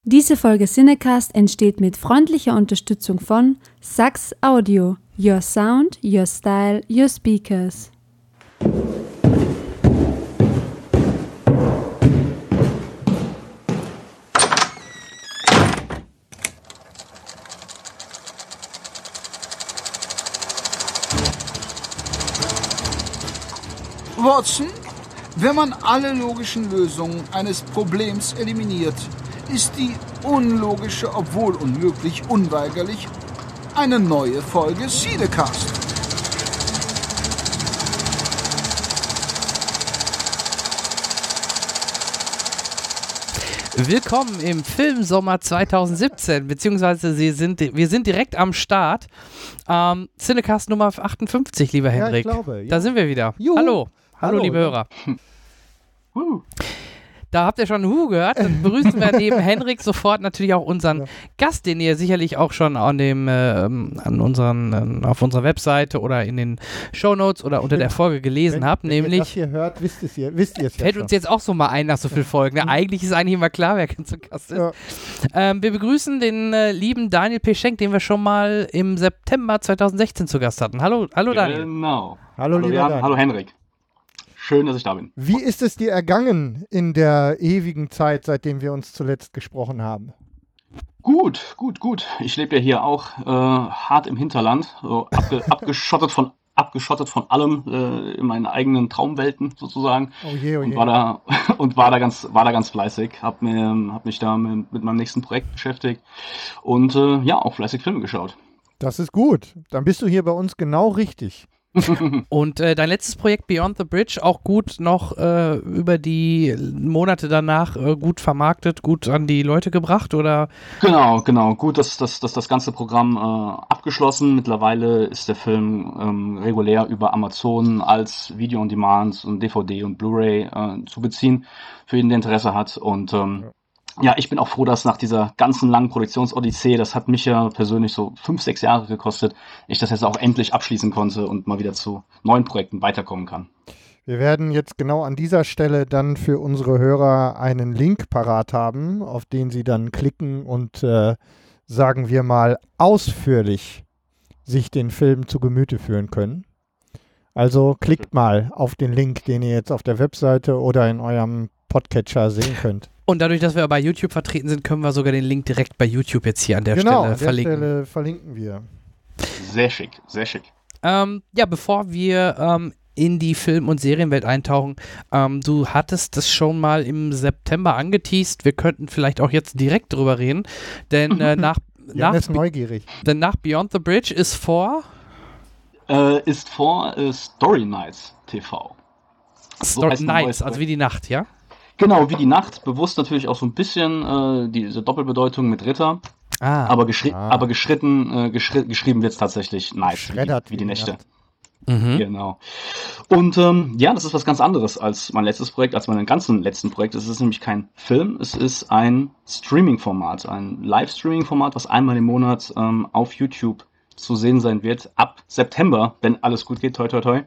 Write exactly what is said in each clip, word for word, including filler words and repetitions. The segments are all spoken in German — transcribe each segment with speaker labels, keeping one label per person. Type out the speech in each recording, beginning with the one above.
Speaker 1: Diese Folge Cinecast entsteht mit freundlicher Unterstützung von Sax Audio. Your sound, your style, your speakers.
Speaker 2: Watson, wenn man alle logischen Lösungen eines Problems eliminiert, ist die unlogische, obwohl unmöglich, unweigerlich eine neue Folge Cinecast.
Speaker 3: Willkommen im Filmsommer zwanzig siebzehn, beziehungsweise Sie sind, wir sind direkt am Start. Ähm, Cinecast Nummer achtundfünfzig, lieber Hendrik.
Speaker 4: Ja, ich glaube, ja.
Speaker 3: Da sind wir wieder.
Speaker 4: Juhu.
Speaker 3: Hallo. Hallo,
Speaker 4: Hallo,
Speaker 3: liebe
Speaker 4: ja.
Speaker 3: Hörer. Da habt ihr schon Hu gehört. Dann begrüßen wir neben Hendrik sofort natürlich auch unseren
Speaker 4: Ja.
Speaker 3: Gast, den ihr sicherlich auch schon an dem, äh, an unseren, äh, auf unserer Webseite oder in den Shownotes oder unter der Folge gelesen
Speaker 4: Wenn,
Speaker 3: habt,
Speaker 4: wenn ihr das
Speaker 3: nämlich.
Speaker 4: hier hört, wisst ihr es ja, wisst ihr es ja
Speaker 3: Fällt
Speaker 4: schon.
Speaker 3: uns jetzt auch so mal ein nach so vielen Folgen. Ne? Eigentlich ist eigentlich immer klar, wer zu Gast ist.
Speaker 4: Ja.
Speaker 3: Ähm, wir begrüßen den äh, lieben Daniel P. Schenk, den wir schon mal im September zwanzig sechzehn zu Gast hatten. Hallo, hallo Daniel.
Speaker 5: Genau.
Speaker 4: Hallo, lieber
Speaker 5: Jan,
Speaker 4: Daniel.
Speaker 5: hallo Henrik. Schön, dass ich da bin.
Speaker 4: Wie ist es dir ergangen in der ewigen Zeit, seitdem wir uns zuletzt gesprochen haben?
Speaker 5: Gut, gut, gut. Ich lebe ja hier auch äh, hart im Hinterland, so abge abgeschottet von abgeschottet von allem äh, in meinen eigenen Traumwelten sozusagen.
Speaker 4: Oh je, oh je.
Speaker 5: Und war da und war da ganz war da ganz fleißig. Hab mir hab mich da mit, mit meinem nächsten Projekt beschäftigt und äh, ja auch fleißig Filme geschaut.
Speaker 4: Das ist gut. Dann bist du hier bei uns genau richtig.
Speaker 3: Und äh, dein letztes Projekt Beyond the Bridge auch gut noch äh, über die Monate danach äh, gut vermarktet, gut an die Leute gebracht, oder?
Speaker 5: Genau, genau. Gut, dass, dass, dass das ganze Programm äh, abgeschlossen. Mittlerweile ist der Film ähm, regulär über Amazon als Video on Demand und D V D und Blu-ray äh, zu beziehen, für jeden, der Interesse hat. Und ähm, ja. ja, ich bin auch froh, dass nach dieser ganzen langen Produktionsodyssee, das hat mich ja persönlich so fünf, sechs Jahre gekostet, ich das jetzt auch endlich abschließen konnte und mal wieder zu neuen Projekten weiterkommen kann.
Speaker 4: Wir werden jetzt genau an dieser Stelle dann für unsere Hörer einen Link parat haben, auf den sie dann klicken und, äh, sagen wir mal, ausführlich sich den Film zu Gemüte führen können. Also klickt mal auf den Link, den ihr jetzt auf der Webseite oder in eurem Podcatcher sehen könnt.
Speaker 3: Und dadurch, dass wir bei YouTube vertreten sind, können wir sogar den Link direkt bei YouTube jetzt hier an der
Speaker 4: genau,
Speaker 3: Stelle
Speaker 4: an der
Speaker 3: verlinken.
Speaker 4: Stelle verlinken wir.
Speaker 5: Sehr schick, sehr schick.
Speaker 3: Ähm, ja, bevor wir ähm, in die Film- und Serienwelt eintauchen, ähm, du hattest das schon mal im September angeteast. Wir könnten vielleicht auch jetzt direkt drüber reden, denn äh, nach,
Speaker 4: Jan
Speaker 3: nach,
Speaker 4: ist neugierig.
Speaker 3: denn nach Beyond the Bridge ist vor
Speaker 5: Äh, ist vor äh, Story Nights T V.
Speaker 3: Story
Speaker 5: heißt mein neues
Speaker 3: Nights, also wie die Nacht, ja?
Speaker 5: Genau, wie die Nacht, bewusst natürlich auch so ein bisschen äh, diese Doppelbedeutung mit Ritter,
Speaker 3: Ah,
Speaker 5: aber, geschri
Speaker 4: Ah.
Speaker 5: aber geschritten, äh, geschri geschrieben wird es tatsächlich Nights, wie,
Speaker 4: Schreddert
Speaker 5: wie die Nächte.
Speaker 4: Nacht.
Speaker 3: mhm.
Speaker 5: Genau. Und ähm, ja, das ist was ganz anderes als mein letztes Projekt, als mein ganzen letzten Projekt. Es ist nämlich kein Film, es ist ein Streaming-Format, ein Live-Streaming-Format, was einmal im Monat ähm, auf YouTube zu sehen sein wird, ab September, wenn alles gut geht, toi toi toi.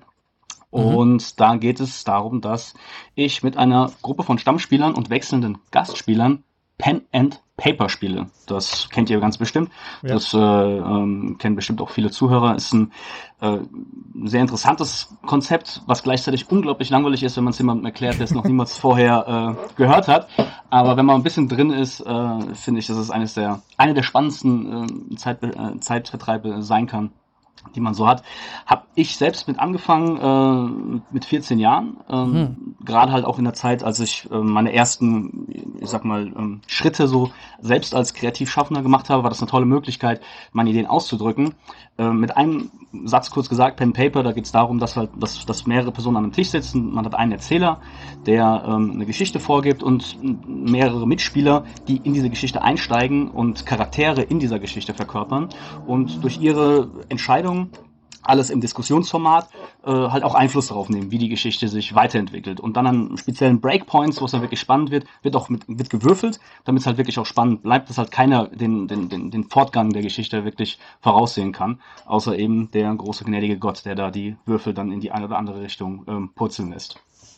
Speaker 5: Und da geht es darum, dass ich mit einer Gruppe von Stammspielern und wechselnden Gastspielern Pen and Paper spiele. Das kennt ihr ganz bestimmt.
Speaker 4: Ja.
Speaker 5: Das äh, ähm, kennen bestimmt auch viele Zuhörer. Ist ein äh, sehr interessantes Konzept, was gleichzeitig unglaublich langweilig ist, wenn man es jemandem erklärt, der es noch niemals vorher äh, gehört hat. Aber wenn man ein bisschen drin ist, äh, finde ich, dass es eines der, eine der spannendsten äh, Zeit, äh, Zeitvertreibe sein kann, die man so hat. Habe ich selbst mit angefangen, äh, mit vierzehn Jahren. Ähm,
Speaker 3: Hm.
Speaker 5: Gerade halt auch in der Zeit, als ich äh, meine ersten, ich sag mal, ähm, Schritte so selbst als Kreativschaffender gemacht habe, war das eine tolle Möglichkeit, meine Ideen auszudrücken. Äh, mit einem Satz kurz gesagt, Pen Paper, da geht es darum, dass halt, dass, dass mehrere Personen an einem Tisch sitzen. Man hat einen Erzähler, der ähm, eine Geschichte vorgibt und mehrere Mitspieler, die in diese Geschichte einsteigen und Charaktere in dieser Geschichte verkörpern und durch ihre Entscheidungen, alles im Diskussionsformat, äh, halt auch Einfluss darauf nehmen, wie die Geschichte sich weiterentwickelt. Und dann an speziellen Breakpoints, wo es dann wirklich spannend wird, wird auch mit, wird gewürfelt, damit es halt wirklich auch spannend bleibt, dass halt keiner den, den, den, den Fortgang der Geschichte wirklich voraussehen kann, außer eben der große gnädige Gott, der da die Würfel dann in die eine oder andere Richtung ähm, purzeln lässt.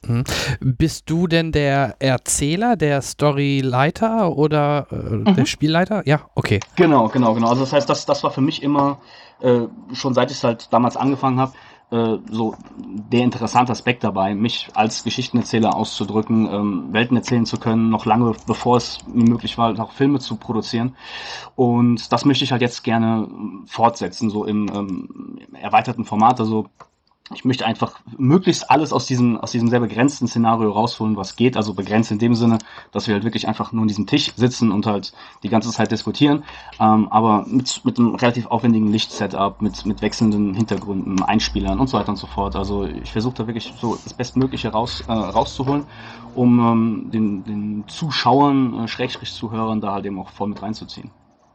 Speaker 3: Mhm. Bist du denn der Erzähler, der Storyleiter oder äh, mhm. der Spielleiter? Ja, okay.
Speaker 5: Genau, genau, genau. Also das heißt, das, das war für mich immer, äh, schon seit ich es halt damals angefangen habe, äh, so der interessante Aspekt dabei, mich als Geschichtenerzähler auszudrücken, ähm, Welten erzählen zu können, noch lange bevor es mir möglich war, auch Filme zu produzieren. Und das möchte ich halt jetzt gerne fortsetzen, so im, ähm, im erweiterten Format. Also ich möchte einfach möglichst alles aus diesem, aus diesem sehr begrenzten Szenario rausholen, was geht. Also begrenzt in dem Sinne, dass wir halt wirklich einfach nur an diesem Tisch sitzen und halt die ganze Zeit diskutieren. Ähm, aber mit, mit einem relativ aufwendigen Lichtsetup, mit, mit wechselnden Hintergründen, Einspielern und so weiter und so fort. Also ich versuche da wirklich so das Bestmögliche raus, äh, rauszuholen, um ähm, den, den Zuschauern, äh, Schrägstrich Zuhörern da halt eben auch voll mit reinzuziehen.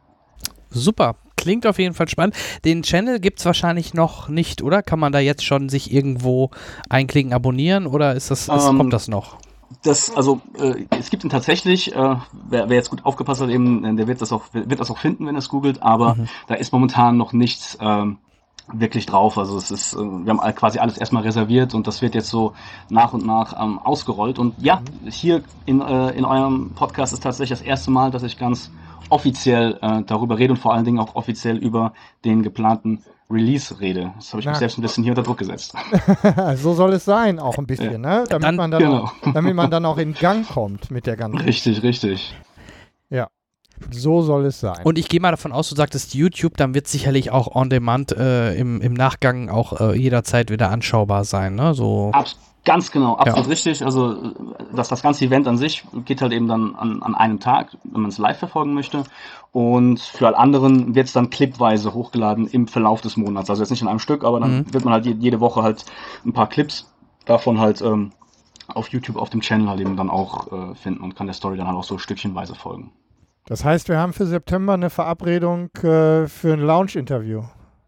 Speaker 3: Super. Klingt auf jeden Fall spannend. Den Channel gibt es wahrscheinlich noch nicht, oder? Kann man da jetzt schon sich irgendwo einklicken, abonnieren oder ist das, ist,
Speaker 5: ähm,
Speaker 3: kommt das noch?
Speaker 5: Das, also äh, es gibt ihn tatsächlich, äh, wer, wer jetzt gut aufgepasst hat, eben, der wird das auch, wird das auch finden, wenn er es googelt, aber mhm. da ist momentan noch nichts ähm, wirklich drauf. Also es ist, äh, wir haben quasi alles erstmal reserviert und das wird jetzt so nach und nach ähm, ausgerollt. Und ja, hier in, äh, in eurem Podcast ist tatsächlich das erste Mal, dass ich ganz offiziell äh, darüber rede und vor allen Dingen auch offiziell über den geplanten Release rede. Das habe ich Na. mich selbst ein bisschen hier unter Druck gesetzt.
Speaker 4: So soll es sein, auch ein bisschen, ja. ne? Damit, dann, man dann genau. auch, damit man dann auch in Gang kommt mit der ganzen...
Speaker 5: Richtig, richtig.
Speaker 4: Ja, so soll es sein.
Speaker 3: Und ich gehe mal davon aus, du sagtest YouTube, dann wird sicherlich auch on demand äh, im, im Nachgang auch äh, jederzeit wieder anschaubar sein, ne? So.
Speaker 5: Absolut. Ganz genau, absolut ja. richtig. Also dass das ganze Event an sich geht halt eben dann an, an einem Tag, wenn man es live verfolgen möchte. Und für alle anderen wird es dann clipweise hochgeladen im Verlauf des Monats. Also jetzt nicht in einem Stück, aber dann mhm. wird man halt jede Woche halt ein paar Clips davon halt ähm, auf YouTube, auf dem Channel halt eben dann auch äh, finden und kann der Story dann halt auch so stückchenweise folgen.
Speaker 4: Das heißt, wir haben für September eine Verabredung äh, für ein Lounge-Interview.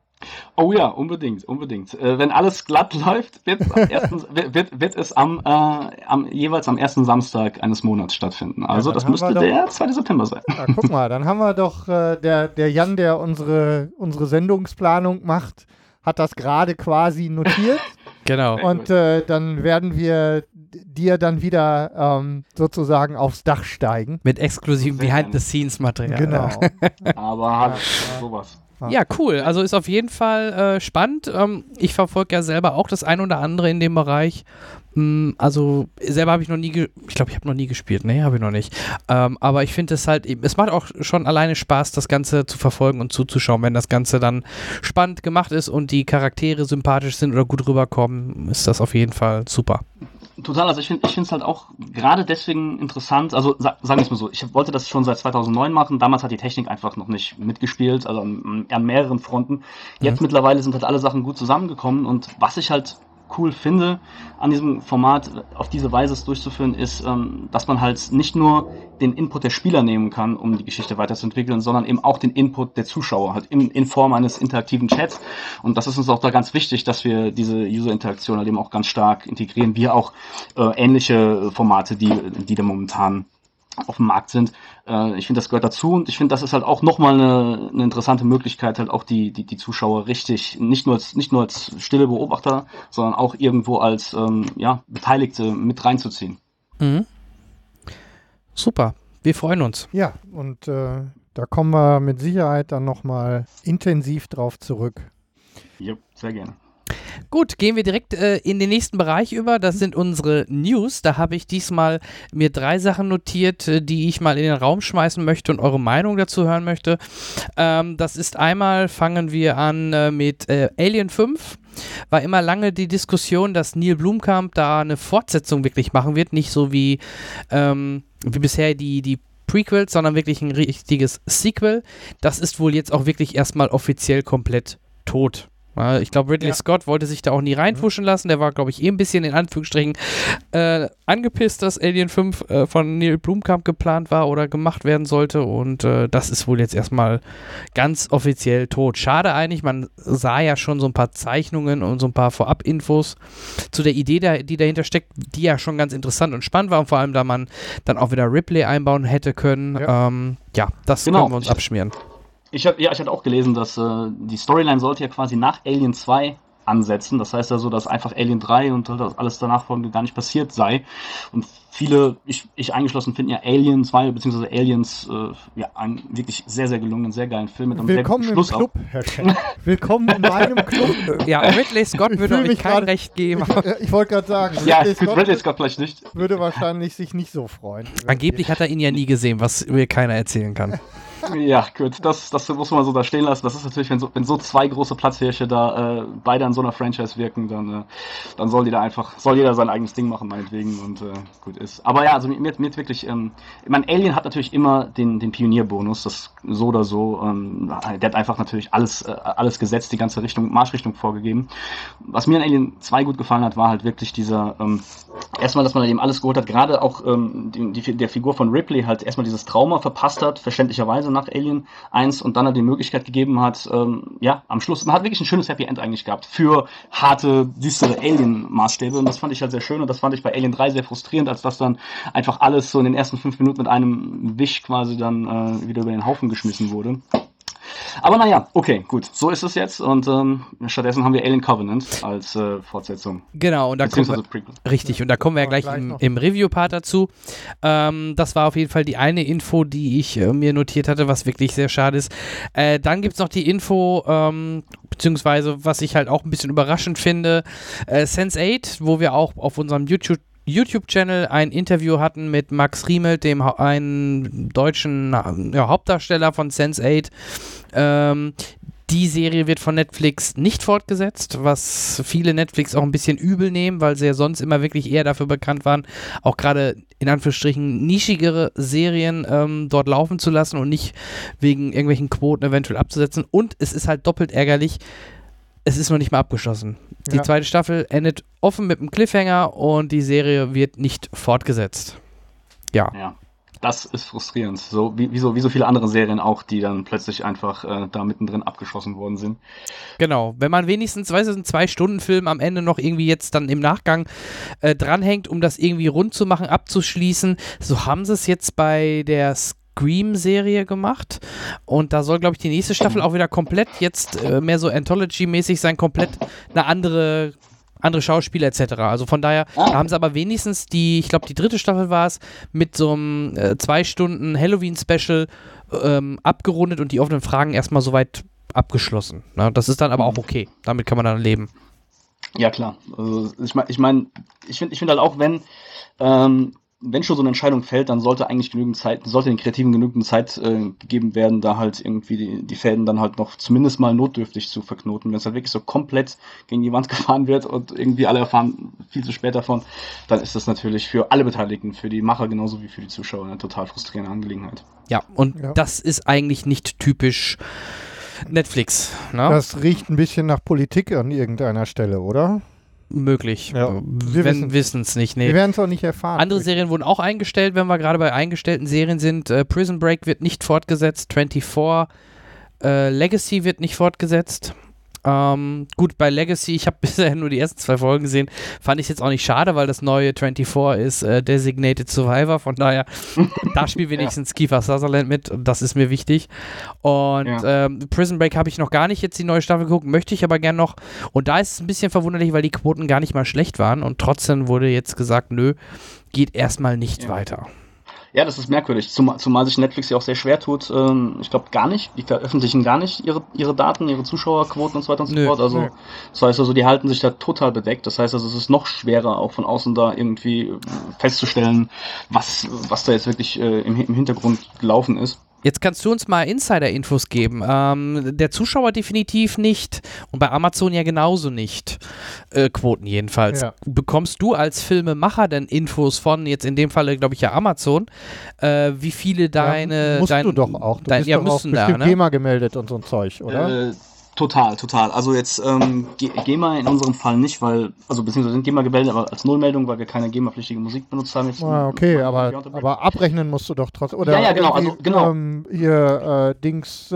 Speaker 5: Oh ja, unbedingt, unbedingt. Äh, wenn alles glatt läuft, wird, am ersten, wird, wird es am, äh, am jeweils am ersten Samstag eines Monats stattfinden. Also ja, das müsste doch, der zweite September sein.
Speaker 4: Ja, guck mal, dann haben wir doch äh, der, der Jan, der unsere, unsere Sendungsplanung macht, hat das gerade quasi notiert.
Speaker 3: Genau.
Speaker 4: Und äh, dann werden wir dir dann wieder ähm, sozusagen aufs Dach steigen.
Speaker 3: Mit exklusivem Behind-the-Scenes-Material.
Speaker 4: Genau.
Speaker 5: Aber halt sowas.
Speaker 3: Ja, cool. Also ist auf jeden Fall äh, spannend. Ähm, ich verfolge ja selber auch das ein oder andere in dem Bereich. Mm, also selber habe ich noch nie, ge- ich glaube, ich habe noch nie gespielt. Nee, habe ich noch nicht. Ähm, aber ich finde es halt, es macht auch schon alleine Spaß, das Ganze zu verfolgen und zuzuschauen. Wenn das Ganze dann spannend gemacht ist und die Charaktere sympathisch sind oder gut rüberkommen, ist das auf jeden Fall super.
Speaker 5: Total, also ich finde ich finde es halt auch gerade deswegen interessant, also sa- sagen wir es mal so, ich wollte das schon seit zweitausendneun machen, damals hat die Technik einfach noch nicht mitgespielt, also an, an mehreren Fronten. Jetzt mhm. mittlerweile sind halt alle Sachen gut zusammengekommen und was ich halt cool finde, an diesem Format auf diese Weise es durchzuführen, ist, ähm, dass man halt nicht nur den Input der Spieler nehmen kann, um die Geschichte weiterzuentwickeln, sondern eben auch den Input der Zuschauer, halt in, in Form eines interaktiven Chats. Und das ist uns auch da ganz wichtig, dass wir diese User-Interaktion halt eben auch ganz stark integrieren, wie auch äh, ähnliche Formate, die, die da momentan auf dem Markt sind. Äh, ich finde, das gehört dazu und ich finde, das ist halt auch nochmal eine, eine interessante Möglichkeit, halt auch die, die, die Zuschauer richtig, nicht nur als, nicht nur als stille Beobachter, sondern auch irgendwo als ähm, ja, Beteiligte mit reinzuziehen.
Speaker 3: Mhm. Super, wir freuen uns.
Speaker 4: Ja, und äh, da kommen wir mit Sicherheit dann nochmal intensiv drauf zurück.
Speaker 5: Ja, sehr gerne.
Speaker 3: Gut, gehen wir direkt äh, in den nächsten Bereich über. Das sind unsere News. Da habe ich diesmal mir drei Sachen notiert, äh, die ich mal in den Raum schmeißen möchte und eure Meinung dazu hören möchte. Ähm, das ist einmal, fangen wir an äh, mit äh, Alien fünf. War immer lange die Diskussion, dass Neil Blomkamp da eine Fortsetzung wirklich machen wird. Nicht so wie, ähm, wie bisher die, die Prequels, sondern wirklich ein richtiges Sequel. Das ist wohl jetzt auch wirklich erstmal offiziell komplett tot. Ich glaube, Ridley ja. Scott wollte sich da auch nie reinfuschen lassen. Der war, glaube ich, eh ein bisschen in Anführungsstrichen äh, angepisst, dass Alien fünf äh, von Neil Blomkamp geplant war oder gemacht werden sollte. Und äh, das ist wohl jetzt erstmal ganz offiziell tot. Schade eigentlich, man sah ja schon so ein paar Zeichnungen und so ein paar Vorab-Infos zu der Idee, der, die dahinter steckt, die ja schon ganz interessant und spannend war. Und vor allem, da man dann auch wieder Ripley einbauen hätte können. Ja, ähm, ja das genau. können wir uns abschmieren.
Speaker 5: Ich hab, ja, ich hatte auch gelesen, dass äh, die Storyline sollte ja quasi nach Alien zwei ansetzen. Das heißt also, dass einfach Alien drei und das alles danach folgende gar nicht passiert sei. Und viele, ich, ich eingeschlossen, finden ja Alien zwei bzw. Aliens äh, ja, einen wirklich sehr, sehr gelungenen, sehr geilen Film mit einem
Speaker 4: Willkommen
Speaker 5: sehr
Speaker 4: im
Speaker 5: guten Schluss
Speaker 4: Club, Herr Schenk. Willkommen in meinem Club.
Speaker 3: Ja, Ridley Scott würde euch kein
Speaker 4: grad,
Speaker 3: Recht geben.
Speaker 4: Ich, ich wollte gerade sagen,
Speaker 5: Ja,
Speaker 4: Ridley
Speaker 5: gut,
Speaker 4: Scott
Speaker 5: Ridley Scott vielleicht nicht.
Speaker 4: würde wahrscheinlich sich nicht so freuen.
Speaker 3: Angeblich hat er ihn ja nie gesehen, was mir keiner erzählen kann.
Speaker 5: Ja, gut, das, das muss man so da stehen lassen. Das ist natürlich, wenn so, wenn so zwei große Platzhirsche da äh, beide an so einer Franchise wirken, dann, äh, dann soll die da einfach, soll jeder sein eigenes Ding machen, meinetwegen, und äh, gut ist. Aber ja, also mir, mir hat wirklich, ähm, ich meine, Alien hat natürlich immer den, den Pionierbonus, das so oder so, ähm, der hat einfach natürlich alles, äh, alles gesetzt, die ganze Richtung, Marschrichtung vorgegeben. Was mir an Alien zwei gut gefallen hat, war halt wirklich dieser, ähm, erstmal, dass man eben alles geholt hat, gerade auch ähm, die, die, der Figur von Ripley halt erstmal dieses Trauma verpasst hat, verständlicherweise nach Alien eins, und dann halt die Möglichkeit gegeben hat, ähm, ja, am Schluss, man hat wirklich ein schönes Happy End eigentlich gehabt für harte, düstere Alien-Maßstäbe, und das fand ich halt sehr schön, und das fand ich bei Alien drei sehr frustrierend, als das dann einfach alles so in den ersten fünf Minuten mit einem Wisch quasi dann äh, wieder über den Haufen geschmissen wurde. Aber naja, okay, gut, so ist es jetzt, und ähm, stattdessen haben wir Alien Covenant als äh, Fortsetzung.
Speaker 3: Genau, und da kommen wir, richtig, und da kommen wir ja gleich, gleich im, im Review-Part dazu. Ähm, das war auf jeden Fall die eine Info, die ich äh, mir notiert hatte, was wirklich sehr schade ist. Äh, dann gibt es noch die Info, ähm, beziehungsweise was ich halt auch ein bisschen überraschend finde, äh, Sense eight, wo wir auch auf unserem YouTube YouTube-Channel ein Interview hatten mit Max Riemelt, dem ha- einen deutschen ja, Hauptdarsteller von Sense eight. Ähm, die Serie wird von Netflix nicht fortgesetzt, was viele Netflix auch ein bisschen übel nehmen, weil sie ja sonst immer wirklich eher dafür bekannt waren, auch gerade in Anführungsstrichen nischigere Serien ähm, dort laufen zu lassen und nicht wegen irgendwelchen Quoten eventuell abzusetzen. Und es ist halt doppelt ärgerlich, es ist noch nicht mal abgeschlossen. Die ja. zweite Staffel endet offen mit einem Cliffhanger und die Serie wird nicht fortgesetzt. Ja.
Speaker 5: Ja, das ist frustrierend. So wie, wie, so, wie so viele andere Serien auch, die dann plötzlich einfach äh, da mittendrin abgeschossen worden sind.
Speaker 3: Genau. Wenn man wenigstens, weißt du, einen Zwei-Stunden-Film am Ende noch irgendwie jetzt dann im Nachgang äh, dranhängt, um das irgendwie rund zu machen, abzuschließen, so haben sie es jetzt bei der Scream-Serie gemacht, und da soll, glaube ich, die nächste Staffel auch wieder komplett jetzt äh, mehr so Anthology-mäßig sein, komplett eine andere, andere Schauspieler et cetera. Also von daher, da haben sie aber wenigstens die, ich glaube, die dritte Staffel war es, mit so einem äh, zwei Stunden Halloween-Special ähm, abgerundet und die offenen Fragen erstmal soweit abgeschlossen. Ne? Das ist dann aber auch okay. Damit kann man dann leben.
Speaker 5: Ja, klar. Also ich meine, ich, mein, ich finde ich find halt auch, wenn ähm, wenn schon so eine Entscheidung fällt, dann sollte eigentlich genügend Zeit, sollte den Kreativen genügend Zeit äh, gegeben werden, da halt irgendwie die, die Fäden dann halt noch zumindest mal notdürftig zu verknoten. Wenn es halt wirklich so komplett gegen die Wand gefahren wird und irgendwie alle erfahren viel zu spät davon, dann ist das natürlich für alle Beteiligten, für die Macher genauso wie für die Zuschauer, eine total frustrierende Angelegenheit.
Speaker 3: Ja, und ja. das ist eigentlich nicht typisch Netflix. Ne?
Speaker 4: Das riecht ein bisschen nach Politik an irgendeiner Stelle, oder?
Speaker 3: Möglich.
Speaker 4: Ja, wir
Speaker 3: wenn wissen es nicht. Nee.
Speaker 4: Wir werden es auch nicht erfahren.
Speaker 3: Andere Serien wurden auch eingestellt, wenn wir gerade bei eingestellten Serien sind. Äh, Prison Break wird nicht fortgesetzt. vierundzwanzig äh, Legacy wird nicht fortgesetzt. Ähm, gut, bei Legacy, ich habe bisher nur die ersten zwei Folgen gesehen, fand ich es jetzt auch nicht schade, weil das neue vierundzwanzig ist äh, Designated Survivor, von daher, da spielt wenigstens ja. Kiefer Sutherland mit, und das ist mir wichtig. Und ja. ähm, Prison Break habe ich noch gar nicht jetzt die neue Staffel geguckt, möchte ich aber gern noch, und da ist es ein bisschen verwunderlich, weil die Quoten gar nicht mal schlecht waren, und trotzdem wurde jetzt gesagt, nö, geht erstmal nicht ja. weiter.
Speaker 5: Ja, das ist merkwürdig, zumal, zumal sich Netflix ja auch sehr schwer tut. Ähm, ich glaube gar nicht, die veröffentlichen gar nicht ihre, ihre Daten, ihre Zuschauerquoten und so weiter und so nö, fort. Also, nö. Das heißt also, die halten sich da total bedeckt. Das heißt also, es ist noch schwerer, auch von außen da irgendwie festzustellen, was, was da jetzt wirklich äh, im, im Hintergrund gelaufen ist.
Speaker 3: Jetzt kannst du uns mal Insider-Infos geben. Ähm, der Zuschauer definitiv nicht und bei Amazon ja genauso nicht. Äh, Quoten jedenfalls. Ja. Bekommst du als Filmemacher denn Infos von, jetzt in dem Falle glaube ich ja Amazon, äh, wie viele deine...
Speaker 4: Ja, musst
Speaker 3: dein,
Speaker 4: du doch auch. Du
Speaker 3: dein,
Speaker 4: bist
Speaker 3: ja,
Speaker 4: doch auch bestimmt
Speaker 3: da, ne?
Speaker 4: GEMA gemeldet und so ein Zeug, oder?
Speaker 5: Äh, Total, total. Also jetzt ähm, GEMA in unserem Fall nicht, weil, also beziehungsweise sind GEMA gemeldet, aber als Nullmeldung, weil wir keine GEMA-pflichtige Musik benutzt haben. Jetzt
Speaker 4: ah, okay, aber, aber abrechnen musst du doch trotzdem. Oder
Speaker 5: ja, ja, genau. Also, genau.
Speaker 4: Ähm, hier äh, Dings, äh,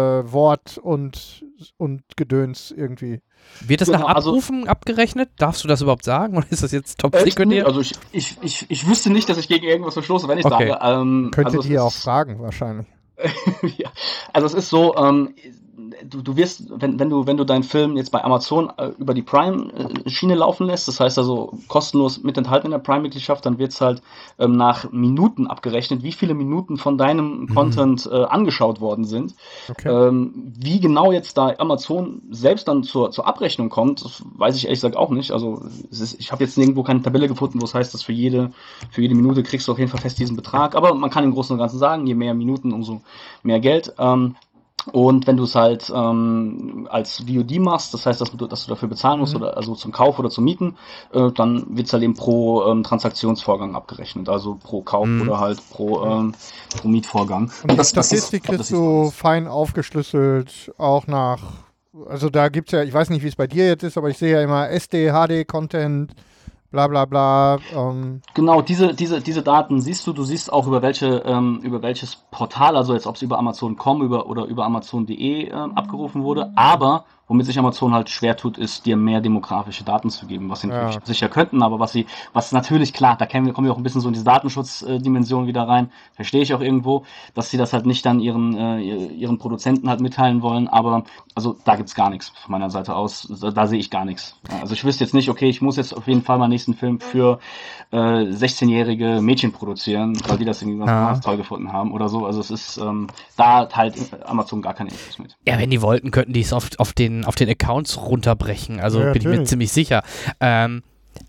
Speaker 4: Wort und, und Gedöns irgendwie.
Speaker 3: Wird das genau, nach Abrufen also, abgerechnet? Darfst du das überhaupt sagen? Oder ist das jetzt top secret?
Speaker 5: Äh, also ich, ich, ich, ich wüsste nicht, dass ich gegen irgendwas verstoße, wenn ich okay. sage. Ähm,
Speaker 4: Könntet
Speaker 5: also
Speaker 4: ihr auch fragen, wahrscheinlich.
Speaker 5: Ja, also es ist so, ähm, du, du wirst, wenn, wenn du, wenn du deinen Film jetzt bei Amazon äh, über die Prime-Schiene laufen lässt, das heißt also kostenlos mit enthalten in der Prime-Mitgliedschaft, dann wird es halt ähm, nach Minuten abgerechnet, wie viele Minuten von deinem mhm. Content äh, angeschaut worden sind. Okay. Ähm, wie genau jetzt da Amazon selbst dann zur, zur Abrechnung kommt, das weiß ich ehrlich gesagt auch nicht. Also es ist, ich habe jetzt nirgendwo keine Tabelle gefunden, wo es heißt, dass für jede, für jede Minute kriegst du auf jeden Fall fest diesen Betrag. Aber man kann im Großen und Ganzen sagen, je mehr Minuten, umso mehr Geld. Ähm, Und wenn du es halt ähm, als V O D machst, das heißt, dass du, dass du dafür bezahlen musst, mhm. oder also zum Kauf oder zum Mieten, äh, dann wird es halt eben pro ähm, Transaktionsvorgang abgerechnet, also pro Kauf mhm. oder halt pro, ähm, pro Mietvorgang.
Speaker 4: Und die das, Statistik das ist, kriegst du fein aufgeschlüsselt, auch nach, also da gibt es ja, ich weiß nicht, wie es bei dir jetzt ist, aber ich sehe ja immer S D, H D-Content, bla bla bla. Ähm.
Speaker 5: Genau, diese, diese, diese Daten siehst du, du siehst auch über welche, ähm, über welches Portal, also jetzt ob es über Amazon Punkt com über, oder über Amazon Punkt de ähm, abgerufen wurde, aber womit sich Amazon halt schwer tut, ist, dir mehr demografische Daten zu geben, was sie natürlich ja. sicher könnten, aber was sie, was natürlich klar, da kommen wir, kommen wir auch ein bisschen so in diese Datenschutzdimension wieder rein, verstehe ich auch irgendwo, dass sie das halt nicht dann ihren, äh, ihren Produzenten halt mitteilen wollen, aber also da gibt's gar nichts von meiner Seite aus, da, da sehe ich gar nichts. Also ich wüsste jetzt nicht, okay, ich muss jetzt auf jeden Fall meinen nächsten Film für äh, sechzehnjährige Mädchen produzieren, weil die das irgendwie ganz ja. toll gefunden haben oder so, also es ist, ähm, da hat halt Amazon gar keine Infos mit.
Speaker 3: Ja, wenn die wollten, könnten die es auf, auf den auf den Accounts runterbrechen, also ja, bin ich mir ziemlich sicher. Ähm,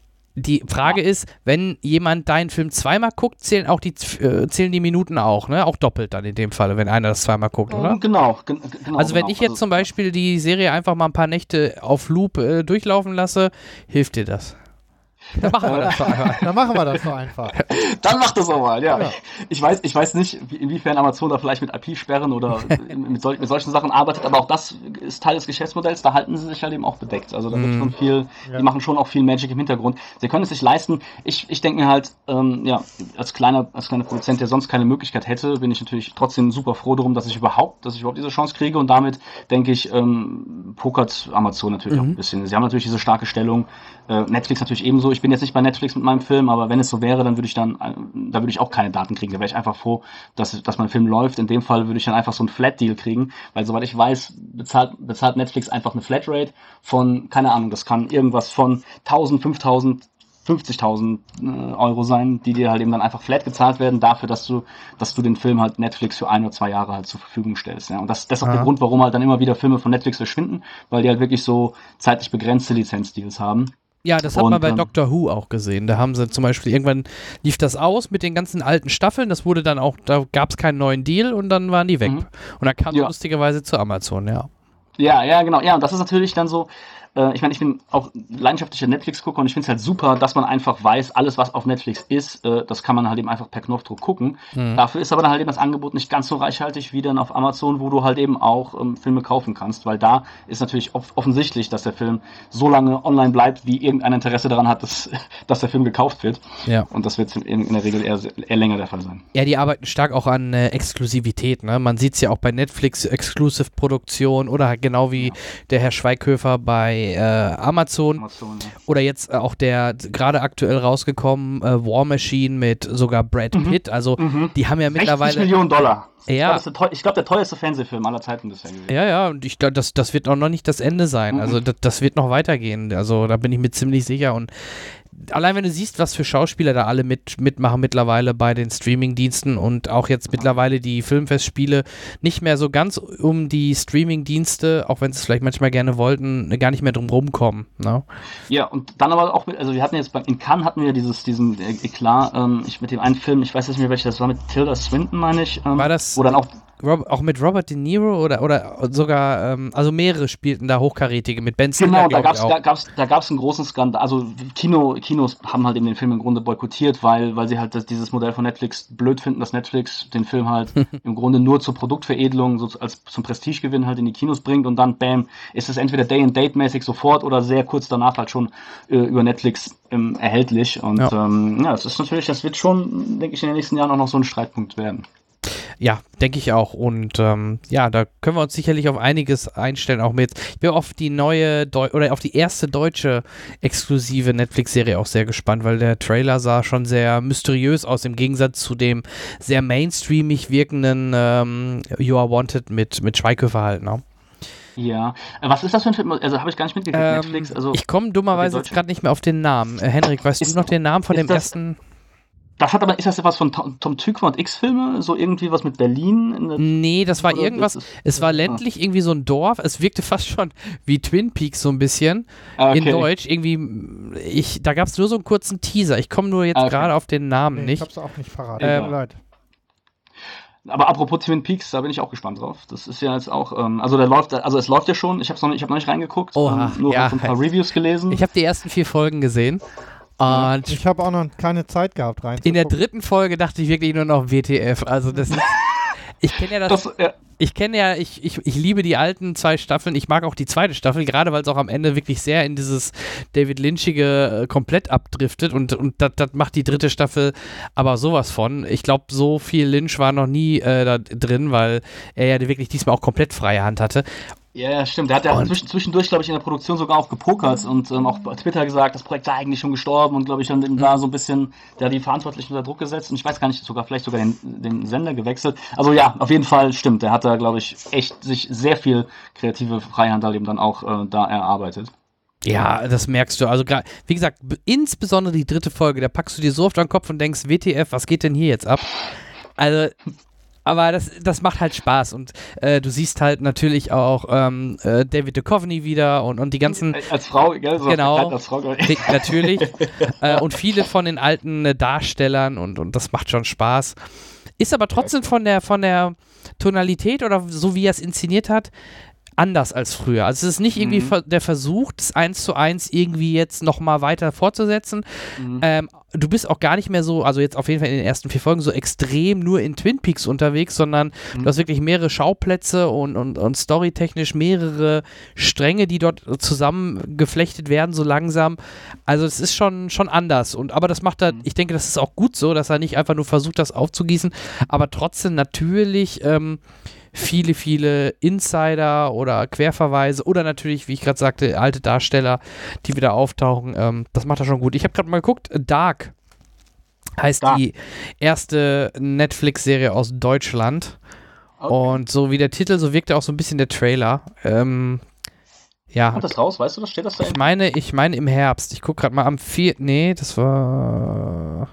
Speaker 3: die Frage ja. ist, wenn jemand deinen Film zweimal guckt, zählen auch die äh, zählen die Minuten auch, ne? Auch doppelt dann in dem Fall, wenn einer das zweimal guckt, oder?
Speaker 5: Genau, gen- genau.
Speaker 3: Also wenn
Speaker 5: genau.
Speaker 3: ich jetzt
Speaker 5: also,
Speaker 3: zum Beispiel die Serie einfach mal ein paar Nächte auf Loop äh, durchlaufen lasse, hilft dir das?
Speaker 4: Dann machen wir das so einfach. Dann machen wir das so einfach.
Speaker 5: Dann mach das auch mal, ja. ja. Ich weiß, ich weiß nicht, inwiefern Amazon da vielleicht mit I P-Sperren oder mit, sol- mit solchen Sachen arbeitet, aber auch das ist Teil des Geschäftsmodells, da halten sie sich halt eben auch bedeckt. Also da wird mm. schon viel, ja. die machen schon auch viel Magic im Hintergrund. Sie können es sich leisten. Ich, ich denke mir halt, ähm, ja, als kleiner, als kleiner Produzent, der sonst keine Möglichkeit hätte, bin ich natürlich trotzdem super froh darum, dass ich überhaupt, dass ich überhaupt diese Chance kriege und damit, denke ich, ähm, pokert Amazon natürlich mm. auch ein bisschen. Sie haben natürlich diese starke Stellung, äh, Netflix natürlich ebenso. Ich bin jetzt nicht bei Netflix mit meinem Film, aber wenn es so wäre, dann würde ich dann, da würde ich auch keine Daten kriegen. Da wäre ich einfach froh, dass, dass mein Film läuft. In dem Fall würde ich dann einfach so einen Flat-Deal kriegen, weil soweit ich weiß, bezahlt, bezahlt Netflix einfach eine Flatrate von, keine Ahnung, das kann irgendwas von tausend, fünftausend, fünfzigtausend äh, Euro sein, die dir halt eben dann einfach flat gezahlt werden dafür, dass du, dass du den Film halt Netflix für ein oder zwei Jahre halt zur Verfügung stellst. Ja. Und das, das ist auch ja. der Grund, warum halt dann immer wieder Filme von Netflix verschwinden, weil die halt wirklich so zeitlich begrenzte Lizenzdeals haben.
Speaker 3: Ja, das hat und, man bei ähm, Doctor Who auch gesehen. Da haben sie zum Beispiel, irgendwann lief das aus mit den ganzen alten Staffeln, das wurde dann auch, da gab es keinen neuen Deal und dann waren die weg. Mhm. Und dann kam ja. lustigerweise zu Amazon, ja.
Speaker 5: Ja, ja, genau. Ja, und das ist natürlich dann so, äh, ich meine, ich bin auch leidenschaftlicher Netflix-Gucker und ich finde es halt super, dass man einfach weiß, alles, was auf Netflix ist, äh, das kann man halt eben einfach per Knopfdruck gucken. Mhm. Dafür ist aber dann halt eben das Angebot nicht ganz so reichhaltig wie dann auf Amazon, wo du halt eben auch ähm, Filme kaufen kannst, weil da ist natürlich off- offensichtlich, dass der Film so lange online bleibt, wie irgendein Interesse daran hat, dass, dass der Film gekauft wird. Ja. Und das wird in, in der Regel eher, eher länger der Fall sein.
Speaker 3: Ja, die arbeiten stark auch an äh, Exklusivität, ne? Man sieht es ja auch bei Netflix, Exclusive-Produktion oder halt genau wie ja. der Herr Schweighöfer bei äh, Amazon. Amazon ja. Oder jetzt äh, auch der gerade aktuell rausgekommen äh, War Machine mit sogar Brad mhm. Pitt. Also mhm. die haben ja mittlerweile
Speaker 5: sechzig Millionen Dollar.
Speaker 3: Ja.
Speaker 5: Ich glaube, glaub, der teuerste Fernsehfilm aller Zeiten bisher gewesen.
Speaker 3: Ja, ja, und ich glaube, das, das wird auch noch nicht das Ende sein. Mhm. Also das, das wird noch weitergehen. Also da bin ich mir ziemlich sicher. Und allein wenn du siehst, was für Schauspieler da alle mit, mitmachen mittlerweile bei den Streaming-Diensten und auch jetzt mittlerweile die Filmfestspiele nicht mehr so ganz um die Streaming-Dienste, auch wenn sie es vielleicht manchmal gerne wollten, gar nicht mehr drum rumkommen. Ne?
Speaker 5: Ja, und dann aber auch mit, also wir hatten jetzt bei, in Cannes hatten wir dieses, diesen äh, Eklat, ähm, ich mit dem einen Film, ich weiß nicht mehr welcher, das war mit Tilda Swinton, meine ich. Ähm,
Speaker 3: war das
Speaker 5: wo dann auch
Speaker 3: Rob, auch mit Robert De Niro oder, oder sogar, ähm, also mehrere spielten da Hochkarätige mit Ben Stiller.
Speaker 5: Genau, da gab's, da gab's, da gab's einen großen Skandal. Also Kino, Kinos haben halt eben den Film im Grunde boykottiert, weil, weil sie halt das, dieses Modell von Netflix blöd finden, dass Netflix den Film halt im Grunde nur zur Produktveredelung, so als zum Prestigegewinn halt in die Kinos bringt und dann, bam, ist es entweder Day-and-Date-mäßig sofort oder sehr kurz danach halt schon äh, über Netflix ähm, erhältlich. Und ja, ähm, ja, das ist natürlich, das wird schon, denke ich, in den nächsten Jahren auch noch so ein Streitpunkt werden.
Speaker 3: Ja, denke ich auch. Und ähm, ja, da können wir uns sicherlich auf einiges einstellen. Auch mit, ich bin auf die neue Deu- oder auf die erste deutsche exklusive Netflix-Serie auch sehr gespannt, weil der Trailer sah schon sehr mysteriös aus, im Gegensatz zu dem sehr mainstreamig wirkenden ähm, You Are Wanted mit, mit Schweighöfer halt, ne?
Speaker 5: Ja. Äh, Was ist das für ein Film? Also habe ich gar nicht mitgekriegt.
Speaker 3: Ähm,
Speaker 5: Netflix, also
Speaker 3: ich komme dummerweise
Speaker 5: die
Speaker 3: jetzt
Speaker 5: deutsche-
Speaker 3: gerade nicht mehr auf den Namen. Äh, Henrik, weißt
Speaker 5: Ist-
Speaker 3: du noch den Namen von
Speaker 5: ist
Speaker 3: dem
Speaker 5: das-
Speaker 3: ersten?
Speaker 5: das hat aber, ist das etwas von Tom, Tom Tykwer und X-Filme? So irgendwie was mit Berlin? In der,
Speaker 3: Nee, das war
Speaker 5: Oder
Speaker 3: irgendwas,
Speaker 5: ist es-
Speaker 3: es war ländlich, irgendwie so ein Dorf, es wirkte fast schon wie Twin Peaks so ein bisschen,
Speaker 5: Ah, okay.
Speaker 3: in Deutsch, irgendwie, ich, da gab es nur so einen kurzen Teaser, ich komme nur jetzt
Speaker 5: Ah, okay.
Speaker 3: gerade auf den Namen
Speaker 4: Nee, ich
Speaker 3: nicht.
Speaker 4: hab's auch nicht parat.
Speaker 3: Ähm,
Speaker 4: Tut mir leid.
Speaker 5: Aber apropos Twin Peaks, da bin ich auch gespannt drauf. Das ist ja jetzt auch, ähm, also der läuft, also es läuft ja schon. Ich habe noch, nicht- ich hab noch nicht reingeguckt,
Speaker 3: Oha,
Speaker 5: ähm, nur
Speaker 3: ja.
Speaker 5: so ein paar Reviews gelesen.
Speaker 3: Ich habe die ersten vier Folgen gesehen und
Speaker 4: Ich habe auch noch keine Zeit gehabt rein.
Speaker 3: in der dritten Folge dachte ich wirklich nur noch W T F, also das ist, ich kenne ja das,
Speaker 5: das, äh,
Speaker 3: ich kenne ja, ich, ich, ich liebe die alten zwei Staffeln. Ich mag auch die zweite Staffel, gerade weil es auch am Ende wirklich sehr in dieses David Lynchige äh, komplett abdriftet und, und das macht die dritte Staffel aber sowas von. Ich glaube, so viel Lynch war noch nie äh, da drin, weil er ja wirklich diesmal auch komplett freie Hand hatte.
Speaker 5: ja, ja, stimmt. Der hat ja
Speaker 3: Und-
Speaker 5: zwischen, zwischendurch, glaube ich, in der Produktion sogar auch gepokert und ähm, auch bei Twitter gesagt, das Projekt sei eigentlich schon gestorben und, glaube ich, dann
Speaker 3: Mhm.
Speaker 5: da so ein bisschen, der hat die Verantwortlichen unter Druck gesetzt und ich weiß gar nicht, sogar vielleicht sogar den, den Sender gewechselt. Also ja, auf jeden Fall stimmt. Der hat da, glaube ich, echt sich sehr viel kreative Freihand da eben dann auch äh, da erarbeitet.
Speaker 3: Ja, das merkst du. Also, gra- wie gesagt, b- insbesondere die dritte Folge, da packst du dir so oft an den Kopf und denkst, W T F, was geht denn hier jetzt ab? Also, aber das, das macht halt Spaß und äh, du siehst halt natürlich auch ähm, äh, David Duchovny wieder und, und die ganzen,
Speaker 5: Als Frau, gell? So
Speaker 3: Genau.
Speaker 5: verkleidet als Frau, glaub ich.
Speaker 3: Dick, natürlich, äh, und viele von den alten äh, Darstellern und, und das macht schon Spaß. Ist aber trotzdem von der, von der Tonalität oder so wie er es inszeniert hat, anders als früher. Also es ist nicht irgendwie
Speaker 5: Mhm.
Speaker 3: ver- der Versuch, das eins zu eins irgendwie jetzt nochmal weiter fortzusetzen.
Speaker 5: Mhm.
Speaker 3: Ähm, du bist auch gar nicht mehr so, also jetzt auf jeden Fall in den ersten vier Folgen, so extrem nur in Twin Peaks unterwegs, sondern
Speaker 5: Mhm.
Speaker 3: du hast wirklich mehrere Schauplätze und, und, und storytechnisch mehrere Stränge, die dort zusammengeflechtet werden, so langsam. Also es ist schon, schon anders. Und, aber das macht er,
Speaker 5: Mhm.
Speaker 3: ich denke, das ist auch gut so, dass er nicht einfach nur versucht, das aufzugießen, aber trotzdem natürlich ähm, viele, viele Insider oder Querverweise oder natürlich, wie ich gerade sagte, alte Darsteller, die wieder auftauchen. Ähm, das macht er schon gut. Ich habe gerade mal geguckt, Dark heißt
Speaker 5: Dark.
Speaker 3: die erste Netflix-Serie aus Deutschland.
Speaker 5: Okay.
Speaker 3: Und so wie der Titel, so wirkt auch so ein bisschen der Trailer. Ähm, ja,
Speaker 5: Kommt das raus? Weißt du, das steht das da?
Speaker 3: ich meine, ich meine im Herbst. Ich gucke gerade mal am vierten Nee, das war...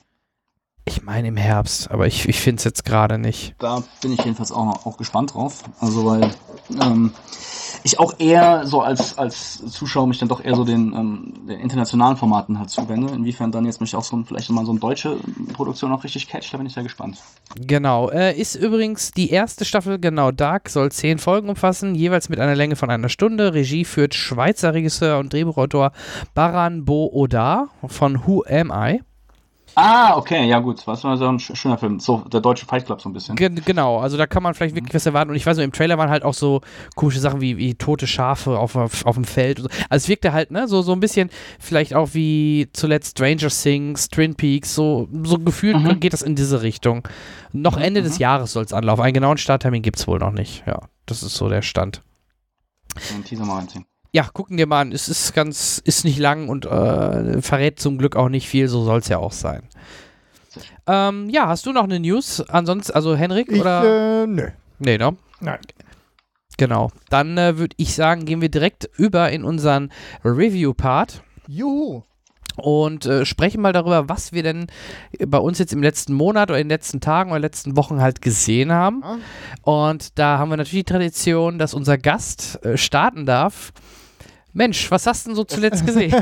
Speaker 3: Ich meine im Herbst, aber ich, ich finde es jetzt gerade nicht.
Speaker 5: Da bin ich jedenfalls auch, noch, auch gespannt drauf. Also weil ähm, ich auch eher so als, als Zuschauer mich dann doch eher so den, ähm, den internationalen Formaten halt zuwende. Inwiefern dann jetzt mich auch so ein, vielleicht mal so eine deutsche Produktion auch richtig catcht, da bin ich sehr gespannt.
Speaker 3: Genau, äh, ist übrigens die erste Staffel, genau, Dark, soll zehn Folgen umfassen, jeweils mit einer Länge von einer Stunde. Regie führt Schweizer Regisseur und Drehbuchautor Baran Bo Odar von Who Am I?
Speaker 5: Ah, okay, ja gut, was war so ein sch- schöner Film. So, der deutsche Fight Club so ein bisschen.
Speaker 3: Ge genau, also da kann man vielleicht wirklich was erwarten. Und ich weiß noch, im Trailer waren halt auch so komische Sachen wie, wie tote Schafe auf, auf, auf dem Feld. Und so. Also es wirkte halt, ne, so, so ein bisschen vielleicht auch wie zuletzt Stranger Things, Twin Peaks, so, so gefühlt
Speaker 5: Mhm.
Speaker 3: geht das in diese Richtung. Noch
Speaker 5: Mhm,
Speaker 3: Ende des
Speaker 5: mhm.
Speaker 3: Jahres soll es anlaufen. Einen genauen Starttermin gibt es wohl noch nicht. Ja, das ist so der Stand.
Speaker 5: Den Teaser mal reinziehen.
Speaker 3: Ja, gucken wir mal an. Es ist ganz, ist nicht lang und äh, verrät zum Glück auch nicht viel, so soll es ja auch sein.
Speaker 5: Sehr schön.
Speaker 3: Ähm, ja, hast du noch eine News? Ansonsten, also Henrik
Speaker 4: Ich,
Speaker 3: oder?
Speaker 4: äh, nö.
Speaker 3: Nee, ne?
Speaker 4: Nein.
Speaker 3: Genau. Dann äh, würde ich sagen, gehen wir direkt über in unseren Review-Part
Speaker 4: Juhu.
Speaker 3: und äh, sprechen mal darüber, was wir denn bei uns jetzt im letzten Monat oder in den letzten Tagen oder letzten Wochen halt gesehen haben.
Speaker 4: Ah.
Speaker 3: Und da haben wir natürlich die Tradition, dass unser Gast äh, starten darf. Mensch, was hast du denn so zuletzt gesehen?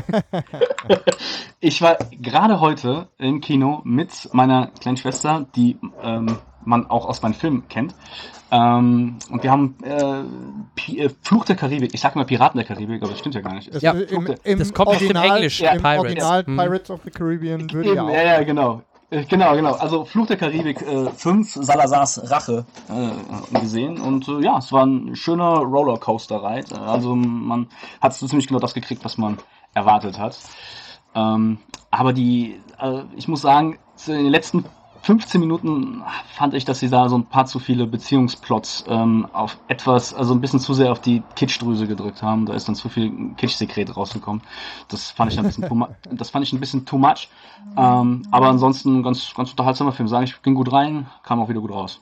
Speaker 5: Ich war gerade heute im Kino mit meiner kleinen Schwester, die ähm, man auch aus meinen Filmen kennt. Ähm, und wir haben äh, Pi äh, Fluch der Karibik, ich sag immer Piraten der Karibik, aber das stimmt ja gar nicht.
Speaker 4: Das,
Speaker 3: Ja,
Speaker 4: äh, im,
Speaker 5: Fluch
Speaker 4: im
Speaker 3: das kommt aus dem
Speaker 4: Original,
Speaker 3: Englisch,
Speaker 5: ja,
Speaker 4: Im
Speaker 3: Pirates.
Speaker 4: Original
Speaker 3: Hm.
Speaker 4: Pirates of the Caribbean würde
Speaker 5: Eben,
Speaker 4: ja auch.
Speaker 5: ja, ja, genau. Äh, Genau, genau. Also Fluch der Karibik äh, fünf, Salazars Rache äh, gesehen. Und äh, ja, es war ein schöner Rollercoaster-Ride. Also man hat so ziemlich genau das gekriegt, was man erwartet hat. Ähm, aber die, äh, ich muss sagen, in den letzten fünfzehn Minuten fand ich, dass sie da so ein paar zu viele Beziehungsplots ähm, auf etwas, also ein bisschen zu sehr auf die Kitschdrüse gedrückt haben. Da ist dann zu viel Kitschsekret rausgekommen. Das fand ich ein bisschen too mu- das fand ich ein bisschen too much. Ähm, aber ansonsten ganz, ganz unterhaltsamer Film. Sagen, ich ging gut rein, kam auch wieder gut raus.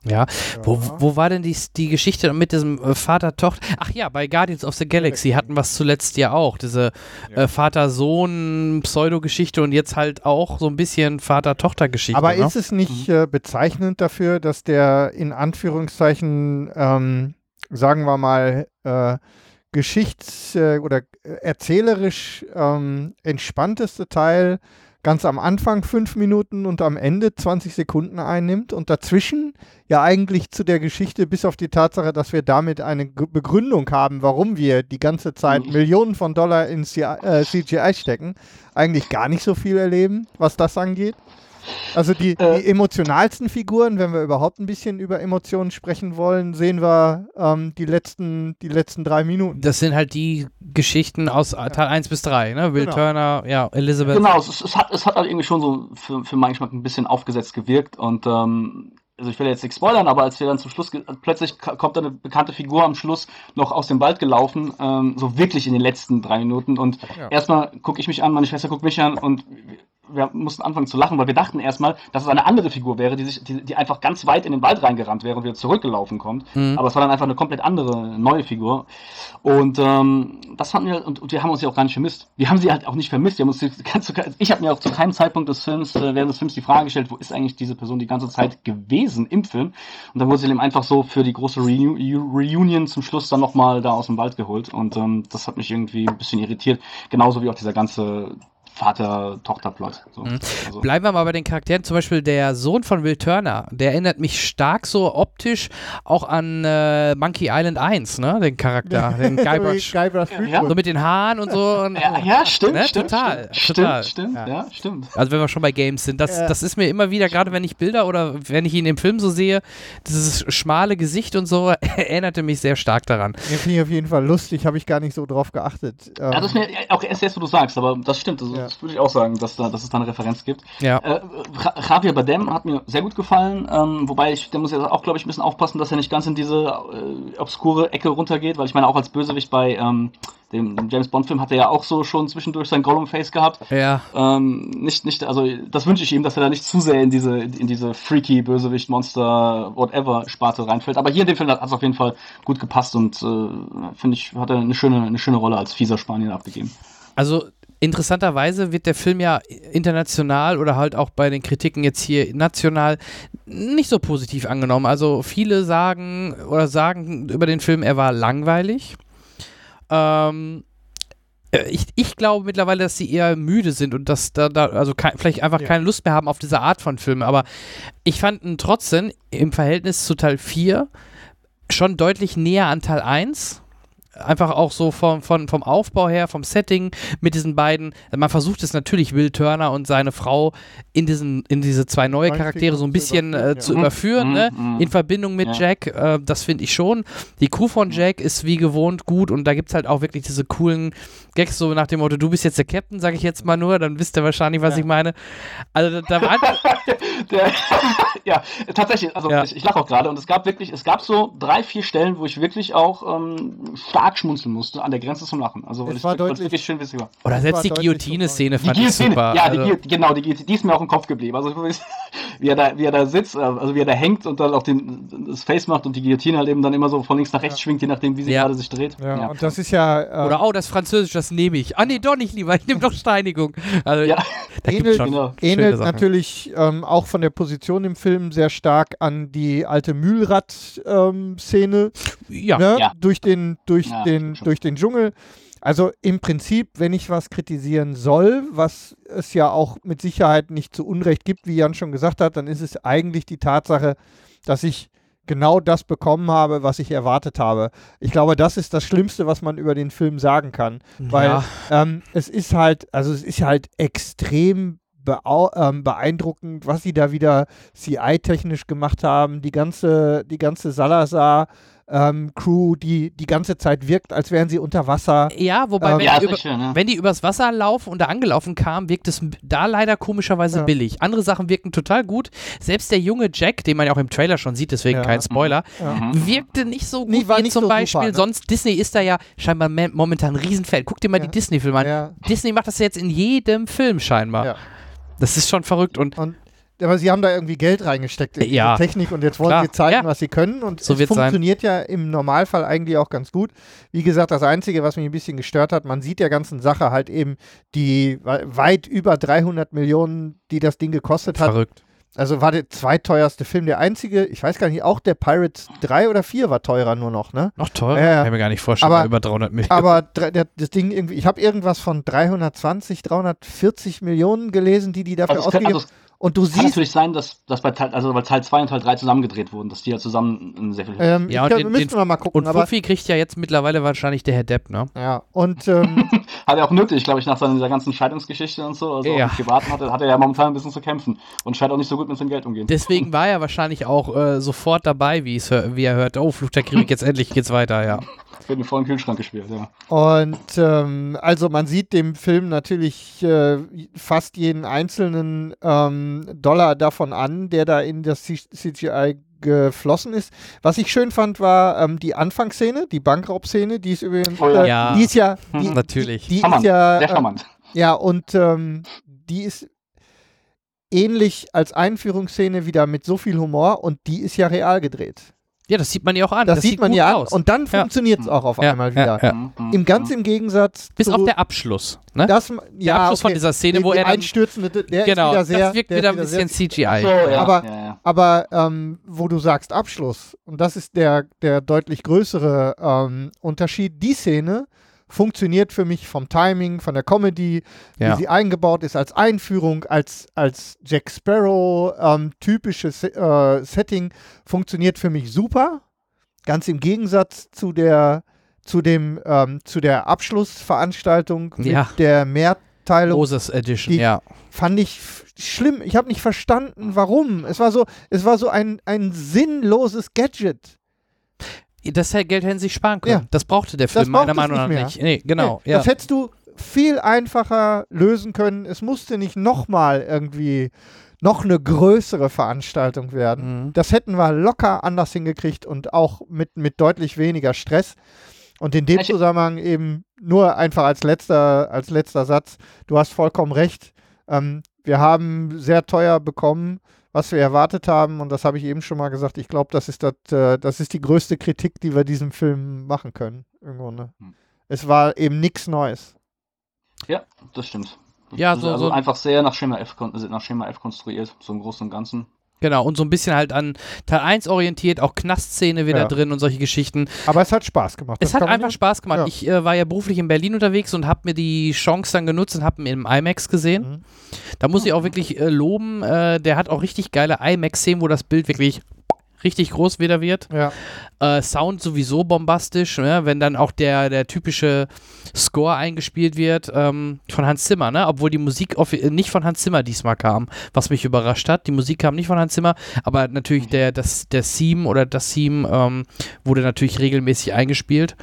Speaker 3: Ja, wo, wo war denn die, die Geschichte mit diesem äh, Vater-Tochter? Ach ja, bei Guardians of the Galaxy hatten wir es zuletzt ja auch, diese
Speaker 4: Ja.
Speaker 3: äh, Vater-Sohn-Pseudo-Geschichte und jetzt halt auch so ein bisschen Vater-Tochter-Geschichte.
Speaker 4: Aber
Speaker 3: ne?
Speaker 4: ist es nicht äh, bezeichnend dafür, dass der in Anführungszeichen, ähm, sagen wir mal, äh, geschichts- äh, oder erzählerisch ähm, entspannteste Teil ganz am Anfang fünf Minuten und am Ende zwanzig Sekunden einnimmt und dazwischen ja eigentlich zu der Geschichte, bis auf die Tatsache, dass wir damit eine G- Begründung haben, warum wir die ganze Zeit
Speaker 5: Mhm.
Speaker 4: Millionen von Dollar in C I, äh, C G I stecken, eigentlich gar nicht so viel erleben, was das angeht. Also die,
Speaker 5: Äh.
Speaker 4: die emotionalsten Figuren, wenn wir überhaupt ein bisschen über Emotionen sprechen wollen, sehen wir ähm, die, letzten, die letzten drei Minuten.
Speaker 3: Das sind halt die Geschichten aus Teil eins bis drei, ne? Will
Speaker 4: Genau.
Speaker 3: Turner, ja, Elizabeth.
Speaker 5: Genau, es, es, hat, es hat halt irgendwie schon so für, für meinen Geschmack ein bisschen aufgesetzt gewirkt und ähm, also ich will jetzt nichts spoilern, aber als wir dann zum Schluss, ge- plötzlich ka- kommt da eine bekannte Figur am Schluss noch aus dem Wald gelaufen, ähm, so wirklich in den letzten drei Minuten und
Speaker 4: Ja.
Speaker 5: erstmal gucke ich mich an, meine Schwester guckt mich an und wir mussten anfangen zu lachen, weil wir dachten erstmal, dass es eine andere Figur wäre, die sich, die, die einfach ganz weit in den Wald reingerannt wäre und wieder zurückgelaufen kommt.
Speaker 3: Mhm.
Speaker 5: Aber es war dann einfach eine komplett andere, neue Figur. Und ähm, das fanden wir, und, und wir haben uns ja auch gar nicht vermisst. Wir haben sie halt auch nicht vermisst. Wir haben uns die ganze, ich habe mir auch zu keinem Zeitpunkt des Films, äh, während des Films die Frage gestellt, wo ist eigentlich diese Person die ganze Zeit gewesen im Film? Und dann wurde sie eben einfach so für die große Reu Reunion zum Schluss dann nochmal da aus dem Wald geholt. Und ähm, das hat mich irgendwie ein bisschen irritiert. Genauso wie auch dieser ganze Vater-Tochter-Plot. So.
Speaker 3: Mhm.
Speaker 5: Also,
Speaker 3: Bleiben wir mal bei den Charakteren, zum Beispiel der Sohn von Will Turner, der erinnert mich stark so optisch auch an äh, Monkey Island eins, ne, den Charakter, den Guybrush.
Speaker 4: Guybrush
Speaker 5: Ja.
Speaker 4: Threepwood.
Speaker 3: So mit den Haaren und so. Und,
Speaker 5: ja, ja, stimmt,
Speaker 3: Ne,
Speaker 5: stimmt,
Speaker 3: total,
Speaker 5: stimmt,
Speaker 3: total.
Speaker 5: stimmt, stimmt,
Speaker 4: Ja.
Speaker 5: ja, stimmt.
Speaker 3: Also wenn wir schon bei Games sind, das,
Speaker 4: Ja.
Speaker 3: das ist mir immer wieder, gerade wenn ich Bilder oder wenn ich ihn im Film so sehe, dieses schmale Gesicht und so, erinnerte mich sehr stark daran.
Speaker 4: Ja, finde ich auf jeden Fall lustig, habe ich gar nicht so drauf geachtet. Ähm,
Speaker 5: Ja, das ist mir auch erst jetzt, wo du sagst, aber das stimmt, das,
Speaker 4: Ja.
Speaker 5: das würde ich auch sagen, dass, da, dass es da eine Referenz gibt.
Speaker 3: Ja.
Speaker 5: Äh, Ja- Javier Bardem hat mir sehr gut gefallen, ähm, wobei ich, der muss jetzt auch, glaube ich, ein bisschen aufpassen, dass er nicht ganz in diese äh, obskure Ecke runtergeht, weil ich meine, auch als Bösewicht bei ähm, dem, dem James Bond Film hat er ja auch so schon zwischendurch sein Gollum-Face gehabt.
Speaker 3: Ja.
Speaker 5: Ähm, nicht, nicht, also das wünsche ich ihm, dass er da nicht zu sehr in diese, in diese freaky Bösewicht, Monster, whatever Sparte reinfällt. Aber hier in dem Film hat es auf jeden Fall gut gepasst und äh, finde ich, hat er eine schöne, eine schöne Rolle als fieser Spanier abgegeben.
Speaker 3: Also interessanterweise wird der Film ja international oder halt auch bei den Kritiken jetzt hier national nicht so positiv angenommen. Also viele sagen oder sagen über den Film, er war langweilig. Ähm, ich, ich glaube mittlerweile, dass sie eher müde sind und dass da, da also kei- vielleicht einfach
Speaker 4: Ja.
Speaker 3: keine Lust mehr haben auf diese Art von Filmen. Aber ich fand ihn trotzdem im Verhältnis zu Teil vier schon deutlich näher an Teil eins. Einfach auch so vom, vom, vom Aufbau her, vom Setting mit diesen beiden. Man versucht es natürlich, Will Turner und seine Frau in, diesen, in diese zwei neue
Speaker 4: Neuen
Speaker 3: Charaktere so ein bisschen
Speaker 4: Figuren
Speaker 3: äh,
Speaker 4: zu
Speaker 3: zu überführen,
Speaker 5: Mhm,
Speaker 3: ne?
Speaker 5: mhm.
Speaker 3: In Verbindung mit
Speaker 5: Ja.
Speaker 3: Jack. Äh, das finde ich schon. Die Crew von Jack ist wie gewohnt gut und da gibt es halt auch wirklich diese coolen Gags, so nach dem Motto, du bist jetzt der Captain, sage ich jetzt mal nur, dann wisst ihr wahrscheinlich, was
Speaker 4: Ja.
Speaker 3: ich meine. Also da, da war
Speaker 5: Der, ja, tatsächlich, also
Speaker 3: Ja.
Speaker 5: ich, ich lache auch gerade und es gab wirklich, es gab so drei, vier Stellen, wo ich wirklich auch ähm, stark schmunzeln musste, an der Grenze zum Lachen. Also weil
Speaker 4: Es
Speaker 5: ich
Speaker 4: war
Speaker 5: weil es
Speaker 4: deutlich-
Speaker 5: wirklich schön witzig war.
Speaker 3: oder
Speaker 4: Das
Speaker 3: selbst
Speaker 4: war
Speaker 3: die
Speaker 4: deutlich
Speaker 3: Guillotine-Szene
Speaker 5: Die
Speaker 3: fand ich
Speaker 5: Guillotine,
Speaker 3: super.
Speaker 5: ja,
Speaker 3: also,
Speaker 5: die, Guillotine, genau, die Guillotine, die ist mir auch im Kopf geblieben. Also wie er da, wie er da sitzt, äh, also wie er da hängt und dann auch den, das Face macht und die Guillotine halt eben dann immer so von links nach rechts schwingt, je nachdem, wie sie
Speaker 3: Ja.
Speaker 5: gerade sich dreht.
Speaker 4: Ja, und das ist ja, äh,
Speaker 3: Oder, oh, das Französisch, das nehme ich. Ah, nee, doch nicht lieber. Ich nehme doch Steinigung. Also,
Speaker 5: Ja.
Speaker 3: da gibt
Speaker 4: ähnelt,
Speaker 3: schon
Speaker 5: genau.
Speaker 3: schöne
Speaker 4: ähnelt
Speaker 3: Sachen.
Speaker 4: natürlich ähm, auch von der Position im Film sehr stark an die alte Mühlrad-Szene
Speaker 3: Ja.
Speaker 4: ne?
Speaker 5: Ja.
Speaker 4: durch, den, durch,
Speaker 5: Ja,
Speaker 4: den,
Speaker 5: stimmt schon.
Speaker 4: durch den Dschungel. Also im Prinzip, wenn ich was kritisieren soll, was es ja auch mit Sicherheit nicht zu Unrecht gibt, wie Jan schon gesagt hat, dann ist es eigentlich die Tatsache, dass ich genau das bekommen habe, was ich erwartet habe. Ich glaube, das ist das Schlimmste, was man über den Film sagen kann. Weil
Speaker 3: Ja.
Speaker 4: ähm, es ist halt, also es ist halt extrem beau- ähm, beeindruckend, was sie da wieder C I-technisch gemacht haben. Die ganze, die ganze Salazar ähm, Crew, die die ganze Zeit wirkt, als wären sie unter Wasser.
Speaker 3: Ja, wobei,
Speaker 4: Ähm,
Speaker 3: wenn,
Speaker 5: Ja,
Speaker 3: die
Speaker 5: ist
Speaker 3: über,
Speaker 5: echt schön, ne?
Speaker 3: wenn die übers Wasser laufen und da angelaufen kamen, wirkt es m- da leider komischerweise
Speaker 4: Ja.
Speaker 3: billig. Andere Sachen wirken total gut. Selbst der junge Jack, den man ja auch im Trailer schon sieht, deswegen
Speaker 4: Ja.
Speaker 3: kein Spoiler,
Speaker 4: Ja.
Speaker 5: Mhm.
Speaker 3: wirkte nicht so gut
Speaker 4: Nee, war
Speaker 3: wie
Speaker 4: nicht
Speaker 3: zum
Speaker 4: so super,
Speaker 3: Beispiel.
Speaker 4: ne?
Speaker 3: Sonst, Disney ist da ja scheinbar me- momentan ein Riesenfeld. Guck dir mal
Speaker 4: Ja.
Speaker 3: die Disney-Filme an.
Speaker 4: Ja.
Speaker 3: Disney macht das jetzt in jedem Film scheinbar.
Speaker 4: Ja.
Speaker 3: Das ist schon verrückt und
Speaker 4: Und aber sie haben da irgendwie Geld reingesteckt in
Speaker 3: Ja.
Speaker 4: die Technik und jetzt wollen
Speaker 3: Klar.
Speaker 4: sie zeigen,
Speaker 3: Ja.
Speaker 4: was sie können und
Speaker 3: So
Speaker 4: es
Speaker 3: wird's sein.
Speaker 4: funktioniert ja im Normalfall eigentlich auch ganz gut. Wie gesagt, das Einzige, was mich ein bisschen gestört hat, man sieht der ganzen Sache halt eben die weit über dreihundert Millionen, die das Ding gekostet hat.
Speaker 3: Verrückt.
Speaker 4: Also war der zweiteuerste Film, der einzige, ich weiß gar nicht, auch der Pirates drei oder vier war teurer nur noch, ne?
Speaker 3: Noch teurer?
Speaker 4: Ja, ja.
Speaker 3: Kann ich mir gar nicht vorstellen,
Speaker 4: Aber-
Speaker 3: über dreihundert Millionen.
Speaker 4: Aber dre- der, das Ding irgendwie, ich habe irgendwas von dreihundertzwanzig, dreihundertvierzig Millionen gelesen, die die dafür
Speaker 5: Also es, kann,
Speaker 4: ausgegeben
Speaker 5: also
Speaker 4: haben. Und du
Speaker 5: es kann
Speaker 4: siehst,
Speaker 5: natürlich sein, dass, dass bei Teil, also weil Teil zwei und Teil drei zusammengedreht wurden, dass die ja zusammen ein sehr viel.
Speaker 4: ähm,
Speaker 3: Ja,
Speaker 4: ich
Speaker 3: und
Speaker 4: kann,
Speaker 3: den-
Speaker 4: müssen
Speaker 3: den-
Speaker 4: wir mal gucken,
Speaker 3: Und
Speaker 4: aber
Speaker 3: Fuffi kriegt ja jetzt mittlerweile wahrscheinlich der Herr Depp, ne?
Speaker 4: ja, und ähm,
Speaker 5: Hat er auch nötig, glaube ich, nach seiner dieser ganzen Scheidungsgeschichte und so. Also
Speaker 3: Ja.
Speaker 5: auch im Privaten hat er, hat er ja momentan ein bisschen zu kämpfen und scheint auch nicht so gut mit seinem Geld umgehen.
Speaker 3: Deswegen war er wahrscheinlich auch äh, sofort dabei, wie, es hör- wie er hört, oh, Fluch der Karibik, jetzt endlich geht's weiter, ja.
Speaker 5: Wird mir voll im Kühlschrank gespielt, ja.
Speaker 4: Und ähm, also man sieht dem Film natürlich äh, fast jeden einzelnen ähm, Dollar davon an, der da in das C G I geflossen ist. Was ich schön fand, war ähm, die Anfangsszene, die Bankraubszene, die ist übrigens,
Speaker 5: Oh ja.
Speaker 4: äh,
Speaker 3: Ja.
Speaker 4: die ist ja, die,
Speaker 3: Natürlich.
Speaker 4: die, die ist
Speaker 5: Charmant,
Speaker 4: ja,
Speaker 5: sehr
Speaker 4: äh,
Speaker 5: charmant.
Speaker 4: ja und ähm, die ist ähnlich als Einführungsszene wieder mit so viel Humor und die ist ja real gedreht.
Speaker 3: Ja, das sieht man ja auch an.
Speaker 4: Das, sieht man
Speaker 3: gut
Speaker 4: ja an
Speaker 3: aus.
Speaker 4: und dann
Speaker 3: Ja.
Speaker 4: funktioniert es auch auf
Speaker 3: Ja,
Speaker 4: einmal
Speaker 3: ja,
Speaker 4: wieder.
Speaker 3: ja.
Speaker 5: Mhm, mhm,
Speaker 4: Im ganz
Speaker 5: mhm.
Speaker 4: im Gegensatz
Speaker 3: Bis
Speaker 4: zu
Speaker 3: auf der Abschluss, ne?
Speaker 4: das,
Speaker 3: der
Speaker 4: ja,
Speaker 3: Abschluss von
Speaker 4: okay.
Speaker 3: dieser Szene,
Speaker 4: Die-
Speaker 3: wo
Speaker 4: die
Speaker 3: er dann,
Speaker 4: einstürzende, der
Speaker 3: genau,
Speaker 4: ist wieder sehr,
Speaker 3: das wirkt
Speaker 4: der
Speaker 3: wieder
Speaker 4: ist
Speaker 3: ein bisschen
Speaker 4: sehr,
Speaker 3: C G I.
Speaker 5: So, ja,
Speaker 4: Aber-
Speaker 5: ja, ja.
Speaker 4: aber ähm, wo du sagst Abschluss, und das ist der, der deutlich größere ähm, Unterschied, die Szene funktioniert für mich vom Timing, von der Comedy,
Speaker 3: Ja.
Speaker 4: wie sie eingebaut ist als Einführung, als, als Jack Sparrow ähm, typisches äh, Setting, funktioniert für mich super. Ganz im Gegensatz zu der, zu dem, ähm, zu der Abschlussveranstaltung mit
Speaker 3: Ja.
Speaker 4: der Mehrteilung.
Speaker 3: Moses Edition,
Speaker 4: Die-
Speaker 3: ja.
Speaker 4: Fand ich f- schlimm. Ich habe nicht verstanden, warum. Es war so, es war so ein, ein sinnloses Gadget.
Speaker 3: Das Geld hätten sie sich sparen können.
Speaker 4: Ja.
Speaker 3: Das brauchte der Film
Speaker 4: braucht
Speaker 3: meiner
Speaker 4: es
Speaker 3: Meinung nach
Speaker 4: nicht mehr.
Speaker 3: nicht. Nee, genau.
Speaker 4: Nee,
Speaker 3: ja.
Speaker 4: Das hättest du viel einfacher lösen können. Es musste nicht nochmal irgendwie noch eine größere Veranstaltung werden.
Speaker 3: Mhm.
Speaker 4: Das hätten wir locker anders hingekriegt und auch mit, mit deutlich weniger Stress. Und in dem
Speaker 5: Ich-
Speaker 4: Zusammenhang eben nur einfach als letzter, als letzter Satz, du hast vollkommen recht. Ähm, wir haben sehr teuer bekommen, was wir erwartet haben. Und das habe ich eben schon mal gesagt. Ich glaube, das ist das, äh, das ist die größte Kritik, die wir diesem Film machen können. Irgendwo, ne?
Speaker 5: Hm.
Speaker 4: Es war eben nichts Neues.
Speaker 5: Ja, das stimmt. Das
Speaker 3: Ja,
Speaker 5: ist
Speaker 3: so-
Speaker 5: also
Speaker 3: so-
Speaker 5: einfach sehr nach Schema F, kon- nach Schema F konstruiert, so im Großen und Ganzen.
Speaker 3: Genau, und so ein bisschen halt an Teil eins orientiert, auch Knastszene wieder
Speaker 4: Ja.
Speaker 3: drin und solche Geschichten.
Speaker 4: Aber es hat Spaß gemacht.
Speaker 3: Es
Speaker 4: Das
Speaker 3: hat
Speaker 4: kann man
Speaker 3: einfach
Speaker 4: nicht-
Speaker 3: Spaß gemacht.
Speaker 4: Ja.
Speaker 3: Ich äh, war ja beruflich in Berlin unterwegs und habe mir die Chance dann genutzt und habe ihn im IMAX gesehen.
Speaker 4: Mhm.
Speaker 3: Da muss ich auch wirklich äh, loben, äh, der hat auch richtig geile IMAX-Szenen, wo das Bild wirklich richtig groß wieder wird.
Speaker 4: Ja.
Speaker 3: Äh, Sound sowieso bombastisch, ne? Wenn dann auch der, der typische Score eingespielt wird ähm, von Hans Zimmer, ne? Obwohl die Musik offi- äh, nicht von Hans Zimmer diesmal kam, was mich überrascht hat. Die Musik kam nicht von Hans Zimmer, aber natürlich der, das, der Theme oder das Theme ähm, wurde natürlich regelmäßig eingespielt.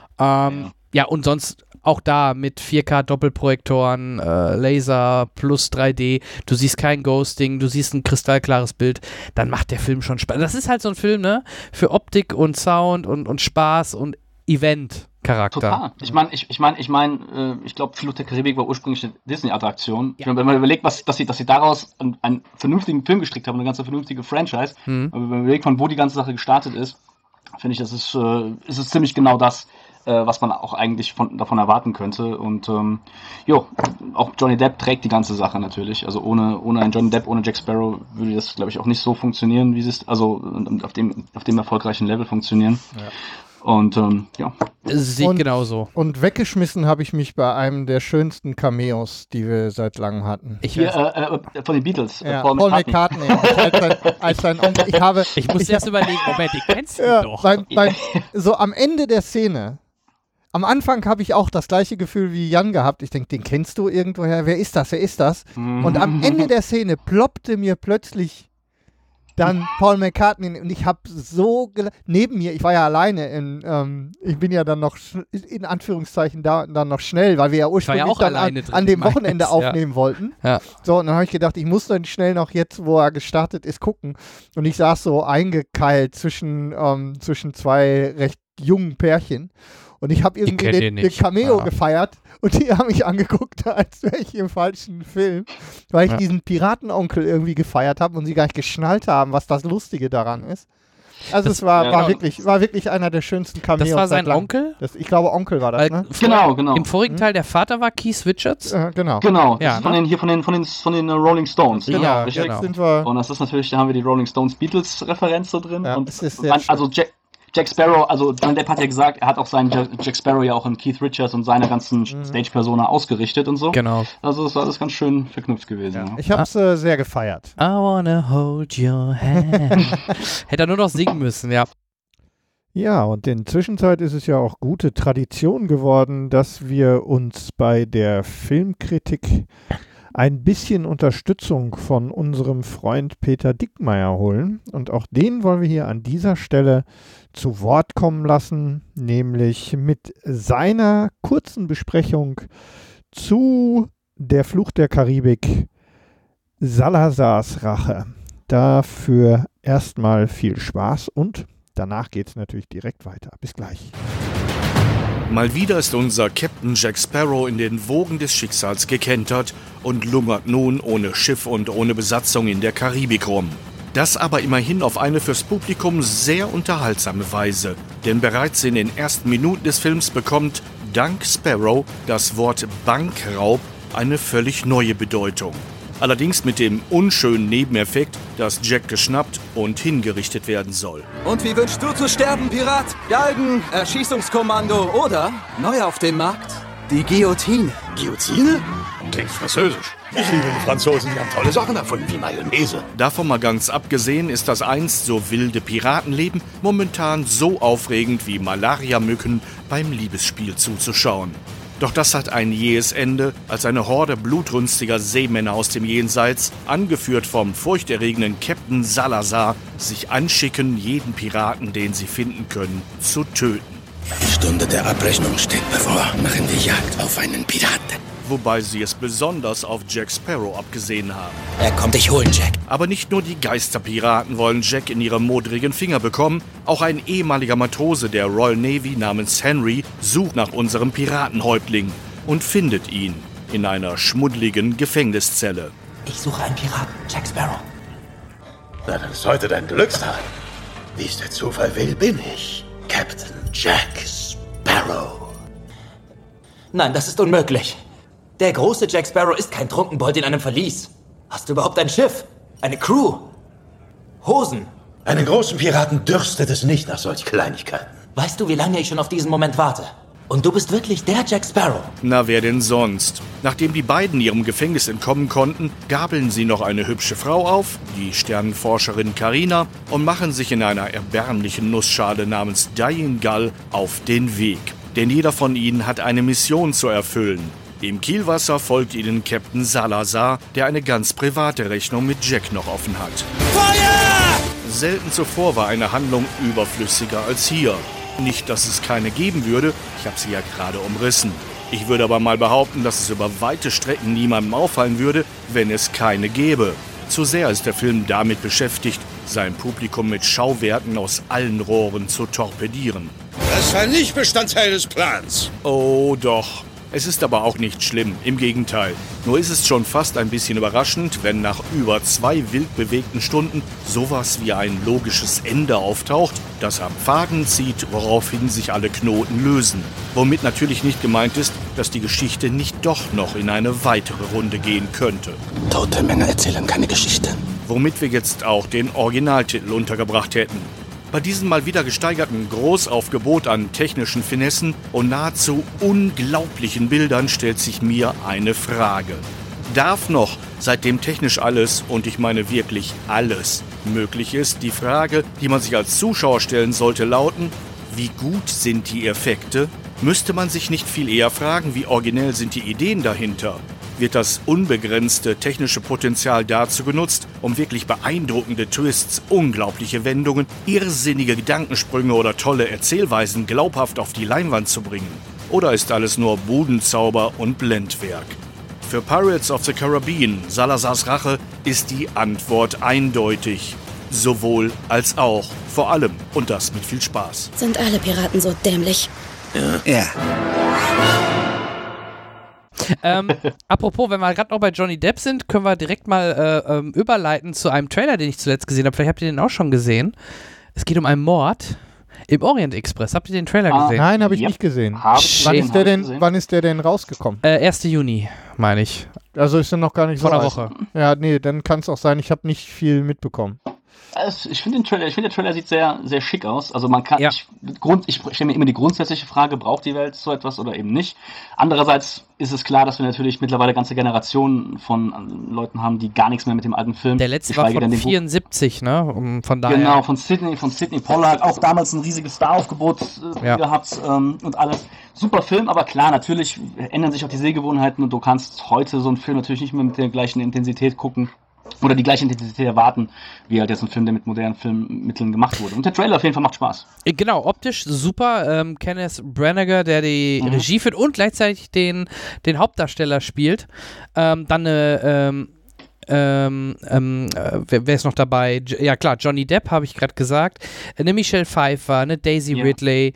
Speaker 3: Ähm, ja. und sonst auch da mit vier K Doppelprojektoren, äh, Laser plus drei D, du siehst kein Ghosting, du siehst ein kristallklares Bild, dann macht der Film schon Spaß. Das ist halt so ein Film, ne, für Optik und Sound und, und Spaß und Event-Charakter.
Speaker 5: Total. Ich meine, ich, ich meine, ich meine, äh, ich glaube, Fluch der Karibik war ursprünglich eine Disney-Attraktion.
Speaker 3: Ja.
Speaker 5: Und wenn man überlegt, was, dass sie, dass sie daraus einen, einen vernünftigen Film gestrickt haben, eine ganze vernünftige Franchise,
Speaker 3: Mhm.
Speaker 5: wenn man überlegt, von wo die ganze Sache gestartet ist, finde ich, das ist, äh, ist es ziemlich genau das, äh, was man auch eigentlich von, davon erwarten könnte. Und ähm, jo, auch Johnny Depp trägt die ganze Sache natürlich. Also ohne, ohne einen Johnny Depp, ohne Jack Sparrow würde das, glaube ich, auch nicht so funktionieren, wie es, also auf dem, auf dem erfolgreichen Level funktionieren.
Speaker 4: Ja.
Speaker 5: Und ähm, ja.
Speaker 3: Sehe ich
Speaker 4: Und-
Speaker 3: genauso.
Speaker 4: Und weggeschmissen habe ich mich bei einem der schönsten Cameos, die wir seit langem hatten.
Speaker 3: Ich,
Speaker 5: Hier,
Speaker 3: weiß-
Speaker 5: äh, äh, von den Beatles, äh,
Speaker 4: Ja,
Speaker 5: Paul
Speaker 4: Paul
Speaker 5: McCartney.
Speaker 4: McCartney. als sein, als sein Onkel. Ich habe
Speaker 3: ich muss
Speaker 4: ich
Speaker 3: jetzt überlegen, Moment, ich kennst du
Speaker 4: ja,
Speaker 3: doch.
Speaker 4: beim, beim, so am Ende der Szene, am Anfang habe ich auch das gleiche Gefühl wie Jan gehabt. Ich denke, den kennst du irgendwoher. Wer ist das? Wer ist das? Und am Ende der Szene ploppte mir plötzlich dann Paul McCartney und ich habe so gel- neben mir, ich war ja alleine, in, ähm, ich bin ja dann noch sch- in Anführungszeichen da, dann noch schnell, weil wir ja ursprünglich
Speaker 3: auch
Speaker 4: dann an,
Speaker 3: alleine drin
Speaker 4: an dem
Speaker 3: im IMAX,
Speaker 4: Wochenende
Speaker 3: ja.
Speaker 4: aufnehmen wollten.
Speaker 3: Ja.
Speaker 4: So, und dann habe ich gedacht, ich muss dann schnell noch jetzt, wo er gestartet ist, gucken. Und ich saß so eingekeilt zwischen, ähm, zwischen zwei recht jungen Pärchen. Und ich habe irgendwie den, den Cameo ja. gefeiert und die haben mich angeguckt, als wäre ich im falschen Film, weil ich ja. diesen Piratenonkel irgendwie gefeiert habe und sie gar nicht geschnallt haben, was das Lustige daran ist. Also das, es war, ja, war, wirklich, war wirklich einer der schönsten Cameos.
Speaker 3: Das war sein Onkel?
Speaker 4: Das, ich glaube, Onkel war das, ne?
Speaker 5: Genau, genau.
Speaker 3: Im vorigen Teil der Vater war Keith Richards?
Speaker 4: Äh, genau.
Speaker 5: Genau, das
Speaker 3: ja,
Speaker 5: ist von den, hier von den, von den, von den Rolling Stones.
Speaker 4: Genau,
Speaker 5: ja,
Speaker 4: jetzt genau. sind wir...
Speaker 5: Und das ist natürlich, da haben wir die Rolling Stones Beatles-Referenz so drin.
Speaker 4: Ja,
Speaker 5: und
Speaker 4: das ist sehr
Speaker 5: also Jack, Jack Sparrow, also Johnny Depp hat ja gesagt, er hat auch seinen Jack Sparrow ja auch in Keith Richards und seine ganzen mhm. Stage-Persona ausgerichtet und so.
Speaker 3: Genau.
Speaker 5: Also das war alles ganz schön verknüpft gewesen.
Speaker 4: Ja.
Speaker 5: Ja.
Speaker 4: Ich hab's äh, sehr gefeiert.
Speaker 3: I wanna hold your hand. Hätte er nur noch singen müssen, ja.
Speaker 4: Ja, und in der Zwischenzeit ist es ja auch gute Tradition geworden, dass wir uns bei der Filmkritik ein bisschen Unterstützung von unserem Freund Peter Dickmeyer holen. Und auch den wollen wir hier an dieser Stelle zu Wort kommen lassen, nämlich mit seiner kurzen Besprechung zu Der Fluch der Karibik, Salazars Rache. Dafür erstmal viel Spaß und danach geht es natürlich direkt weiter. Bis gleich.
Speaker 6: Mal wieder ist unser Captain Jack Sparrow in den Wogen des Schicksals gekentert und lungert nun ohne Schiff und ohne Besatzung in der Karibik rum. Das aber immerhin auf eine fürs Publikum sehr unterhaltsame Weise. Denn bereits in den ersten Minuten des Films bekommt, dank Sparrow, das Wort Bankraub eine völlig neue Bedeutung. Allerdings mit dem unschönen Nebeneffekt, dass Jack geschnappt und hingerichtet werden soll.
Speaker 7: Und wie wünschst du zu sterben, Pirat? Galgen, Erschießungskommando oder, neu auf dem Markt, die Guillotine.
Speaker 8: Guillotine? Klingt französisch. Ich liebe die Franzosen, die haben tolle Sachen erfunden, wie Mayonnaise.
Speaker 6: Davon mal ganz abgesehen ist das einst so wilde Piratenleben momentan so aufregend wie Malariamücken beim Liebesspiel zuzuschauen. Doch das hat ein jähes Ende, als eine Horde blutrünstiger Seemänner aus dem Jenseits, angeführt vom furchterregenden Captain Salazar, sich anschicken, jeden Piraten, den sie finden können, zu töten.
Speaker 8: Die Stunde der Abrechnung steht bevor. Machen wir Jagd auf einen Piraten.
Speaker 6: Wobei sie es besonders auf Jack Sparrow abgesehen haben.
Speaker 7: Er kommt dich holen, Jack.
Speaker 6: Aber nicht nur die Geisterpiraten wollen Jack in ihre modrigen Finger bekommen, auch ein ehemaliger Matrose der Royal Navy namens Henry sucht nach unserem Piratenhäuptling und findet ihn in einer schmuddeligen Gefängniszelle.
Speaker 7: Ich suche einen Piraten, Jack Sparrow.
Speaker 8: Na, dann ist heute dein Glückstag. Wie es der Zufall will, bin ich Captain Jack Sparrow.
Speaker 7: Nein, das ist unmöglich. Der große Jack Sparrow ist kein Trunkenbold in einem Verlies. Hast du überhaupt ein Schiff? Eine Crew? Hosen?
Speaker 8: Einen großen Piraten dürstet es nicht nach solch Kleinigkeiten.
Speaker 7: Weißt du, wie lange ich schon auf diesen Moment warte? Und du bist wirklich der Jack Sparrow.
Speaker 6: Na, wer denn sonst? Nachdem die beiden ihrem Gefängnis entkommen konnten, gabeln sie noch eine hübsche Frau auf, die Sternenforscherin Carina, und machen sich in einer erbärmlichen Nussschale namens Dying Gull auf den Weg. Denn jeder von ihnen hat eine Mission zu erfüllen. Im Kielwasser folgt ihnen Captain Salazar, der eine ganz private Rechnung mit Jack noch offen hat.
Speaker 7: Feuer!
Speaker 6: Selten zuvor war eine Handlung überflüssiger als hier. Nicht, dass es keine geben würde, ich habe sie ja gerade umrissen. Ich würde aber mal behaupten, dass es über weite Strecken niemandem auffallen würde, wenn es keine gäbe. Zu sehr ist der Film damit beschäftigt, sein Publikum mit Schauwerten aus allen Rohren zu torpedieren.
Speaker 8: Das war nicht Bestandteil des Plans.
Speaker 6: Oh doch. Es ist aber auch nicht schlimm, im Gegenteil. Nur ist es schon fast ein bisschen überraschend, wenn nach über zwei wild bewegten Stunden sowas wie ein logisches Ende auftaucht, das am Faden zieht, woraufhin sich alle Knoten lösen. Womit natürlich nicht gemeint ist, dass die Geschichte nicht doch noch in eine weitere Runde gehen könnte.
Speaker 8: Tote Männer erzählen keine Geschichten.
Speaker 6: Womit wir jetzt auch den Originaltitel untergebracht hätten. Bei diesem mal wieder gesteigerten Großaufgebot an technischen Finessen und nahezu unglaublichen Bildern stellt sich mir eine Frage. Darf noch, seitdem technisch alles, und ich meine wirklich alles, möglich ist, die Frage, die man sich als Zuschauer stellen sollte, lauten: Wie gut sind die Effekte? Müsste man sich nicht viel eher fragen, wie originell sind die Ideen dahinter? Wird das unbegrenzte technische Potenzial dazu genutzt, um wirklich beeindruckende Twists, unglaubliche Wendungen, irrsinnige Gedankensprünge oder tolle Erzählweisen glaubhaft auf die Leinwand zu bringen? Oder ist alles nur Budenzauber und Blendwerk? Für Pirates of the Caribbean, Salazars Rache, ist die Antwort eindeutig. Sowohl als auch. Vor allem. Und das mit viel Spaß.
Speaker 9: Sind alle Piraten so dämlich?
Speaker 8: Ja.
Speaker 3: ähm, apropos, wenn wir gerade noch bei Johnny Depp sind, können wir direkt mal äh, ähm, überleiten zu einem Trailer, den ich zuletzt gesehen habe. Vielleicht habt ihr den auch schon gesehen. Es geht um einen Mord im Orient Express. Habt ihr den Trailer
Speaker 4: ah,
Speaker 3: gesehen?
Speaker 4: Nein, habe ich
Speaker 5: Yep.
Speaker 4: nicht gesehen.
Speaker 5: Hab,
Speaker 4: Wann ist, der denn,
Speaker 5: gesehen.
Speaker 4: wann ist der denn rausgekommen?
Speaker 3: Äh, erster Juni, meine ich.
Speaker 4: Also ist er noch gar nicht
Speaker 3: Vor
Speaker 4: so
Speaker 3: einer
Speaker 4: alt.
Speaker 3: Woche.
Speaker 4: Ja, nee, dann kann es auch sein, ich habe nicht viel mitbekommen.
Speaker 5: Also ich finde den Trailer, ich finde der Trailer sieht sehr, sehr schick aus. Also man kann,
Speaker 3: Ja.
Speaker 5: ich, Grund, ich stelle mir immer die grundsätzliche Frage, braucht die Welt so etwas oder eben nicht? Andererseits ist es klar, dass wir natürlich mittlerweile ganze Generationen von Leuten haben, die gar nichts mehr mit dem alten Film.
Speaker 3: Der letzte war
Speaker 5: geschweige
Speaker 3: von
Speaker 5: denn den Buch-
Speaker 3: vierundsiebzig, ne? Um, von daher.
Speaker 5: Genau, von Sidney, von Sidney Pollack, auch damals ein riesiges Staraufgebot äh,
Speaker 3: Ja.
Speaker 5: gehabt ähm, und alles. Super Film, aber klar, natürlich ändern sich auch die Sehgewohnheiten und du kannst heute so einen Film natürlich nicht mehr mit der gleichen Intensität gucken oder die gleiche Intensität erwarten, wie halt jetzt ein Film, der mit modernen Filmmitteln gemacht wurde. Und der Trailer auf jeden Fall macht Spaß.
Speaker 3: Äh, Genau, optisch super. Ähm, Kenneth Branagh, der die
Speaker 5: Mhm.
Speaker 3: Regie führt und gleichzeitig den, den Hauptdarsteller spielt. Ähm, dann eine, ähm, ähm, ähm, äh, wer, wer ist noch dabei? J- ja klar, Johnny Depp, habe ich gerade gesagt. Eine Michelle Pfeiffer, eine Daisy
Speaker 5: Ja.
Speaker 3: Ridley,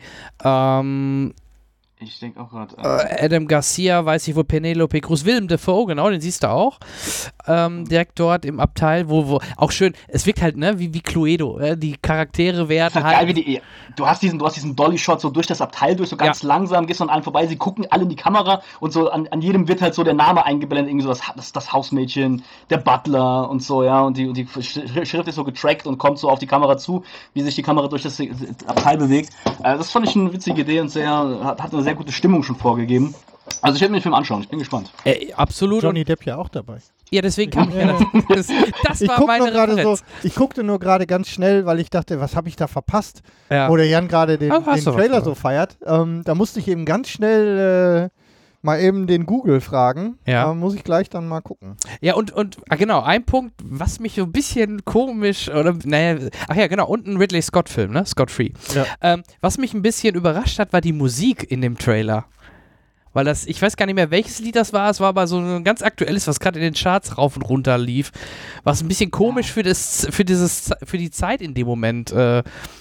Speaker 3: ähm,
Speaker 5: Ich denke auch gerade.
Speaker 3: äh, Adam Garcia, weiß ich wo, Penelope Cruz, Willem Dafoe, genau, den siehst du auch. Ähm, direkt dort im Abteil, wo, wo, auch schön, es wirkt halt, ne, wie, wie Cluedo, äh, die Charaktere werden
Speaker 5: Das ist
Speaker 3: halt.
Speaker 5: halt geil, wie die, du hast diesen, du hast diesen Dolly-Shot so durch das Abteil durch, so ganz langsam, gehst an allen vorbei, sie gucken alle in die Kamera und so an, an jedem wird halt so der Name eingeblendet, irgendwie so das, das, das Hausmädchen, der Butler und so, ja, und die, und die Schrift ist so getrackt und kommt so auf die Kamera zu, wie sich die Kamera durch das Abteil bewegt. Äh, das fand ich eine witzige Idee und sehr, hat, hat eine sehr gute Stimmung schon vorgegeben. Also ich werde mir den Film anschauen, ich bin gespannt.
Speaker 3: Äh, absolut.
Speaker 4: Johnny Depp ja auch dabei.
Speaker 3: Ja, deswegen kam ich ja. Das, das
Speaker 4: Ich,
Speaker 3: war
Speaker 4: guck
Speaker 3: meine
Speaker 4: nur gerade so,
Speaker 3: Referenz.
Speaker 4: ich guckte nur gerade ganz schnell, weil ich dachte, was habe ich da verpasst?
Speaker 3: Ja.
Speaker 4: Wo der Jan gerade den,
Speaker 3: Ah,
Speaker 4: den
Speaker 3: hast du was
Speaker 4: Trailer
Speaker 3: gemacht.
Speaker 4: so feiert. Ähm, da musste ich eben ganz schnell äh, mal eben den Google fragen.
Speaker 3: Ja.
Speaker 4: Da muss ich gleich dann mal gucken.
Speaker 3: Ja, und, und ah, genau, ein Punkt, was mich so ein bisschen komisch, oder, naja, ach ja, genau, und ein Ridley Scott-Film, ne? Scott Free.
Speaker 4: Ja.
Speaker 3: Ähm, was mich ein bisschen überrascht hat, war die Musik in dem Trailer. Weil das, ich weiß gar nicht mehr, welches Lied das war, es war aber so ein ganz aktuelles, was gerade in den Charts rauf und runter lief. Was ein bisschen komisch für, das, für, dieses, für die Zeit in dem Moment. Äh,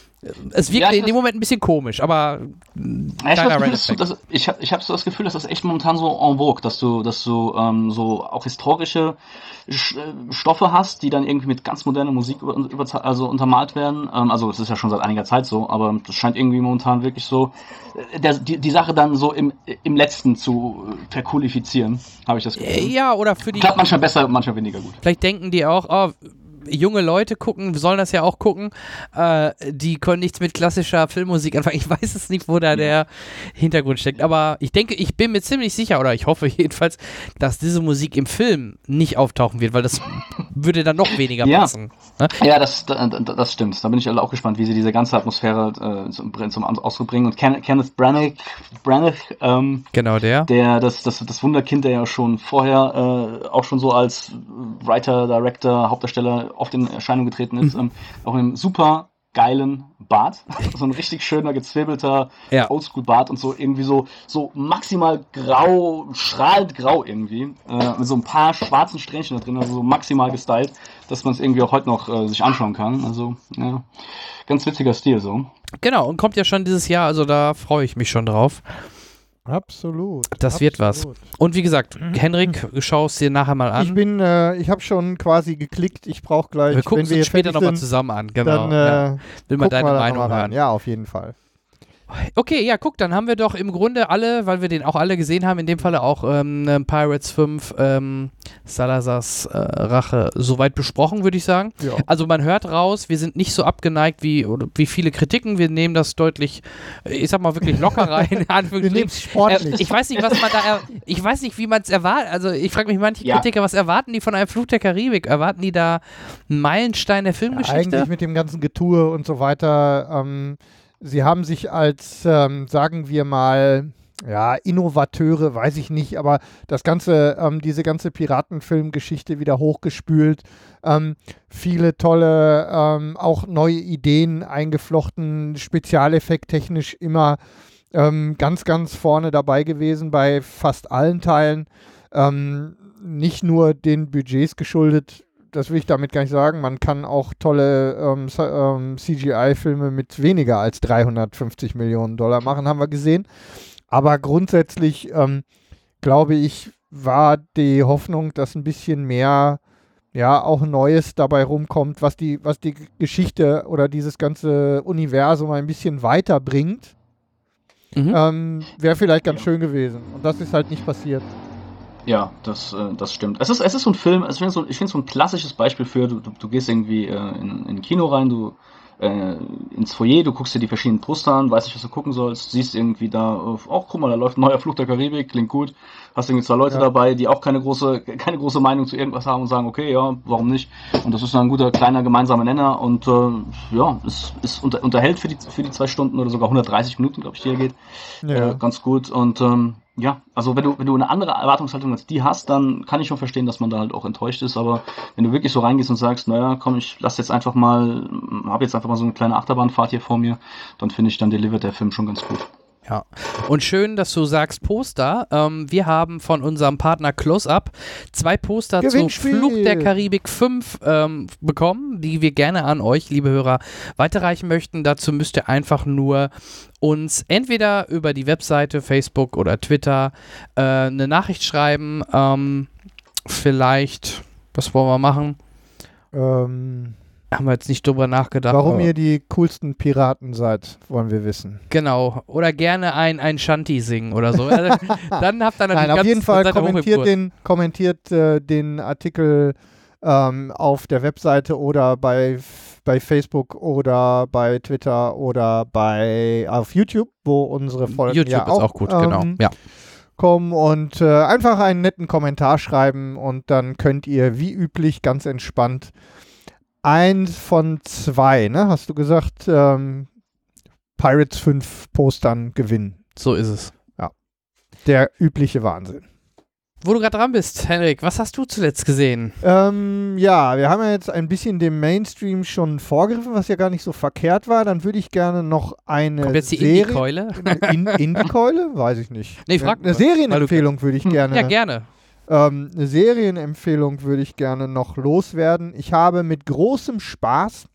Speaker 3: es wirkte
Speaker 5: Ja, ich
Speaker 3: in dem Moment ein bisschen komisch, aber mh,
Speaker 5: Ja, ich
Speaker 3: kleiner
Speaker 5: habe
Speaker 3: Red
Speaker 5: das,
Speaker 3: Effect.
Speaker 5: das, ich hab, ich hab so das Gefühl, dass das echt momentan so en vogue, dass du, dass du ähm, so auch historische Sch- äh, Stoffe hast, die dann irgendwie mit ganz moderner Musik über, über, also untermalt werden. Ähm, also es ist ja schon seit einiger Zeit so, aber das scheint irgendwie momentan wirklich so äh, der, die, die Sache dann so im, im Letzten zu äh, verqualifizieren, habe ich das Gefühl.
Speaker 3: Äh, Ja, oder für die.
Speaker 5: Klappt manchmal besser, manchmal weniger gut.
Speaker 3: Vielleicht denken die auch, oh, junge Leute gucken, sollen das ja auch gucken, äh, die können nichts mit klassischer Filmmusik anfangen. Ich weiß es nicht, wo da der Hintergrund steckt, aber ich denke, ich bin mir ziemlich sicher, oder ich hoffe jedenfalls, dass diese Musik im Film nicht auftauchen wird, weil das würde dann noch weniger
Speaker 5: Ja.
Speaker 3: passen. Ne?
Speaker 5: Ja, das, da- da- das stimmt. Da bin ich auch gespannt, wie sie diese ganze Atmosphäre äh, zum, zum Ausdruck bringen. Und Ken, Kenneth Branagh, Branagh ähm,
Speaker 3: Genau der.
Speaker 5: der das, das, das Wunderkind, der ja schon vorher äh, auch schon so als Writer, Director, Hauptdarsteller oft in Erscheinung getreten ist, ähm, auch in einem super geilen Bart, so ein richtig schöner, gezwirbelter
Speaker 3: Ja.
Speaker 5: Oldschool-Bart und so irgendwie so, so maximal grau, strahlend grau irgendwie, äh, mit so ein paar schwarzen Strähnchen da drin, also so maximal gestylt, dass man es irgendwie auch heute noch äh, sich anschauen kann. Also, ja, ganz witziger Stil so.
Speaker 3: Genau, und kommt ja schon dieses Jahr, also da freue ich mich schon drauf.
Speaker 4: Absolut.
Speaker 3: Das wird was.
Speaker 4: absolut.
Speaker 3: Und wie gesagt, Henrik, schau es dir nachher mal an.
Speaker 4: Ich bin, äh, ich habe schon quasi geklickt. Ich brauche gleich,
Speaker 3: wir gucken
Speaker 4: wenn
Speaker 3: es
Speaker 4: wir
Speaker 3: uns
Speaker 4: hier
Speaker 3: später
Speaker 4: fertig
Speaker 3: nochmal
Speaker 4: sind,
Speaker 3: zusammen an. Genau.
Speaker 4: dann
Speaker 3: ja.
Speaker 4: äh,
Speaker 3: Will mal
Speaker 4: gucken
Speaker 3: deine
Speaker 4: wir da
Speaker 3: Meinung
Speaker 4: noch mal rein.
Speaker 3: hören.
Speaker 4: Ja, auf jeden Fall.
Speaker 3: Okay, ja, guck, dann haben wir doch im Grunde alle, weil wir den auch alle gesehen haben, in dem Falle auch ähm, Pirates fünf, ähm, Salazars äh, Rache, soweit besprochen, würde ich sagen.
Speaker 4: Ja.
Speaker 3: Also man hört raus, wir sind nicht so abgeneigt wie, oder wie viele Kritiken, wir nehmen das deutlich, ich sag mal wirklich locker rein. in
Speaker 4: Wir
Speaker 3: Anführungsstrichen.
Speaker 4: nehmen es sportlich.
Speaker 3: Äh, ich weiß nicht, was man da, er ich weiß nicht, wie man es erwartet, also ich frage mich manche
Speaker 5: Ja.
Speaker 3: Kritiker, was erwarten die von einem Fluch der Karibik? Erwarten die da einen Meilenstein der Filmgeschichte?
Speaker 4: Eigentlich mit dem ganzen Getue und so weiter. Ähm, sie haben sich als, ähm, sagen wir mal, ja, Innovateure, weiß ich nicht, aber das ganze, ähm, diese ganze Piratenfilmgeschichte wieder hochgespült. Ähm, viele tolle, ähm, auch neue Ideen eingeflochten, spezialeffekttechnisch immer ähm, ganz, ganz vorne dabei gewesen bei fast allen Teilen. Ähm, nicht nur den Budgets geschuldet, das will ich damit gar nicht sagen. Man kann auch tolle ähm, ähm, C G I-Filme mit weniger als dreihundertfünfzig Millionen Dollar machen, haben wir gesehen. Aber grundsätzlich, ähm, glaube ich, war die Hoffnung, dass ein bisschen mehr, ja, auch Neues dabei rumkommt, was die, was die Geschichte oder dieses ganze Universum ein bisschen weiterbringt. Mhm. Ähm, wäre vielleicht ganz ja. schön gewesen. Und das ist halt nicht passiert.
Speaker 5: Ja, das, äh, das stimmt. Es ist, es ist so ein Film, ich finde so, ich find so ein klassisches Beispiel für, du, du, du gehst irgendwie äh, in, in ein Kino rein, du äh, ins Foyer, du guckst dir die verschiedenen Poster an, weißt nicht, was du gucken sollst, siehst irgendwie da, oh, guck mal, da läuft ein neuer Fluch der Karibik, klingt gut, hast irgendwie zwei Leute ja. dabei, die auch keine große, keine große Meinung zu irgendwas haben und sagen, okay, ja, warum nicht? Und das ist dann ein guter, kleiner, gemeinsamer Nenner und äh, ja, es, es unter, unterhält für die, für die zwei Stunden oder sogar hundertdreißig Minuten, glaube ich, die hier geht, ja. äh, ganz gut und ähm, ja, also wenn du, wenn du eine andere Erwartungshaltung als die hast, dann kann ich schon verstehen, dass man da halt auch enttäuscht ist, aber wenn du wirklich so reingehst und sagst, naja, komm, ich lass jetzt einfach mal, hab jetzt einfach mal so eine kleine Achterbahnfahrt hier vor mir, dann finde ich, dann delivert der Film schon ganz gut.
Speaker 3: Ja, und schön, dass du sagst Poster. Ähm, wir haben von unserem Partner Close-Up zwei Poster zu Fluch der Karibik fünf ähm, bekommen, die wir gerne an euch, liebe Hörer, weiterreichen möchten. Dazu müsst ihr einfach nur uns entweder über die Webseite, Facebook oder Twitter äh, eine Nachricht schreiben. Ähm, vielleicht, was wollen wir machen?
Speaker 4: Ähm...
Speaker 3: Haben wir jetzt nicht drüber nachgedacht.
Speaker 4: Warum ihr die coolsten Piraten seid, wollen wir wissen.
Speaker 3: Genau. Oder gerne ein, ein Shanty singen oder so. Also, dann habt ihr natürlich
Speaker 4: Nein, auf
Speaker 3: ganz,
Speaker 4: jeden Fall kommentiert den, kommentiert äh, den Artikel ähm, auf der Webseite oder bei, bei Facebook oder bei Twitter oder bei auf YouTube, wo unsere Folgen
Speaker 3: YouTube
Speaker 4: ja
Speaker 3: ist
Speaker 4: auch,
Speaker 3: auch gut,
Speaker 4: ähm,
Speaker 3: genau. Ja.
Speaker 4: kommen und äh, einfach einen netten Kommentar schreiben und dann könnt ihr wie üblich ganz entspannt eins von zwei, ne? Hast du gesagt, ähm, Pirates fünf Postern gewinnen.
Speaker 3: So ist es.
Speaker 4: Ja. Der übliche Wahnsinn.
Speaker 3: Wo du gerade dran bist, Henrik, was hast du zuletzt gesehen?
Speaker 4: Ähm, ja, wir haben ja jetzt ein bisschen dem Mainstream schon vorgegriffen, was ja gar nicht so verkehrt war. Dann würde ich gerne noch eine
Speaker 3: Kommt jetzt die
Speaker 4: Serie...
Speaker 3: Indie-Keule?
Speaker 4: In, Indie-Keule? Weiß ich nicht.
Speaker 3: Nee, frag
Speaker 4: Eine Serienempfehlung würde ich gerne...
Speaker 3: Ja, gerne.
Speaker 4: Ähm, eine Serienempfehlung würde ich gerne noch loswerden. Ich habe mit großem Spaß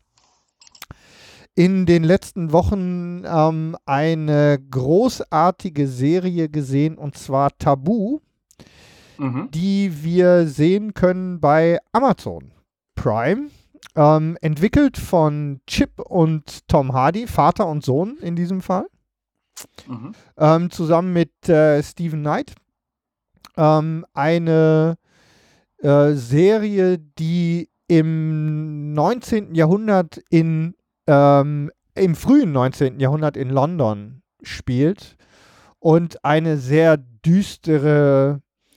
Speaker 4: in den letzten Wochen ähm, eine großartige Serie gesehen, und zwar Tabu, mhm. die wir sehen können bei Amazon Prime. Ähm, entwickelt von Chip und Tom Hardy, Vater und Sohn in diesem Fall. Mhm. Ähm, zusammen mit äh, Stephen Knight. Ähm, eine äh, Serie, die im neunzehnten Jahrhundert in, ähm, im frühen neunzehnten Jahrhundert in London spielt und eine sehr düstere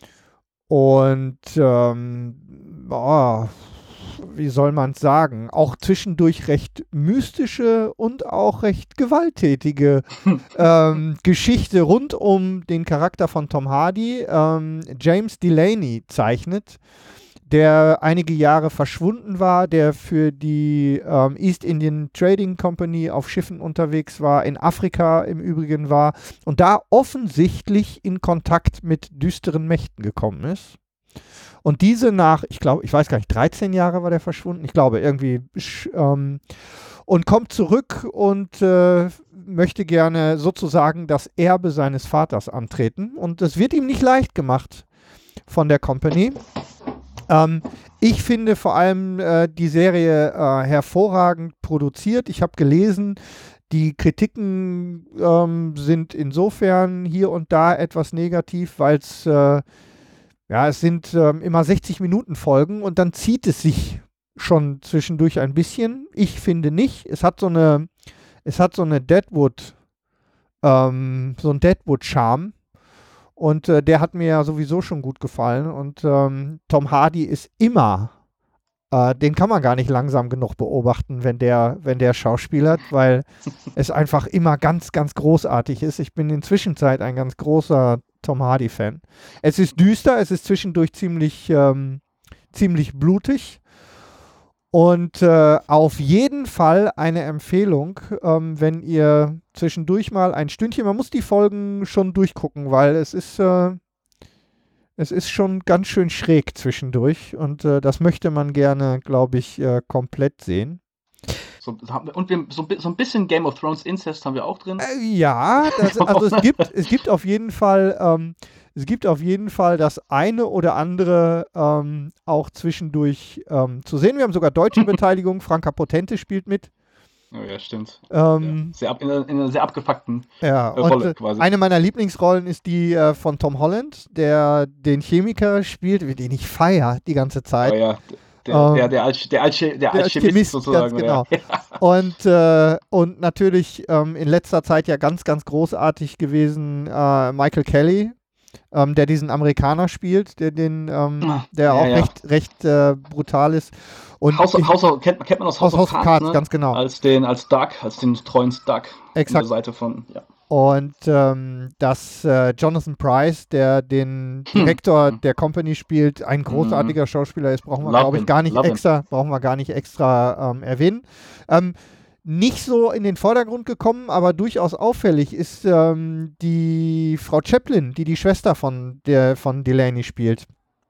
Speaker 4: und ähm, oh, wie soll man es sagen, auch zwischendurch recht mystische und auch recht gewalttätige ähm, Geschichte rund um den Charakter von Tom Hardy, ähm, James Delaney zeichnet, der einige Jahre verschwunden war, der für die ähm, East Indian Trading Company auf Schiffen unterwegs war, in Afrika im Übrigen war und da offensichtlich in Kontakt mit düsteren Mächten gekommen ist. Und diese nach, ich glaube, ich weiß gar nicht, dreizehn Jahre war der verschwunden, ich glaube irgendwie, ähm, und kommt zurück und äh, möchte gerne sozusagen das Erbe seines Vaters antreten. Und es wird ihm nicht leicht gemacht von der Company. Ähm, ich finde vor allem äh, die Serie äh, hervorragend produziert. Ich habe gelesen, die Kritiken ähm, sind insofern hier und da etwas negativ, weil es äh, Ja, es sind ähm, immer sechzig Minuten Folgen und dann zieht es sich schon zwischendurch ein bisschen. Ich finde nicht. Es hat so eine, es hat so eine Deadwood, ähm, so ein Deadwood-Charme. Und äh, der hat mir ja sowieso schon gut gefallen. Und ähm, Tom Hardy ist immer, äh, den kann man gar nicht langsam genug beobachten, wenn der, wenn der schauspielert, weil es einfach immer ganz, ganz großartig ist. Ich bin in der Zwischenzeit ein ganz großer Tom Hardy-Fan. Es ist düster, es ist zwischendurch ziemlich, ähm, ziemlich blutig und äh, auf jeden Fall eine Empfehlung, ähm, wenn ihr zwischendurch mal ein Stündchen, man muss die Folgen schon durchgucken, weil es ist, äh, Es ist schon ganz schön schräg zwischendurch und äh, das möchte man gerne, glaube ich, äh, komplett sehen.
Speaker 5: So, und wir, so, so ein bisschen Game of Thrones Incest haben wir auch drin.
Speaker 4: Äh, ja, das, also es gibt, es gibt auf jeden Fall, ähm, es gibt auf jeden Fall das eine oder andere ähm, auch zwischendurch ähm, zu sehen. Wir haben sogar deutsche Beteiligung. Franka Potente spielt mit.
Speaker 5: Oh ja, stimmt.
Speaker 4: Ähm,
Speaker 5: ja, sehr ab, in, einer, in einer sehr abgefuckten
Speaker 4: ja,
Speaker 5: äh, Rolle
Speaker 4: und,
Speaker 5: quasi.
Speaker 4: Eine meiner Lieblingsrollen ist die äh, von Tom Holland, der den Chemiker spielt, den ich feiere die ganze Zeit.
Speaker 5: Oh ja, der,
Speaker 4: ähm,
Speaker 5: der, der, Alch, der, Alch, der, der Alchemist,
Speaker 4: Alchemist
Speaker 5: sozusagen.
Speaker 4: Ganz genau.
Speaker 5: Ja.
Speaker 4: Und, äh, und natürlich ähm, in letzter Zeit ja ganz, ganz großartig gewesen äh, Michael Kelly, ähm, der diesen Amerikaner spielt, der, den, ähm, der
Speaker 5: ja,
Speaker 4: auch
Speaker 5: ja.
Speaker 4: recht, recht äh, brutal ist. Und
Speaker 5: House,
Speaker 4: ich,
Speaker 5: House of, kennt, kennt man aus House,
Speaker 4: House
Speaker 5: of
Speaker 4: of
Speaker 5: Cards,
Speaker 4: Cards
Speaker 5: ne?
Speaker 4: ganz genau.
Speaker 5: Als den, als Duck, als den treuen Duck.
Speaker 4: Exakt.
Speaker 5: An der Seite von, ja.
Speaker 4: Und ähm, dass äh, Jonathan Pryce, der den Direktor hm. der Company spielt, ein großartiger hm. Schauspieler ist, brauchen wir, glaube ich, gar nicht Love extra, him. brauchen wir gar nicht extra ähm, erwähnen. Ähm, nicht so in den Vordergrund gekommen, aber durchaus auffällig ist ähm, die Frau Chaplin, die die Schwester von der von Delaney spielt.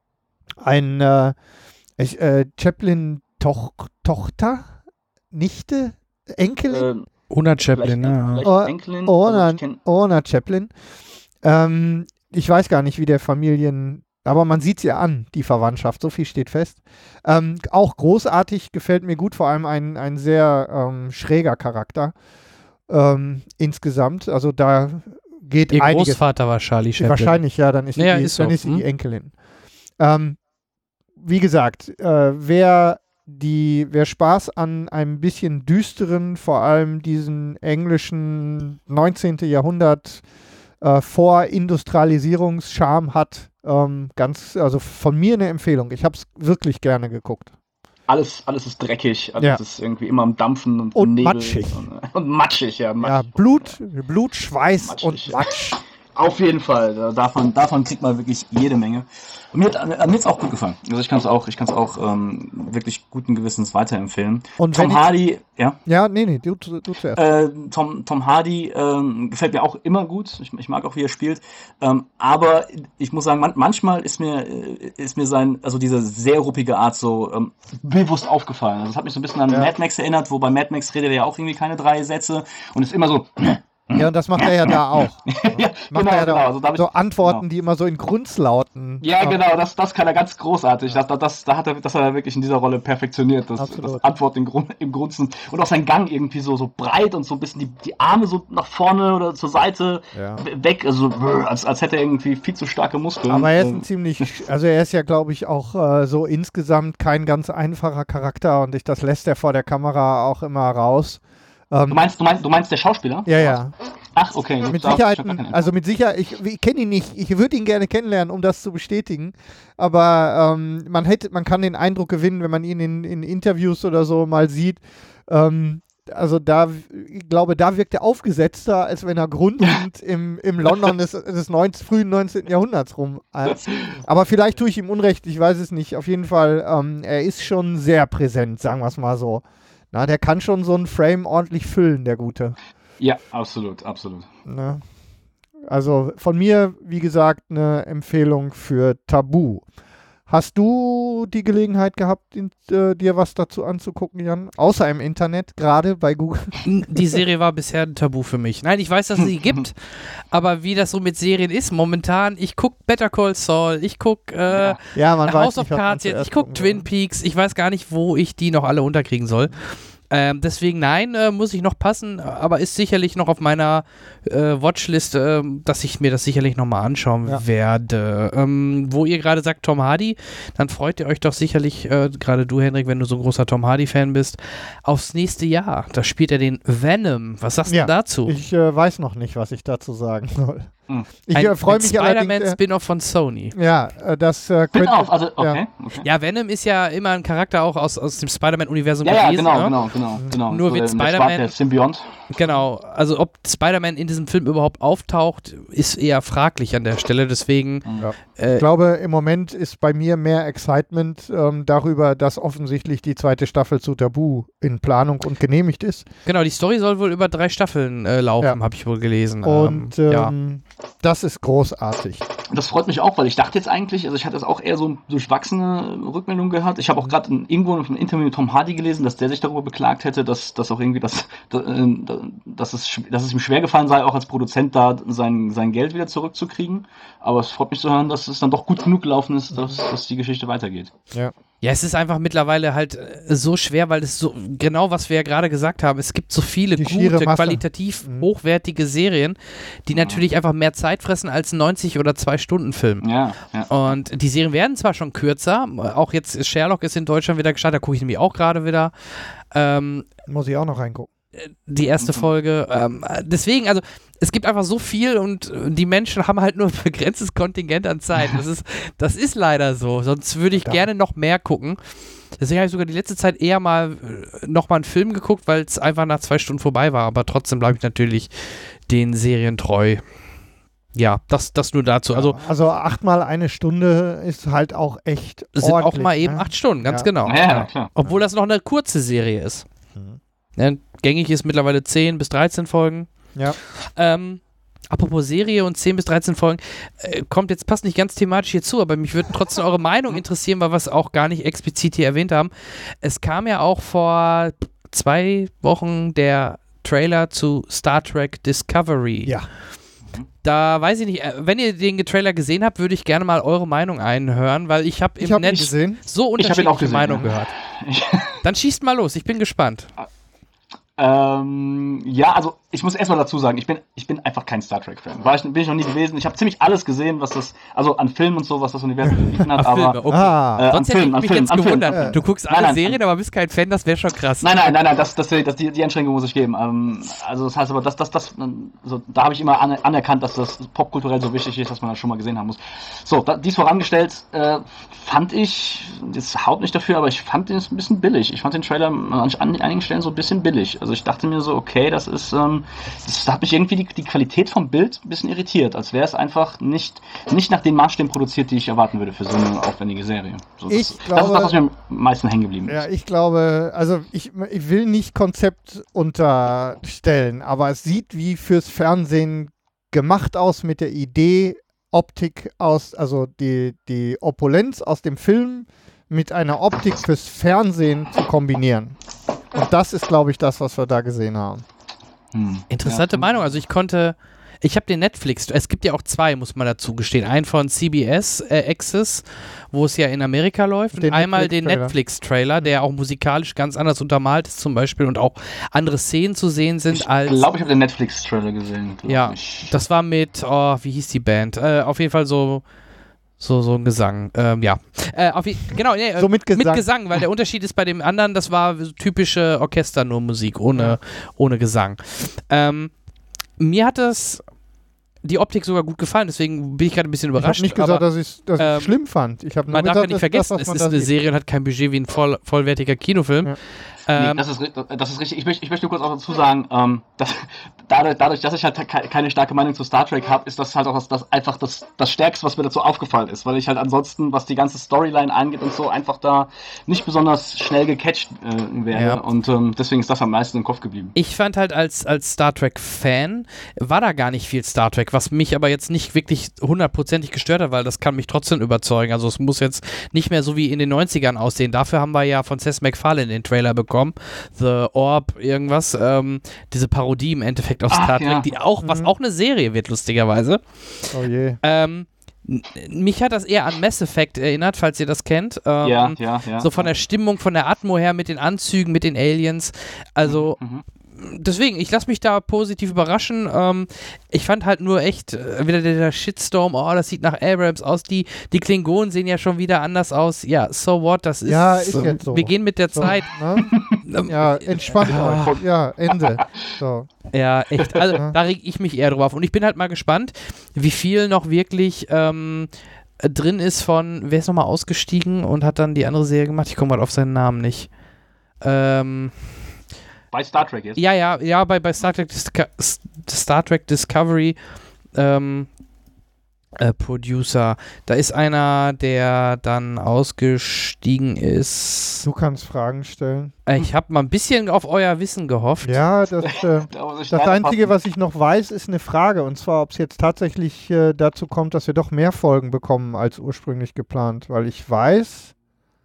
Speaker 4: Ein äh, äh, Chaplin Toch Tochter, Nichte, Enkelin.
Speaker 5: Ähm.
Speaker 3: Ona Chaplin, ne?
Speaker 4: Ja. Enkelin, Ona, also Ona Chaplin. Ähm, ich weiß gar nicht, wie der Familien... Aber man sieht sie ja an, die Verwandtschaft. So viel steht fest. Ähm, auch großartig, gefällt mir gut. Vor allem ein, ein sehr ähm, schräger Charakter. Ähm, insgesamt. Also da geht
Speaker 3: Ihr
Speaker 4: einiges.
Speaker 3: Ihr Großvater war Charlie Chaplin.
Speaker 4: Wahrscheinlich, ja. Dann ist sie,
Speaker 3: ja,
Speaker 4: die,
Speaker 3: ist so.
Speaker 4: dann ist sie
Speaker 3: hm?
Speaker 4: die Enkelin. Ähm, wie gesagt, äh, wer... Die, wer Spaß an einem bisschen düsteren, vor allem diesen englischen neunzehnten Jahrhundert äh, Vorindustrialisierungscharme hat, ähm, ganz, also von mir eine Empfehlung. Ich habe es wirklich gerne geguckt.
Speaker 5: Alles, alles ist dreckig, alles
Speaker 4: ja.
Speaker 5: ist irgendwie immer am Dampfen und,
Speaker 4: und
Speaker 5: Nebel
Speaker 4: matschig.
Speaker 5: Und, und matschig, ja. Matschig.
Speaker 4: Ja, Blut, Blut, Schweiß matschig, und Matsch.
Speaker 5: Auf jeden Fall, davon, davon kriegt man wirklich jede Menge. Und mir hat mir jetzt auch gut gefallen. Also ich kann es auch, ich kann es auch ähm, wirklich guten Gewissens weiterempfehlen.
Speaker 4: Und
Speaker 5: Tom
Speaker 4: ich,
Speaker 5: Hardy, ja?
Speaker 4: Ja, nee, nee, du, du zuerst.
Speaker 5: Äh, Tom, Tom Hardy ähm, gefällt mir auch immer gut. Ich, ich mag auch, wie er spielt. Ähm, aber ich muss sagen, man, manchmal ist mir, ist mir sein, also diese sehr ruppige Art so ähm, bewusst aufgefallen. Also das hat mich so ein bisschen an ja. Mad Max erinnert, wo bei Mad Max redet er ja auch irgendwie keine drei Sätze und ist immer so.
Speaker 4: Ja, und das macht er ja da auch.
Speaker 5: ja,
Speaker 4: macht
Speaker 5: genau,
Speaker 4: er ja
Speaker 5: genau.
Speaker 4: da
Speaker 5: Also, da
Speaker 4: so
Speaker 5: ich,
Speaker 4: Antworten,
Speaker 5: genau.
Speaker 4: die immer so in Grunzlauten.
Speaker 5: Ja, genau, das, das kann er ganz großartig. Das, das, da hat er, das hat er wirklich in dieser Rolle perfektioniert. Das, das Antwort im, Grund, im Grunzen. Und auch sein Gang irgendwie so, so breit und so ein bisschen die, die Arme so nach vorne oder zur Seite ja. weg. Also als, als hätte er irgendwie viel zu starke Muskeln.
Speaker 4: Aber er ist ein ziemlich, also er ist ja, glaube ich, auch äh, so insgesamt kein ganz einfacher Charakter und ich, das lässt er vor der Kamera auch immer raus.
Speaker 5: Du meinst, du meinst, du meinst der Schauspieler?
Speaker 4: Ja, ja.
Speaker 5: Ach, okay.
Speaker 4: Mit Sicherheit, also mit Sicherheit, ich, ich kenne ihn nicht, ich würde ihn gerne kennenlernen, um das zu bestätigen, aber ähm, man hätte, man kann den Eindruck gewinnen, wenn man ihn in, in Interviews oder so mal sieht, ähm, also da, ich glaube, da wirkt er aufgesetzter, als wenn er grunzend im, im London des, des neunzehnten, frühen neunzehnten Jahrhunderts rum. Aber vielleicht tue ich ihm Unrecht, ich weiß es nicht. Auf jeden Fall, ähm, er ist schon sehr präsent, sagen wir es mal so. Na, der kann schon so einen Frame ordentlich füllen, der Gute.
Speaker 5: Ja, absolut, absolut.
Speaker 4: Na, also von mir, wie gesagt, eine Empfehlung für Tabu. Hast du die Gelegenheit gehabt, in, äh, dir was dazu anzugucken, Jan? Außer im Internet, gerade bei Google?
Speaker 3: Die Serie war bisher ein Tabu für mich. Nein, ich weiß, dass es sie gibt, aber wie das so mit Serien ist, momentan, ich gucke Better Call Saul, ich gucke äh,
Speaker 4: ja, man
Speaker 3: House
Speaker 4: weiß
Speaker 3: of
Speaker 4: nicht,
Speaker 3: Cards jetzt, ich gucke Twin Peaks, ich weiß gar nicht, wo ich die noch alle unterkriegen soll. Ähm, deswegen nein, äh, muss ich noch passen, aber ist sicherlich noch auf meiner äh, Watchlist, äh, dass ich mir das sicherlich nochmal anschauen ja. werde. Ähm, wo ihr gerade sagt Tom Hardy, dann freut ihr euch doch sicherlich, äh, gerade du Henrik, wenn du so ein großer Tom Hardy-Fan bist, aufs nächste Jahr. Da spielt er den Venom. Was sagst
Speaker 4: ja,
Speaker 3: du dazu?
Speaker 4: Ich äh, weiß noch nicht, was ich dazu sagen soll.
Speaker 3: Hm.
Speaker 4: Ich
Speaker 3: ein,
Speaker 4: äh, freue mich allerdings...
Speaker 3: Spider-Man-Spin-Off von Sony.
Speaker 4: Ja, äh, das äh, könnte...
Speaker 5: Spin-Off, also okay,
Speaker 4: ja.
Speaker 5: okay.
Speaker 3: Ja, Venom ist ja immer ein Charakter auch aus, aus dem Spider-Man-Universum
Speaker 5: ja,
Speaker 3: gewesen.
Speaker 5: Ja, genau,
Speaker 3: ne?
Speaker 5: genau, genau, genau.
Speaker 3: Nur
Speaker 5: so
Speaker 3: wird
Speaker 5: der,
Speaker 3: Spider-Man...
Speaker 5: Der Symbiont.
Speaker 3: Genau, also ob Spider-Man in diesem Film überhaupt auftaucht, ist eher fraglich an der Stelle, deswegen...
Speaker 4: Ja.
Speaker 3: Äh,
Speaker 4: ich glaube, im Moment ist bei mir mehr Excitement ähm, darüber, dass offensichtlich die zweite Staffel zu Tabu in Planung und genehmigt ist.
Speaker 3: Genau, die Story soll wohl über drei Staffeln äh, laufen,
Speaker 4: ja.
Speaker 3: habe ich wohl gelesen.
Speaker 4: Und
Speaker 3: ähm,
Speaker 4: ähm,
Speaker 3: ja.
Speaker 4: das ist großartig.
Speaker 5: Das freut mich auch, weil ich dachte jetzt eigentlich, also ich hatte jetzt auch eher so durchwachsene Rückmeldungen gehört. Ich habe auch gerade irgendwo in einem Interview mit Tom Hardy gelesen, dass der sich darüber beklagt hätte, dass, dass auch irgendwie das, dass es, dass es ihm schwer gefallen sei, auch als Produzent da sein, sein Geld wieder zurückzukriegen. Aber es freut mich zu hören, dass es dann doch gut genug gelaufen ist, dass, dass die Geschichte weitergeht.
Speaker 4: Ja.
Speaker 3: Ja, es ist einfach mittlerweile halt äh, so schwer, weil es so, genau was wir ja gerade gesagt haben, es gibt so viele
Speaker 4: Die schiere
Speaker 3: gute,
Speaker 4: Masse.
Speaker 3: qualitativ
Speaker 4: Mhm.
Speaker 3: hochwertige Serien, die natürlich einfach mehr Zeit fressen als ein neunzig- oder zwei-Stunden-Film.
Speaker 5: Ja, ja.
Speaker 3: Und die Serien werden zwar schon kürzer, auch jetzt ist Sherlock ist in Deutschland wieder gestartet, da gucke ich nämlich auch gerade wieder. Ähm,
Speaker 4: Muss ich auch noch reingucken.
Speaker 3: die erste Folge. Ähm, deswegen, also es gibt einfach so viel und die Menschen haben halt nur ein begrenztes Kontingent an Zeit. Das ist, das ist leider so. Sonst würde ich
Speaker 4: Ja.
Speaker 3: gerne noch mehr gucken. Deswegen habe ich sogar die letzte Zeit eher mal äh, noch mal einen Film geguckt, weil es einfach nach zwei Stunden vorbei war. Aber trotzdem bleibe ich natürlich den Serien treu. Ja, das, das nur dazu. Also
Speaker 4: Also achtmal eine Stunde ist halt auch echt
Speaker 3: es sind auch
Speaker 4: ordentlich,
Speaker 3: mal eben
Speaker 4: ne?
Speaker 3: acht Stunden, ganz
Speaker 4: Ja.
Speaker 3: genau.
Speaker 5: Ja, ja, klar.
Speaker 3: Obwohl das noch eine kurze Serie ist.
Speaker 4: Mhm.
Speaker 3: Ja, gängig ist mittlerweile zehn bis dreizehn Folgen.
Speaker 4: Ja.
Speaker 3: Ähm, apropos Serie und zehn bis dreizehn Folgen, äh, kommt jetzt, passt nicht ganz thematisch hier zu, aber mich würde trotzdem eure Meinung interessieren, weil wir es auch gar nicht explizit hier erwähnt haben. Es kam ja auch vor zwei Wochen der Trailer zu Star Trek Discovery.
Speaker 4: Ja.
Speaker 3: Da weiß ich nicht, äh, wenn ihr den Trailer gesehen habt, würde ich gerne mal eure Meinung einhören, weil ich habe im
Speaker 4: Ich habe ihn
Speaker 3: Netz
Speaker 4: gesehen.
Speaker 3: so
Speaker 5: Ich hab ihn auch
Speaker 3: unterschiedliche
Speaker 5: gesehen,
Speaker 3: Meinungen
Speaker 5: ja.
Speaker 3: gehört. Dann schießt mal los, ich bin gespannt.
Speaker 5: Ähm, ja, also ich muss erstmal dazu sagen, ich bin, ich bin einfach kein Star Trek-Fan. War ich, bin ich noch nie gewesen. Ich habe ziemlich alles gesehen, was das, also an Filmen und so, was das Universum geboten hat,
Speaker 3: Ach, Filme,
Speaker 5: aber
Speaker 3: okay.
Speaker 4: Ah.
Speaker 5: äh, an
Speaker 3: Sonst hätte
Speaker 5: Film,
Speaker 3: ich
Speaker 5: an
Speaker 3: mich
Speaker 5: Film,
Speaker 3: jetzt
Speaker 5: an Film.
Speaker 3: gewundert.
Speaker 4: Ja.
Speaker 3: Du guckst
Speaker 5: Nein,
Speaker 3: alle
Speaker 5: nein,
Speaker 3: Serien, aber bist kein Fan, das wäre schon krass.
Speaker 5: Nein, nein, nein, nein, das, das, das, die, die Einschränkung muss ich geben. Ähm, also das heißt aber, das, das, das, so, da habe ich immer an, anerkannt, dass das popkulturell so wichtig ist, dass man das schon mal gesehen haben muss. So, da, dies vorangestellt, äh, fand ich, jetzt haut nicht dafür, aber ich fand den ein bisschen billig. Ich fand den Trailer an, an einigen Stellen so ein bisschen billig. Also ich dachte mir so, okay, das ist, ähm, das, da hat mich irgendwie die, die Qualität vom Bild ein bisschen irritiert, als wäre es einfach nicht, nicht nach den Maßstäben produziert, die ich erwarten würde für so eine aufwendige Serie. So, das,
Speaker 4: Ich
Speaker 5: das
Speaker 4: glaube-
Speaker 5: ist das, was mir am meisten hängen geblieben ist.
Speaker 4: Ja, ich glaube, also ich, ich will nicht Konzept unterstellen, aber es sieht wie fürs Fernsehen gemacht aus mit der Idee, Optik aus, also die, die Opulenz aus dem Film mit einer Optik fürs Fernsehen zu kombinieren. Und das ist, glaube ich, das, was wir da gesehen haben.
Speaker 5: Hm.
Speaker 3: Interessante
Speaker 5: Ja.
Speaker 3: Meinung. Also ich konnte, ich habe den Netflix, es gibt ja auch zwei, muss man dazu gestehen. Einen von C B S äh, Access, wo es ja in Amerika läuft,
Speaker 4: Den
Speaker 3: und einmal den
Speaker 4: Netflix-Trailer.
Speaker 3: Netflix-Trailer, der auch musikalisch ganz anders untermalt ist zum Beispiel und auch andere Szenen zu sehen sind
Speaker 5: Ich
Speaker 3: als...
Speaker 5: glaube, ich habe den Netflix-Trailer gesehen. glaub
Speaker 3: Ja,
Speaker 5: ich.
Speaker 3: das war mit, oh, wie hieß die Band? Äh, auf jeden Fall so, so, so ein Gesang. Ähm, ja. Äh, auf je, genau, nee, äh,
Speaker 4: So mit Gesang.
Speaker 3: mit Gesang, weil der Unterschied ist bei dem anderen, das war so typische Orchester, nur Musik, ohne, ohne Gesang. Ähm, mir hat das die Optik sogar gut gefallen, deswegen bin ich gerade ein bisschen
Speaker 4: Ich habe
Speaker 3: überrascht.
Speaker 4: nicht gesagt,
Speaker 3: aber
Speaker 4: dass ich es
Speaker 3: ähm,
Speaker 4: schlimm fand. Ich habe nur
Speaker 3: man darf ja
Speaker 4: gesagt,
Speaker 3: nicht
Speaker 4: das ist
Speaker 3: vergessen,
Speaker 4: das, was
Speaker 3: es
Speaker 4: man
Speaker 3: ist
Speaker 4: da
Speaker 3: eine
Speaker 4: sieht.
Speaker 3: Serie und hat kein Budget wie ein voll, vollwertiger Kinofilm.
Speaker 4: Ja.
Speaker 3: Ähm,
Speaker 5: Nee, das ist, ri- das ist richtig. Ich möchte, ich möchte nur kurz auch dazu sagen, ähm, dass, dadurch, dadurch, dass ich halt ke- keine starke Meinung zu Star Trek habe, ist das halt auch das, das einfach das, das Stärkste, was mir dazu aufgefallen ist, weil ich halt ansonsten, was die ganze Storyline angeht und so, einfach da nicht besonders schnell gecatcht äh, werde.
Speaker 3: Ja.
Speaker 5: Und ähm, deswegen ist das am meisten im Kopf geblieben.
Speaker 3: Ich fand halt als, als Star Trek-Fan war da gar nicht viel Star Trek, was mich aber jetzt nicht wirklich hundertprozentig gestört hat, weil das kann mich trotzdem überzeugen. Also es muss jetzt nicht mehr so wie in den neunzigern aussehen. Dafür haben wir ja von Seth MacFarlane den Trailer bekommen. The Orb, irgendwas. Ähm, diese Parodie im Endeffekt auf
Speaker 5: Ach,
Speaker 3: Star Trek,
Speaker 5: ja.
Speaker 3: die auch, was
Speaker 4: Mhm.
Speaker 3: auch eine Serie wird, lustigerweise.
Speaker 4: Oh je.
Speaker 3: Ähm, n- mich hat das eher an Mass Effect erinnert, falls ihr das kennt. Ähm,
Speaker 5: ja, ja, ja.
Speaker 3: So von der Stimmung, von der Atmo her, mit den Anzügen, mit den Aliens. Also
Speaker 5: Mhm.
Speaker 3: deswegen, ich lasse mich da positiv überraschen. Ähm, ich fand halt nur echt äh, wieder der, der Shitstorm, oh, das sieht nach Abrams aus. Die, die Klingonen sehen ja schon wieder anders aus. Ja, so what, das ist.
Speaker 4: Ja, ist
Speaker 3: ähm,
Speaker 4: jetzt so.
Speaker 3: Wir gehen mit der
Speaker 4: So,
Speaker 3: Zeit.
Speaker 4: ne?
Speaker 3: Ähm,
Speaker 4: Ja, entspannt
Speaker 3: Ja.
Speaker 4: euch. Ja, Ende. So.
Speaker 3: Ja, echt. Also
Speaker 4: Ja.
Speaker 3: da reg ich mich eher drauf. Und ich bin halt mal gespannt, wie viel noch wirklich ähm, drin ist von, wer ist nochmal ausgestiegen und hat dann die andere Serie gemacht? Ich komme gerade auf seinen Namen nicht. Ähm.
Speaker 5: Bei Star Trek jetzt.
Speaker 3: Ja, ja, ja, bei, bei Star Trek, Disco Star Trek Discovery, ähm, Äh, Producer. Da ist einer, der dann ausgestiegen ist.
Speaker 4: Du kannst Fragen stellen.
Speaker 3: Äh, ich habe mal ein bisschen auf euer Wissen gehofft.
Speaker 4: Ja, das, äh, das Einzige, was ich noch weiß, ist eine Frage. Und zwar, ob es jetzt tatsächlich äh, dazu kommt, dass wir doch mehr Folgen bekommen als ursprünglich geplant. Weil ich weiß,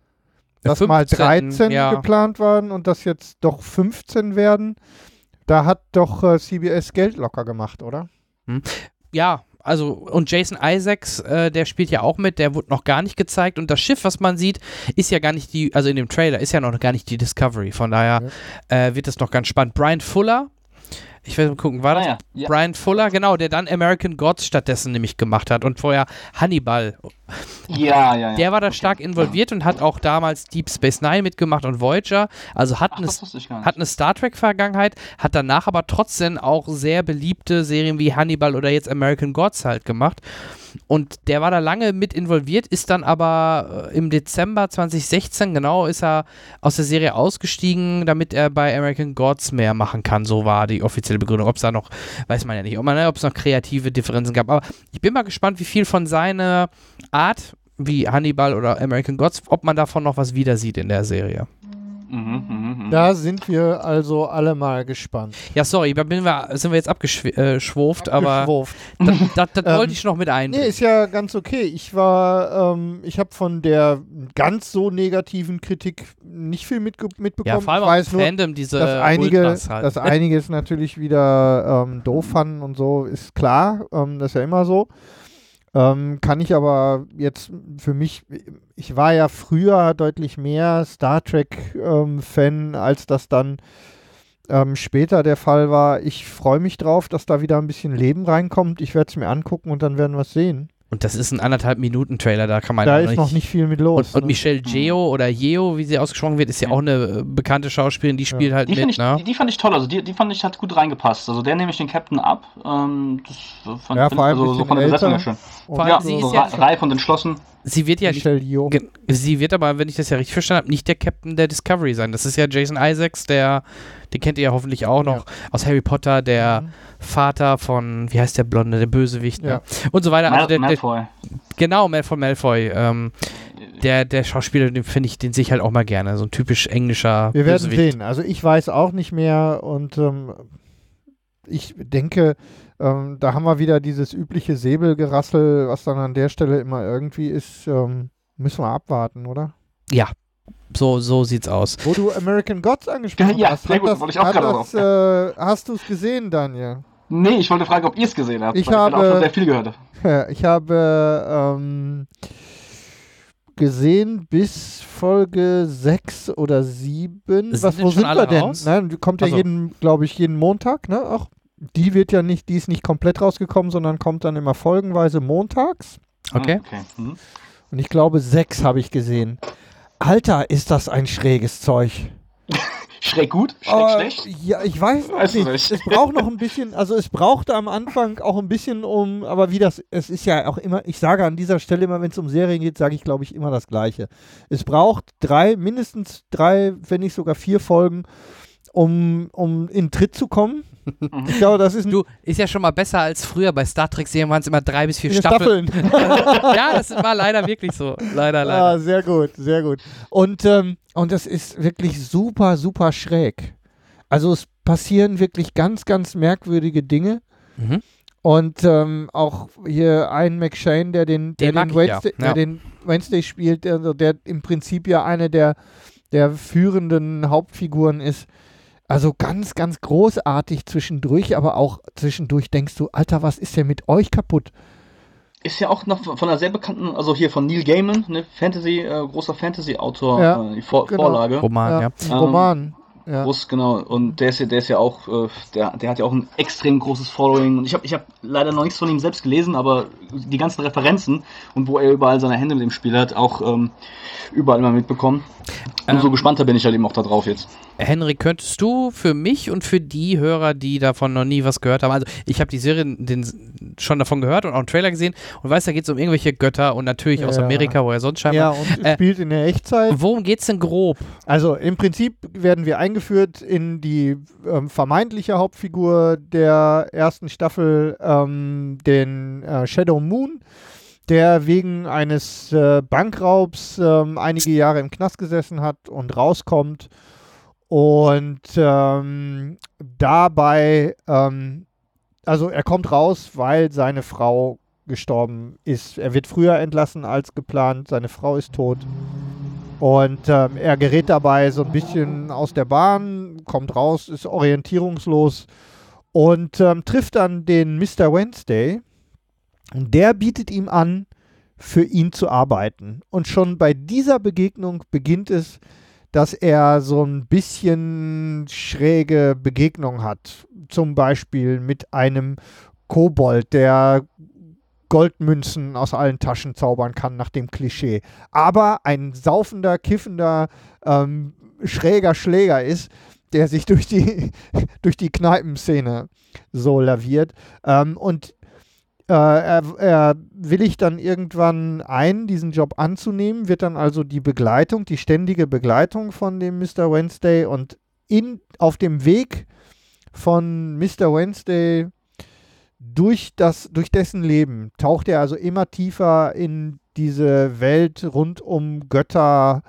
Speaker 4: dass
Speaker 3: fünfzehn,
Speaker 4: mal dreizehn
Speaker 3: ja.
Speaker 4: geplant waren und dass jetzt doch fünfzehn werden. Da hat doch äh, C B S Geld locker gemacht, oder?
Speaker 3: Hm. Ja, also und Jason Isaacs, äh, der spielt ja auch mit, der wurde noch gar nicht gezeigt und das Schiff, was man sieht, ist ja gar nicht die, also in dem Trailer ist ja noch gar nicht die Discovery, von daher ja. äh, wird das noch ganz spannend. Brian Fuller, ich will mal gucken, war das
Speaker 5: ah, ja. Ja.
Speaker 3: Brian Fuller, genau, der dann American Gods stattdessen nämlich gemacht hat und vorher Hannibal.
Speaker 5: Ja, ja, ja.
Speaker 3: Der war da stark involviert und hat auch damals Deep Space Nine mitgemacht und Voyager, also hat,
Speaker 5: Ach,
Speaker 3: eine,
Speaker 5: das wusste ich gar nicht.
Speaker 3: hat eine Star Trek-Vergangenheit, hat danach aber trotzdem auch sehr beliebte Serien wie Hannibal oder jetzt American Gods halt gemacht. Und der war da lange mit involviert, ist dann aber äh, im Dezember zwanzig sechzehn, genau, ist er aus der Serie ausgestiegen, damit er bei American Gods mehr machen kann. So war die offizielle Begründung. Ob es da noch, weiß man ja nicht, ob man, ob es noch kreative Differenzen gab. Aber ich bin mal gespannt, wie viel von seiner Art, wie Hannibal oder American Gods, ob man davon noch was wieder sieht in der Serie.
Speaker 5: Mhm, mh, mh.
Speaker 4: Da sind wir also alle mal gespannt.
Speaker 3: Ja, sorry, da bin wir, sind wir jetzt abgeschwurft, aber das, das, das
Speaker 4: ähm,
Speaker 3: wollte ich noch mit einbringen.
Speaker 4: Nee, ist ja ganz okay. Ich war, ähm, ich habe von der ganz so negativen Kritik nicht viel mitge mitbekommen.
Speaker 3: Ja, vor allem
Speaker 4: ich weiß
Speaker 3: auch
Speaker 4: nur,
Speaker 3: Fandom, diese
Speaker 4: dass einige,
Speaker 3: Ultras halt.
Speaker 4: dass einige es natürlich wieder ähm, doof fanden und so, ist klar. Ähm, das ist ja immer so. Ähm, kann ich aber jetzt für mich, ich war ja früher deutlich mehr Star Trek-Fan, ähm, als das dann ähm, später der Fall war. Ich freue mich drauf, dass da wieder ein bisschen Leben reinkommt. Ich werde es mir angucken und dann werden wir es sehen.
Speaker 3: Und das ist ein anderthalb Minuten Trailer, da kann man
Speaker 4: Da
Speaker 3: noch
Speaker 4: ist
Speaker 3: nicht,
Speaker 4: noch nicht viel mit los.
Speaker 3: Und, und
Speaker 4: ne?
Speaker 3: Michelle Yeoh oder Yeoh, wie sie ausgesprochen wird, ist ja auch eine äh, bekannte Schauspielerin, die spielt
Speaker 4: Ja.
Speaker 3: halt
Speaker 5: Die,
Speaker 3: mit,
Speaker 5: find ich,
Speaker 3: ne?
Speaker 5: die, die fand ich toll, also die, die fand ich, hat gut reingepasst. Also der nehme ich den Captain ab. Ähm, das fand,
Speaker 4: Ja,
Speaker 5: find,
Speaker 4: vor allem
Speaker 5: also
Speaker 4: ein
Speaker 5: so
Speaker 4: bisschen
Speaker 5: von der Besetzung her
Speaker 4: älter.
Speaker 5: schön.
Speaker 3: Vor allem
Speaker 5: Ja,
Speaker 3: sie
Speaker 5: so
Speaker 3: ist ja-
Speaker 5: re- reif und entschlossen.
Speaker 3: Sie wird ja,
Speaker 4: Michelle Yeoh.
Speaker 3: ge- sie wird aber, wenn ich das ja richtig verstanden habe, nicht der Captain der Discovery sein. Das ist ja Jason Isaacs, der, den kennt ihr ja hoffentlich auch noch,
Speaker 4: Ja.
Speaker 3: aus Harry Potter, der
Speaker 4: Mhm.
Speaker 3: Vater von, wie heißt der Blonde, der Bösewicht, ne?
Speaker 4: Ja.
Speaker 3: Und so weiter. Also
Speaker 5: Mal,
Speaker 3: der, der,
Speaker 5: Malfoy.
Speaker 3: genau, Malfoy Malfoy. Ähm, der, der Schauspieler, den finde ich, den sehe ich halt auch mal gerne. So ein typisch englischer
Speaker 4: Wir werden
Speaker 3: Bösewicht.
Speaker 4: sehen. Also ich weiß auch nicht mehr und ähm, ich denke, ähm, da haben wir wieder dieses übliche Säbelgerassel, was dann an der Stelle immer irgendwie ist. Ähm, müssen wir abwarten, oder?
Speaker 3: Ja, so, so sieht's aus.
Speaker 4: Wo du American Gods angesprochen
Speaker 5: Ja,
Speaker 4: hast,
Speaker 5: sehr
Speaker 4: hat
Speaker 5: gut,
Speaker 4: das,
Speaker 5: wollte ich auch
Speaker 4: hat
Speaker 5: gerade
Speaker 4: das, äh, hast du es gesehen, Daniel?
Speaker 5: Nee, ich wollte fragen, ob ihr es gesehen habt.
Speaker 4: Ich
Speaker 5: weil
Speaker 4: habe-
Speaker 5: Ich auch schon sehr viel gehört.
Speaker 4: Ich habe ähm, gesehen bis Folge sechs oder sieben.
Speaker 3: Sind
Speaker 4: Was,
Speaker 3: denn
Speaker 4: wo
Speaker 3: schon
Speaker 4: sind
Speaker 3: alle
Speaker 4: wir denn?
Speaker 3: raus?
Speaker 4: Nein, die kommt ja
Speaker 3: Ach so.
Speaker 4: jeden, glaube ich, jeden Montag, ne? Auch die wird ja nicht, die ist nicht komplett rausgekommen, sondern kommt dann immer folgenweise montags.
Speaker 3: Okay.
Speaker 5: Hm, okay. Mhm.
Speaker 4: Und ich glaube, sechs habe ich gesehen. Alter, ist das ein schräges Zeug.
Speaker 5: Schräg gut? Schräg
Speaker 4: Äh,
Speaker 5: schlecht?
Speaker 4: Ja, ich weiß noch
Speaker 5: Weiß
Speaker 4: nicht.
Speaker 5: nicht.
Speaker 4: Es braucht noch ein bisschen, also es brauchte am Anfang auch ein bisschen um, aber wie das, es ist ja auch immer, ich sage an dieser Stelle immer, wenn es um Serien geht, sage ich glaube ich immer das Gleiche. Es braucht drei, mindestens drei, wenn nicht sogar vier Folgen, um, um in Tritt zu kommen. Ich glaube, das ist ein
Speaker 3: Du, ist ja schon mal besser als früher. Bei Star Trek-Serien waren es immer drei bis vier
Speaker 4: vier
Speaker 3: Staffeln.
Speaker 4: Staffeln.
Speaker 3: Ja, das war leider wirklich so. Leider, leider.
Speaker 4: Ah, sehr gut, sehr gut. Und, ähm, und das ist wirklich super, super schräg. Also es passieren wirklich ganz, ganz merkwürdige Dinge.
Speaker 3: Mhm.
Speaker 4: Und ähm, auch hier ein McShane, der den, der
Speaker 3: Den mag
Speaker 4: den,
Speaker 3: ich ja,
Speaker 4: Wednesday,
Speaker 3: ja.
Speaker 4: der den Wednesday spielt, der, also der im Prinzip ja eine der, der führenden Hauptfiguren ist. Also ganz, ganz großartig zwischendurch, aber auch zwischendurch denkst du, Alter, was ist denn mit euch kaputt?
Speaker 5: Ist ja auch noch von einer sehr bekannten, also hier von Neil Gaiman, ne, Fantasy, äh, großer Fantasy-Autor,
Speaker 4: Ja,
Speaker 5: äh, die Vor
Speaker 4: genau.
Speaker 5: Vorlage.
Speaker 3: Roman, ja.
Speaker 4: Ein
Speaker 5: Ähm,
Speaker 4: Roman. Ja.
Speaker 5: Groß, genau. Und der ist ja, der ist ja auch, äh, der, der hat ja auch ein extrem großes Following. Und ich habe ich hab leider noch nichts von ihm selbst gelesen, aber die ganzen Referenzen und wo er überall seine Hände mit dem Spiel hat, auch ähm, überall mal mitbekommen. Umso
Speaker 3: Ähm,
Speaker 5: gespannter bin ich halt eben auch da drauf jetzt.
Speaker 3: Henrik, könntest du für mich und für die Hörer, die davon noch nie was gehört haben, also ich habe die Serie den, schon davon gehört und auch einen Trailer gesehen und weiß, da geht es um irgendwelche Götter und natürlich aus
Speaker 4: Ja.
Speaker 3: Amerika, wo er sonst
Speaker 4: Ja,
Speaker 3: scheinbar.
Speaker 4: und es
Speaker 3: Äh,
Speaker 4: spielt in der Echtzeit.
Speaker 3: Worum geht's denn grob?
Speaker 4: Also im Prinzip werden wir eingeführt eingeführt in die ähm, vermeintliche Hauptfigur der ersten Staffel, ähm, den äh, Shadow Moon, der wegen eines äh, Bankraubs ähm, einige Jahre im Knast gesessen hat und rauskommt und ähm, dabei, ähm, also er kommt raus, weil seine Frau gestorben ist. Er wird früher entlassen als geplant, seine Frau ist tot. Und ähm, er gerät dabei so ein bisschen aus der Bahn, kommt raus, ist orientierungslos und ähm, trifft dann den Mister Wednesday. Und der bietet ihm an, für ihn zu arbeiten. Und schon bei dieser Begegnung beginnt es, dass er so ein bisschen schräge Begegnungen hat. Zum Beispiel mit einem Kobold, der Goldmünzen aus allen Taschen zaubern kann, nach dem Klischee. Aber ein saufender, kiffender, ähm, schräger Schläger ist, der sich durch die, durch die Kneipenszene so laviert. Ähm, und äh, er, er willigt dann irgendwann ein, diesen Job anzunehmen, wird dann also die Begleitung, die ständige Begleitung von dem Mister Wednesday und in, auf dem Weg von Mister Wednesday durch, das, durch dessen Leben taucht er also immer tiefer in diese Welt rund um Götter,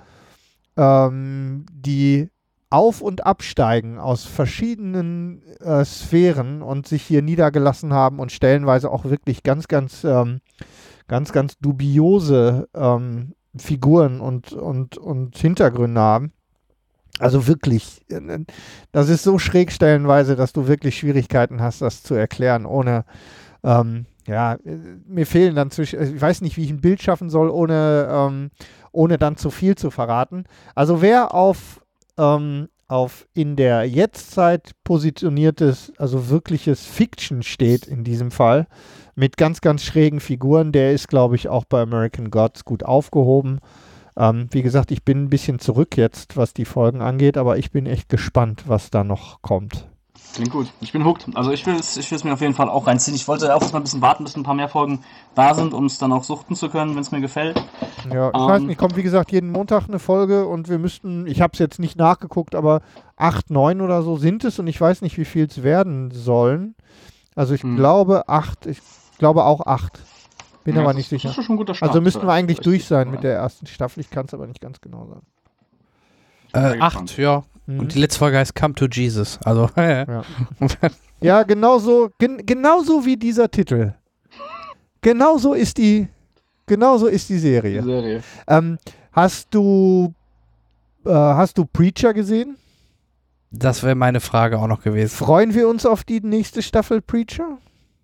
Speaker 4: ähm, die auf- und absteigen aus verschiedenen äh, Sphären und sich hier niedergelassen haben und stellenweise auch wirklich ganz, ganz, ähm, ganz, ganz dubiose ähm, Figuren und, und, und Hintergründe haben. Also wirklich, das ist so schräg stellenweise, dass du wirklich Schwierigkeiten hast, das zu erklären, ohne, ähm, ja, mir fehlen dann zwischen, ich weiß nicht, wie ich ein Bild schaffen soll, ohne, ähm, ohne dann zu viel zu verraten. Also wer auf, ähm, auf in der Jetztzeit positioniertes, also wirkliches Fiction steht in diesem Fall, mit ganz, ganz schrägen Figuren, der ist, glaube ich, auch bei American Gods gut aufgehoben. Ähm, wie gesagt, ich bin ein bisschen zurück jetzt, was die Folgen angeht, aber ich bin echt gespannt, was da noch kommt.
Speaker 5: Klingt gut. Ich bin hooked. Also ich will es ich will es mir auf jeden Fall auch reinziehen. Ich wollte auch erst mal ein bisschen warten, bis ein paar mehr Folgen da sind, um es dann auch suchten zu können, wenn es mir gefällt.
Speaker 4: Ja, ich
Speaker 5: ähm,
Speaker 4: weiß nicht, kommt wie gesagt jeden Montag eine Folge und wir müssten, ich habe es jetzt nicht nachgeguckt, aber acht, neun oder so sind es und ich weiß nicht, wie viel es werden sollen. Also ich
Speaker 5: Hm.
Speaker 4: glaube acht, ich glaube auch acht. Bin
Speaker 5: ja,
Speaker 4: aber
Speaker 5: das
Speaker 4: nicht
Speaker 5: ist,
Speaker 4: sicher.
Speaker 5: Das ist schon ein guter Start.
Speaker 4: Also müssten wir eigentlich
Speaker 5: Das ist
Speaker 4: durch
Speaker 5: richtig
Speaker 4: sein
Speaker 5: gut,
Speaker 4: mit der ersten Staffel. Ich kann es aber nicht ganz genau sagen.
Speaker 3: Äh,
Speaker 5: Sehr
Speaker 3: acht,
Speaker 5: gespannt.
Speaker 3: ja.
Speaker 4: Mhm.
Speaker 3: Und die letzte Folge heißt Come to Jesus. Also,
Speaker 4: Ja, ja genauso, gen, genauso wie dieser Titel. Genauso ist die, genauso ist die
Speaker 5: Die
Speaker 4: Serie.
Speaker 5: Serie.
Speaker 4: Ähm, hast du, äh, hast du Preacher gesehen?
Speaker 3: das wäre meine Frage auch noch gewesen.
Speaker 4: Freuen wir uns auf die nächste Staffel Preacher?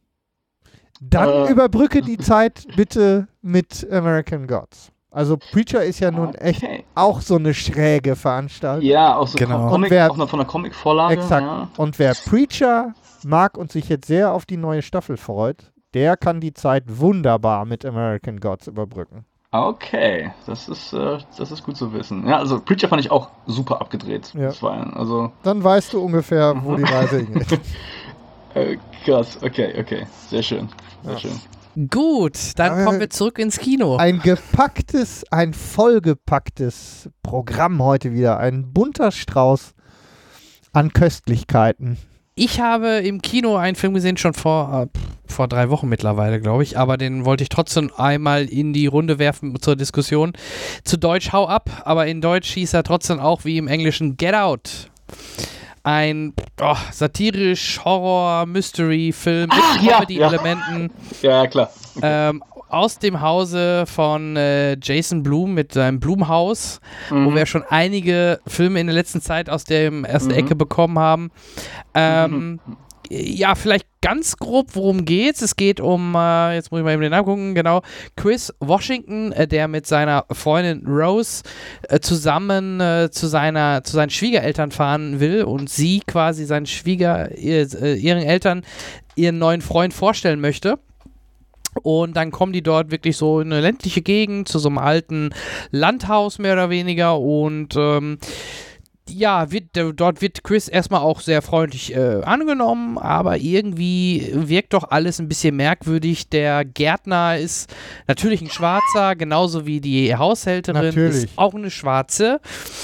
Speaker 4: Dann
Speaker 5: Äh.
Speaker 4: überbrücke die Zeit bitte mit American Gods. Also Preacher ist ja nun echt
Speaker 5: Okay.
Speaker 4: auch so eine schräge Veranstaltung.
Speaker 5: Ja, auch so
Speaker 3: Genau.
Speaker 5: Com- Comic,
Speaker 4: Und wer-
Speaker 5: auch noch von der Comic-Vorlage.
Speaker 4: Exakt.
Speaker 5: Ja.
Speaker 4: Und wer Preacher mag und sich jetzt sehr auf die neue Staffel freut, der kann die Zeit wunderbar mit American Gods überbrücken.
Speaker 5: Okay, das ist, äh, das ist gut zu wissen. Ja, also Preacher fand ich auch super abgedreht.
Speaker 4: Ja.
Speaker 5: Das war, also,
Speaker 4: Dann weißt du ungefähr, wo die Reise hingeht.
Speaker 5: äh, krass, okay, okay. Sehr schön. Sehr
Speaker 4: Ja.
Speaker 5: schön.
Speaker 3: Gut, dann
Speaker 4: Äh,
Speaker 3: kommen wir zurück ins Kino.
Speaker 4: Ein gepacktes, ein vollgepacktes Programm heute wieder. Ein bunter Strauß an Köstlichkeiten.
Speaker 3: Ich habe im Kino einen Film gesehen, schon vor, äh, vor drei Wochen mittlerweile, glaube ich, aber den wollte ich trotzdem einmal in die Runde werfen zur Diskussion. Zu Deutsch Hau ab, aber in Deutsch hieß er trotzdem auch wie im Englischen Get Out. Ein oh, satirisch Horror-Mystery-Film mit
Speaker 5: Ach, ja,
Speaker 3: Comedy-Elementen
Speaker 5: Ja, klar.
Speaker 3: ähm, aus dem Hause von äh, Jason Blum mit seinem Blumhaus, wo
Speaker 5: Mhm.
Speaker 3: wir schon einige Filme in der letzten Zeit aus der ersten
Speaker 5: Mhm.
Speaker 3: Ecke bekommen haben. Ähm, Ja, vielleicht ganz grob, worum geht's? Es geht um, äh, jetzt muss ich mal eben den Namen gucken, genau, Chris Washington, äh, der mit seiner Freundin Rose äh, zusammen äh, zu seiner, zu seinen Schwiegereltern fahren will und sie quasi seinen Schwieger, ihr, äh, ihren Eltern ihren neuen Freund vorstellen möchte. Und dann kommen die dort wirklich so in eine ländliche Gegend, zu so einem alten Landhaus mehr oder weniger und ähm, ja, wird, äh, dort wird Chris erstmal auch sehr freundlich äh, angenommen, aber irgendwie wirkt doch alles ein bisschen merkwürdig. Der Gärtner ist natürlich ein Schwarzer, genauso wie die Haushälterin
Speaker 4: Natürlich.
Speaker 3: ist auch eine Schwarze.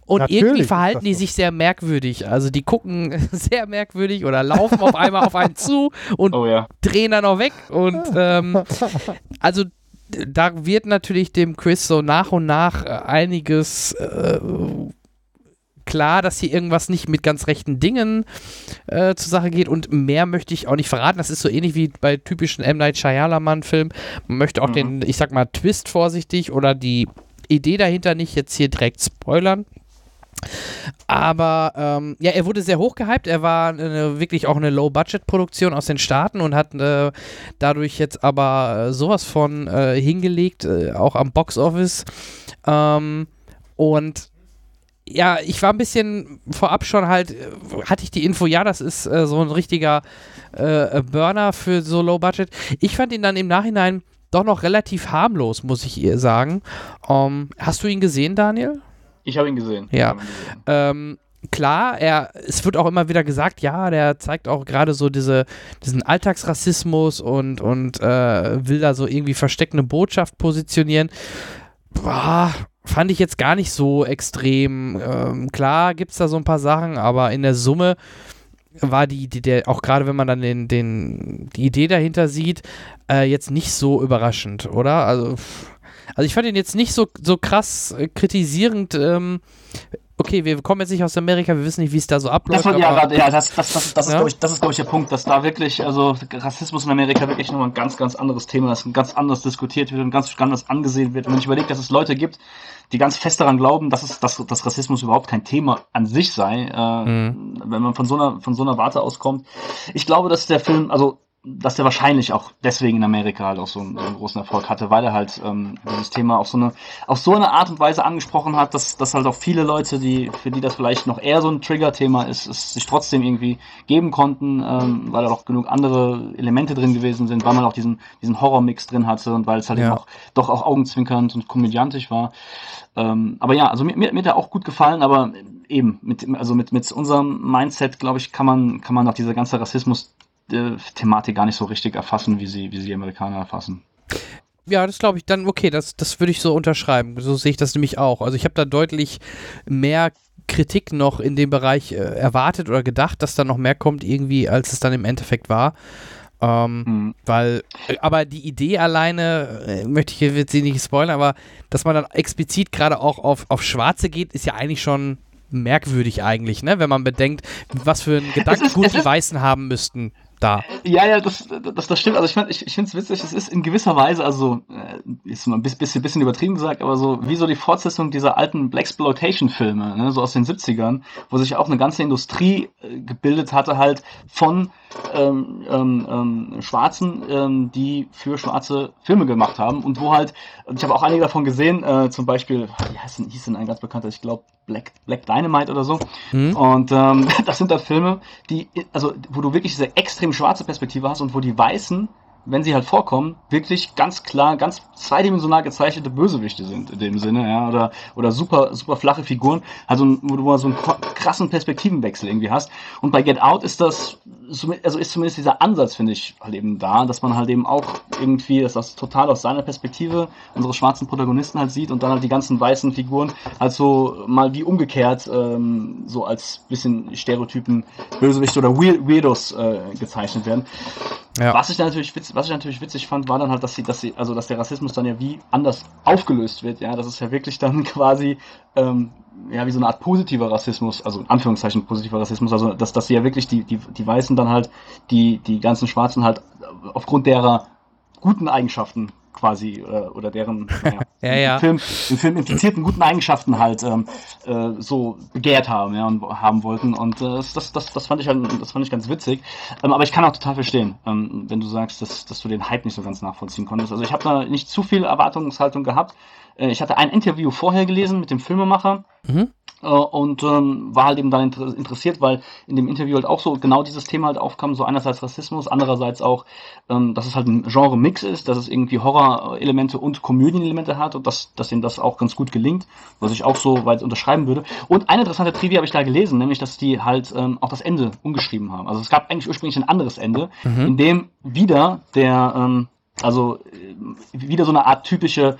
Speaker 3: Und
Speaker 4: Natürlich
Speaker 3: irgendwie
Speaker 4: ist
Speaker 3: verhalten
Speaker 4: das
Speaker 3: die
Speaker 4: so.
Speaker 3: sich sehr merkwürdig. Also die gucken sehr merkwürdig oder laufen auf einmal auf einen zu und
Speaker 5: Oh ja.
Speaker 3: drehen dann auch weg. Und ähm, also da wird natürlich dem Chris so nach und nach äh, einiges äh, klar, dass hier irgendwas nicht mit ganz rechten Dingen äh, zur Sache geht, und mehr möchte ich auch nicht verraten. Das ist so ähnlich wie bei typischen M. Night Shyamalan-Filmen. Man möchte auch
Speaker 5: Mhm.
Speaker 3: den, ich sag mal, Twist vorsichtig oder die Idee dahinter nicht jetzt hier direkt spoilern. Aber ähm, ja, er wurde sehr hoch gehypt. Er war eine, wirklich auch eine Low-Budget-Produktion aus den Staaten und hat äh, dadurch jetzt aber äh, sowas von äh, hingelegt, äh, auch am Box-Office. Ähm, und ja, ich war ein bisschen vorab schon halt, äh, hatte ich die Info, ja, das ist äh, so ein richtiger äh, Burner für so Low-Budget. Ich fand ihn dann im Nachhinein doch noch relativ harmlos, muss ich ihr sagen. Ähm, hast du ihn gesehen, Daniel?
Speaker 5: Ich habe ihn gesehen.
Speaker 3: Ja.
Speaker 5: Ich hab ihn gesehen.
Speaker 3: Ähm, klar, er, es wird auch immer wieder gesagt, ja, der zeigt auch gerade so diese, diesen Alltagsrassismus und, und äh, will da so irgendwie versteckte Botschaft positionieren. Boah, fand ich jetzt gar nicht so extrem. Ähm, klar gibt es da so ein paar Sachen, aber in der Summe war die, die der, auch gerade wenn man dann den, den, die Idee dahinter sieht, äh, jetzt nicht so überraschend, oder? Also, also ich fand ihn jetzt nicht so, so krass äh, kritisierend. Ähm, okay, wir kommen jetzt nicht aus Amerika, wir wissen nicht, wie es da so abläuft.
Speaker 5: Das, war, ja,
Speaker 3: aber,
Speaker 5: warte, ja, das, das, das, das, ist,
Speaker 3: Ja?
Speaker 5: glaube ich, das ist, glaube ich, der Punkt, dass da wirklich, also Rassismus in Amerika wirklich nochmal ein ganz, ganz anderes Thema ist, ein ganz anders diskutiert wird und ganz anders angesehen wird. Und wenn ich überlege, dass es Leute gibt, die ganz fest daran glauben, dass, es, dass, dass Rassismus überhaupt kein Thema an sich sei, äh,
Speaker 3: Mhm.
Speaker 5: wenn man von so einer, von so einer Warte auskommt. Ich glaube, dass der Film, also dass der wahrscheinlich auch deswegen in Amerika halt auch so einen, so einen großen Erfolg hatte, weil er halt ähm, dieses Thema auf so eine auf so eine Art und Weise angesprochen hat, dass, dass halt auch viele Leute, die für die das vielleicht noch eher so ein Trigger-Thema ist, es sich trotzdem irgendwie geben konnten, ähm, weil da auch genug andere Elemente drin gewesen sind, weil man auch diesen diesen Horror-Mix drin hatte und weil es halt
Speaker 3: Ja.
Speaker 5: eben auch doch auch augenzwinkernd und komödiantisch war. Ähm, aber ja, also mir, mir, mir hat er auch gut gefallen, aber eben mit also mit mit unserem Mindset, glaube ich, kann man kann man auch diese ganze Rassismus äh, Thematik gar nicht so richtig erfassen, wie sie wie sie die Amerikaner erfassen.
Speaker 3: Ja, das glaube ich dann, okay, das, das würde ich so unterschreiben. So sehe ich das nämlich auch. Also ich habe da deutlich mehr Kritik noch in dem Bereich äh, erwartet oder gedacht, dass da noch mehr kommt irgendwie, als es dann im Endeffekt war. Ähm,
Speaker 5: Mhm.
Speaker 3: Weil, äh, aber die Idee alleine, äh, möchte ich jetzt sie nicht spoilern, aber dass man dann explizit gerade auch auf, auf Schwarze geht, ist ja eigentlich schon merkwürdig eigentlich, ne? Wenn man bedenkt, was für einen Gedankengut
Speaker 5: es
Speaker 3: die
Speaker 5: ist-
Speaker 3: Weißen haben müssten da.
Speaker 5: Ja, ja, das, das, das stimmt. Also ich, find- ich, ich finde es witzig, es ist in gewisser Weise, also äh, ist mal ein bisschen, bisschen übertrieben gesagt, aber so wie so die Fortsetzung dieser alten Blaxploitation-Filme, ne, so aus den siebzigern, wo sich auch eine ganze Industrie äh, gebildet hatte, halt von ähm, ähm, ähm, Schwarzen, ähm, die für schwarze Filme gemacht haben und wo halt, ich habe auch einige davon gesehen, äh, zum Beispiel, wie heißt denn, hieß denn ein ganz bekannter, ich glaube Black, Black Dynamite oder so.
Speaker 3: Hm?
Speaker 5: Und ähm, das sind dann Filme, die, also wo du wirklich diese extrem schwarze Perspektive hast und wo die Weißen, wenn sie halt vorkommen, wirklich ganz klar, ganz zweidimensional gezeichnete Bösewichte sind in dem Sinne, ja, oder oder super super flache Figuren, also wo du mal so einen krassen Perspektivenwechsel irgendwie hast. Und bei Get Out ist das, also ist zumindest dieser Ansatz, finde ich, halt eben da, dass man halt eben auch irgendwie, dass das total aus seiner Perspektive unsere schwarzen Protagonisten halt sieht und dann halt die ganzen weißen Figuren halt so mal wie umgekehrt ähm, so als bisschen Stereotypen Bösewichte oder Weir- Weirdos äh, gezeichnet werden.
Speaker 3: Ja.
Speaker 5: Was ich dann natürlich witzig, was ich natürlich witzig fand, war dann halt, dass sie, dass sie, also dass der Rassismus dann ja wie anders aufgelöst wird, ja, das ist ja wirklich dann quasi ähm, ja wie so eine Art positiver Rassismus, also in Anführungszeichen positiver Rassismus, also dass, dass sie ja wirklich die, die, die Weißen dann halt, die, die ganzen Schwarzen halt aufgrund derer guten Eigenschaften quasi äh, oder deren naja,
Speaker 3: Ja, ja.
Speaker 5: Im, Film, im Film implizierten guten Eigenschaften halt ähm, äh, so begehrt haben, ja, und haben wollten und äh, das, das, das, das fand ich halt, das fand ich ganz witzig, ähm, aber ich kann auch total verstehen, ähm, wenn du sagst, dass, dass du den Hype nicht so ganz nachvollziehen konntest. Also ich habe da nicht zu viel Erwartungshaltung gehabt. Äh, ich hatte ein Interview vorher gelesen mit dem Filmemacher.
Speaker 3: Mhm.
Speaker 5: Äh, und ähm, war halt eben dann inter- interessiert, weil in dem Interview halt auch so genau dieses Thema halt aufkam, so einerseits Rassismus, andererseits auch, ähm, dass es halt ein Genre-Mix ist, dass es irgendwie Horror-Elemente und Komödien-Elemente hat und dass, dass ihnen das auch ganz gut gelingt, was ich auch so weit unterschreiben würde. Und eine interessante Trivia habe ich da gelesen, nämlich, dass die halt ähm, auch das Ende umgeschrieben haben. Also es gab eigentlich ursprünglich ein anderes Ende,
Speaker 3: Mhm.
Speaker 5: in dem wieder der, ähm, also äh, wieder so eine Art typische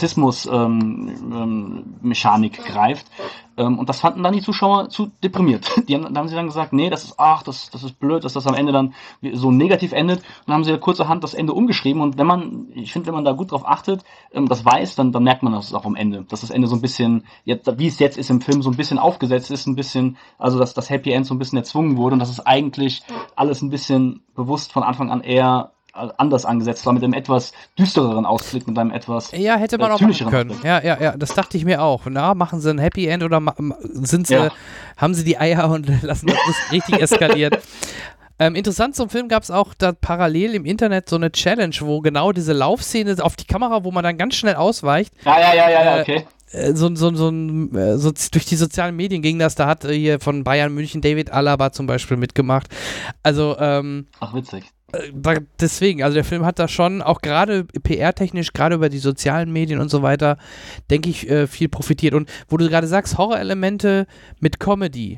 Speaker 5: Rassismus-Mechanik ähm, ähm, greift. Ähm, und das fanden dann die Zuschauer zu deprimiert. Die haben, da haben sie dann gesagt, nee, das ist, ach, das, das ist blöd, dass das am Ende dann so negativ endet. Und dann haben sie kurzerhand das Ende umgeschrieben. Und wenn man, ich finde, wenn man da gut drauf achtet, ähm, das weiß, dann, dann merkt man das auch am Ende. Dass das Ende so ein bisschen, jetzt, wie es jetzt ist im Film, so ein bisschen aufgesetzt ist, ein bisschen, also dass das Happy End so ein bisschen erzwungen wurde und dass es eigentlich alles ein bisschen bewusst von Anfang an eher anders angesetzt war, mit einem etwas düstereren Ausblick, mit einem etwas
Speaker 3: Ja, hätte man
Speaker 5: äh,
Speaker 3: auch machen
Speaker 5: zynischeren
Speaker 3: können.
Speaker 5: Ausblick.
Speaker 3: Ja, ja, ja, das dachte ich mir auch. Na, machen sie ein Happy End oder ma- sind sie,
Speaker 5: Ja.
Speaker 3: haben sie die Eier und lassen das richtig eskalieren? Ähm, interessant zum Film gab es auch da parallel im Internet so eine Challenge, wo genau diese Laufszene auf die Kamera, wo man dann ganz schnell ausweicht.
Speaker 5: Ja, ja, ja, ja, ja,
Speaker 3: äh,
Speaker 5: okay.
Speaker 3: So, so, so, ein, so durch die sozialen Medien ging das, da hat hier von Bayern München David Alaba zum Beispiel mitgemacht. Also, ähm,
Speaker 5: Ach, witzig.
Speaker 3: Da, deswegen, also der Film hat da schon auch gerade P R-technisch, gerade über die sozialen Medien und so weiter, denke ich, äh, viel profitiert. Und wo du gerade sagst, Horrorelemente mit Comedy,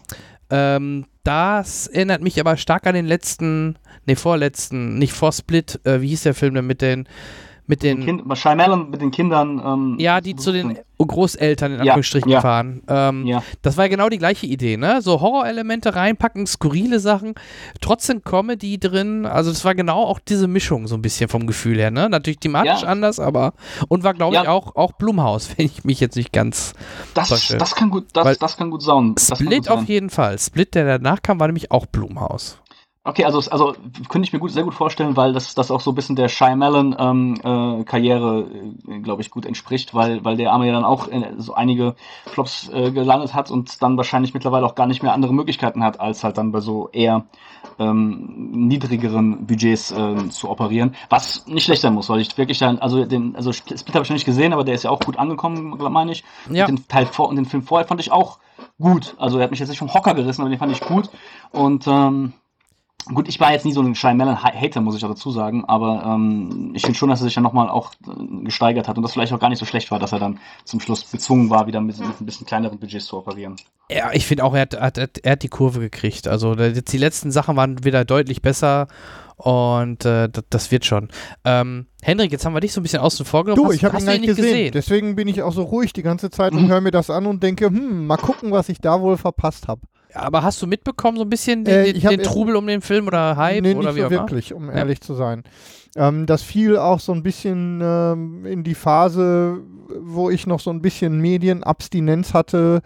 Speaker 3: ähm, das erinnert mich aber stark an den letzten, ne, vorletzten, nicht vor Split, äh, wie hieß der Film denn mit den, mit den,
Speaker 5: Kind, Shyamalan mit den Kindern. Ähm,
Speaker 3: ja, die zu den Großeltern in
Speaker 5: Ja,
Speaker 3: Anführungsstrichen
Speaker 5: ja.
Speaker 3: fahren. Ähm,
Speaker 5: Ja.
Speaker 3: Das war ja genau die gleiche Idee, ne? So Horrorelemente reinpacken, skurrile Sachen, trotzdem Comedy drin. Also das war genau auch diese Mischung so ein bisschen vom Gefühl her, ne? Natürlich thematisch
Speaker 5: Ja.
Speaker 3: anders, aber und war, glaube
Speaker 5: Ja.
Speaker 3: ich, auch, auch Blumhaus, wenn ich mich jetzt nicht ganz
Speaker 5: Das,
Speaker 3: täusche.
Speaker 5: das kann gut,
Speaker 3: Weil
Speaker 5: das, das kann gut sein. Das kann
Speaker 3: Split
Speaker 5: gut sein.
Speaker 3: auf jeden Fall. Split, der danach kam, war nämlich auch Blumhaus.
Speaker 5: Okay, also, also könnte ich mir gut, sehr gut vorstellen, weil das, das auch so ein bisschen der Shyamalan-Karriere, ähm, äh, glaube ich, gut entspricht, weil, weil der Arme ja dann auch in, so einige Flops äh, gelandet hat und dann wahrscheinlich mittlerweile auch gar nicht mehr andere Möglichkeiten hat, als halt dann bei so eher ähm, niedrigeren Budgets äh, zu operieren. Was nicht schlecht sein muss, weil ich wirklich dann, also den, also Split habe ich noch nicht gesehen, aber der ist ja auch gut angekommen, meine ich.
Speaker 3: Ja.
Speaker 5: Und den Teil vor und den Film vorher fand ich auch gut. Also er hat mich jetzt nicht vom Hocker gerissen, aber den fand ich gut. Und ähm, gut, ich war jetzt nie so ein Shyamalan-Hater, muss ich auch dazu sagen, aber ähm, ich finde schon, dass er sich dann nochmal auch äh, gesteigert hat und das vielleicht auch gar nicht so schlecht war, dass er dann zum Schluss gezwungen war, wieder mit, mit ein bisschen kleineren Budgets zu operieren.
Speaker 3: Ja, ich finde auch, er hat, hat, hat, er hat die Kurve gekriegt. Also der, jetzt die letzten Sachen waren wieder deutlich besser und äh, das, das wird schon. Ähm, Hendrik, jetzt haben wir dich so ein bisschen außen vor genommen.
Speaker 4: Du,
Speaker 3: Hast-
Speaker 4: ich habe
Speaker 3: hast
Speaker 4: ihn
Speaker 3: du
Speaker 4: gar nicht gesehen.
Speaker 3: gesehen?
Speaker 4: Deswegen bin ich auch so ruhig die ganze Zeit und höre mir das an und denke, hm, mal gucken, was ich da wohl verpasst habe.
Speaker 3: Aber hast du mitbekommen so ein bisschen den,
Speaker 4: Äh,
Speaker 3: den,
Speaker 4: ich hab
Speaker 3: den
Speaker 4: erst-
Speaker 3: Trubel um den Film oder Hype
Speaker 4: Nee,
Speaker 3: oder
Speaker 4: nicht
Speaker 3: wie
Speaker 4: so
Speaker 3: auch immer?
Speaker 4: wirklich, um
Speaker 3: Ja.
Speaker 4: ehrlich zu sein. Ähm, das fiel auch so ein bisschen ähm, in die Phase, wo ich noch so ein bisschen Medienabstinenz hatte.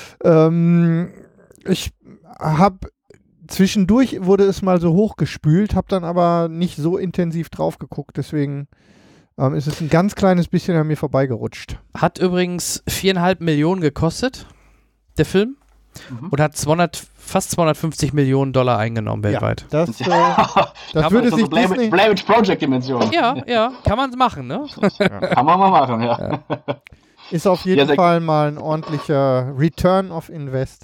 Speaker 4: Ähm, ich habe zwischendurch wurde es mal so hochgespült, habe dann aber nicht so intensiv drauf geguckt, deswegen ähm, ist es ein ganz kleines bisschen an mir vorbeigerutscht.
Speaker 3: Hat übrigens viereinhalb Millionen gekostet, der Film.
Speaker 5: Mhm.
Speaker 3: Und hat zweihundert, fast zweihundertfünfzig Millionen Dollar eingenommen weltweit.
Speaker 4: Ja, das, äh,
Speaker 5: das
Speaker 4: das würde sich
Speaker 5: Blair
Speaker 4: Disney...
Speaker 5: Blair Witch Project-Dimension.
Speaker 3: Ja, ja, kann man machen, ne?
Speaker 5: Kann man mal machen, ja.
Speaker 4: Ist auf jeden
Speaker 5: Ja, sehr-
Speaker 4: Fall mal ein ordentlicher Return of Invest.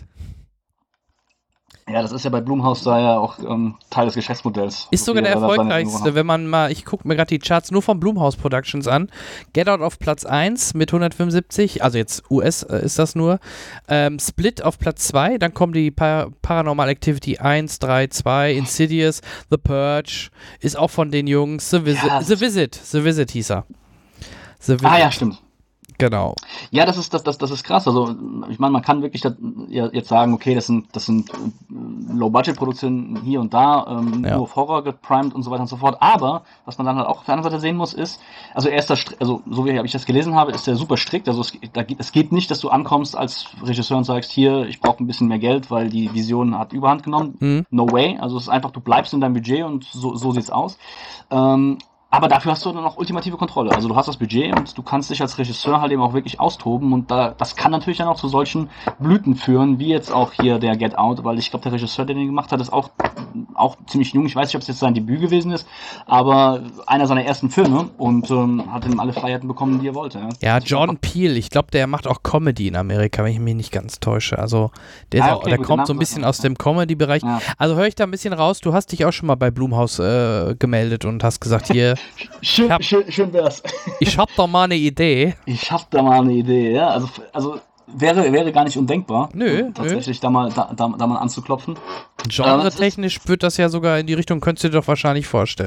Speaker 5: Ja, das ist ja bei Blumhaus da ja auch ähm, Teil des Geschäftsmodells.
Speaker 3: Ist
Speaker 5: So
Speaker 3: sogar
Speaker 5: wie
Speaker 3: der
Speaker 5: er da seine
Speaker 3: erfolgreichste,
Speaker 5: Erinnerungen
Speaker 3: wenn man mal, ich gucke mir gerade die Charts nur von Blumhouse Productions an. Get Out auf Platz eins mit hundertfünfundsiebzig, also jetzt U S äh, ist das nur. Ähm, Split auf Platz zwei, dann kommen die Par- Paranormal Activity eins, drei, zwei, Insidious, The Purge, ist auch von den Jungs, The Visit,
Speaker 5: Ja.
Speaker 3: The Visit, The Visit hieß er. The Visit.
Speaker 5: hat. Ah ja, stimmt.
Speaker 3: Genau.
Speaker 5: Ja, das ist das, das, das ist krass. Also ich meine, man kann wirklich das, ja, jetzt sagen, okay, das sind das sind äh, Low-Budget-Produktionen hier und da, ähm,
Speaker 3: Ja.
Speaker 5: nur auf Horror geprimed und so weiter und so fort. Aber was man dann halt auch auf der anderen Seite sehen muss, ist, also er ist das, also so wie ich das gelesen habe, ist er super strikt. Also es, da, geht- es geht nicht, dass du ankommst als Regisseur und sagst, hier, ich brauche ein bisschen mehr Geld, weil die Vision hat Überhand genommen.
Speaker 3: Mhm.
Speaker 5: No way. Also es ist einfach, du bleibst in deinem Budget und so, so sieht's aus. Ähm, Aber dafür hast du dann auch ultimative Kontrolle. Also du hast das Budget und du kannst dich als Regisseur halt eben auch wirklich austoben und da, das kann natürlich dann auch zu solchen Blüten führen, wie jetzt auch hier der Get Out, weil ich glaube, der Regisseur, der den gemacht hat, ist auch, auch ziemlich jung. Ich weiß nicht, ob es jetzt sein Debüt gewesen ist, aber einer seiner ersten Filme und ähm, hat ihm alle Freiheiten bekommen, die er wollte. Ja,
Speaker 3: Ja, Jordan Peele, ich glaube, der macht auch Comedy in Amerika, wenn ich mich nicht ganz täusche. Also der, ist
Speaker 5: Ah,
Speaker 3: auch,
Speaker 5: okay,
Speaker 3: der
Speaker 5: gut,
Speaker 3: kommt
Speaker 5: den
Speaker 3: so ein
Speaker 5: Namen
Speaker 3: bisschen
Speaker 5: sagt
Speaker 3: aus
Speaker 5: man,
Speaker 3: dem Comedy-Bereich.
Speaker 5: Ja.
Speaker 3: Also höre ich da ein bisschen raus, du hast dich auch schon mal bei Blumhouse äh, gemeldet und hast gesagt, hier,
Speaker 5: Schön,
Speaker 3: hab-
Speaker 5: schön, schön wär's.
Speaker 3: ich hab da mal eine Idee.
Speaker 5: Ich hab da mal eine Idee, ja. Also, also wäre, wäre gar nicht undenkbar,
Speaker 3: Nö,
Speaker 5: tatsächlich da mal, da, da, da mal anzuklopfen.
Speaker 3: Genre-technisch wird das ja sogar in die Richtung, könntest du dir doch wahrscheinlich vorstellen.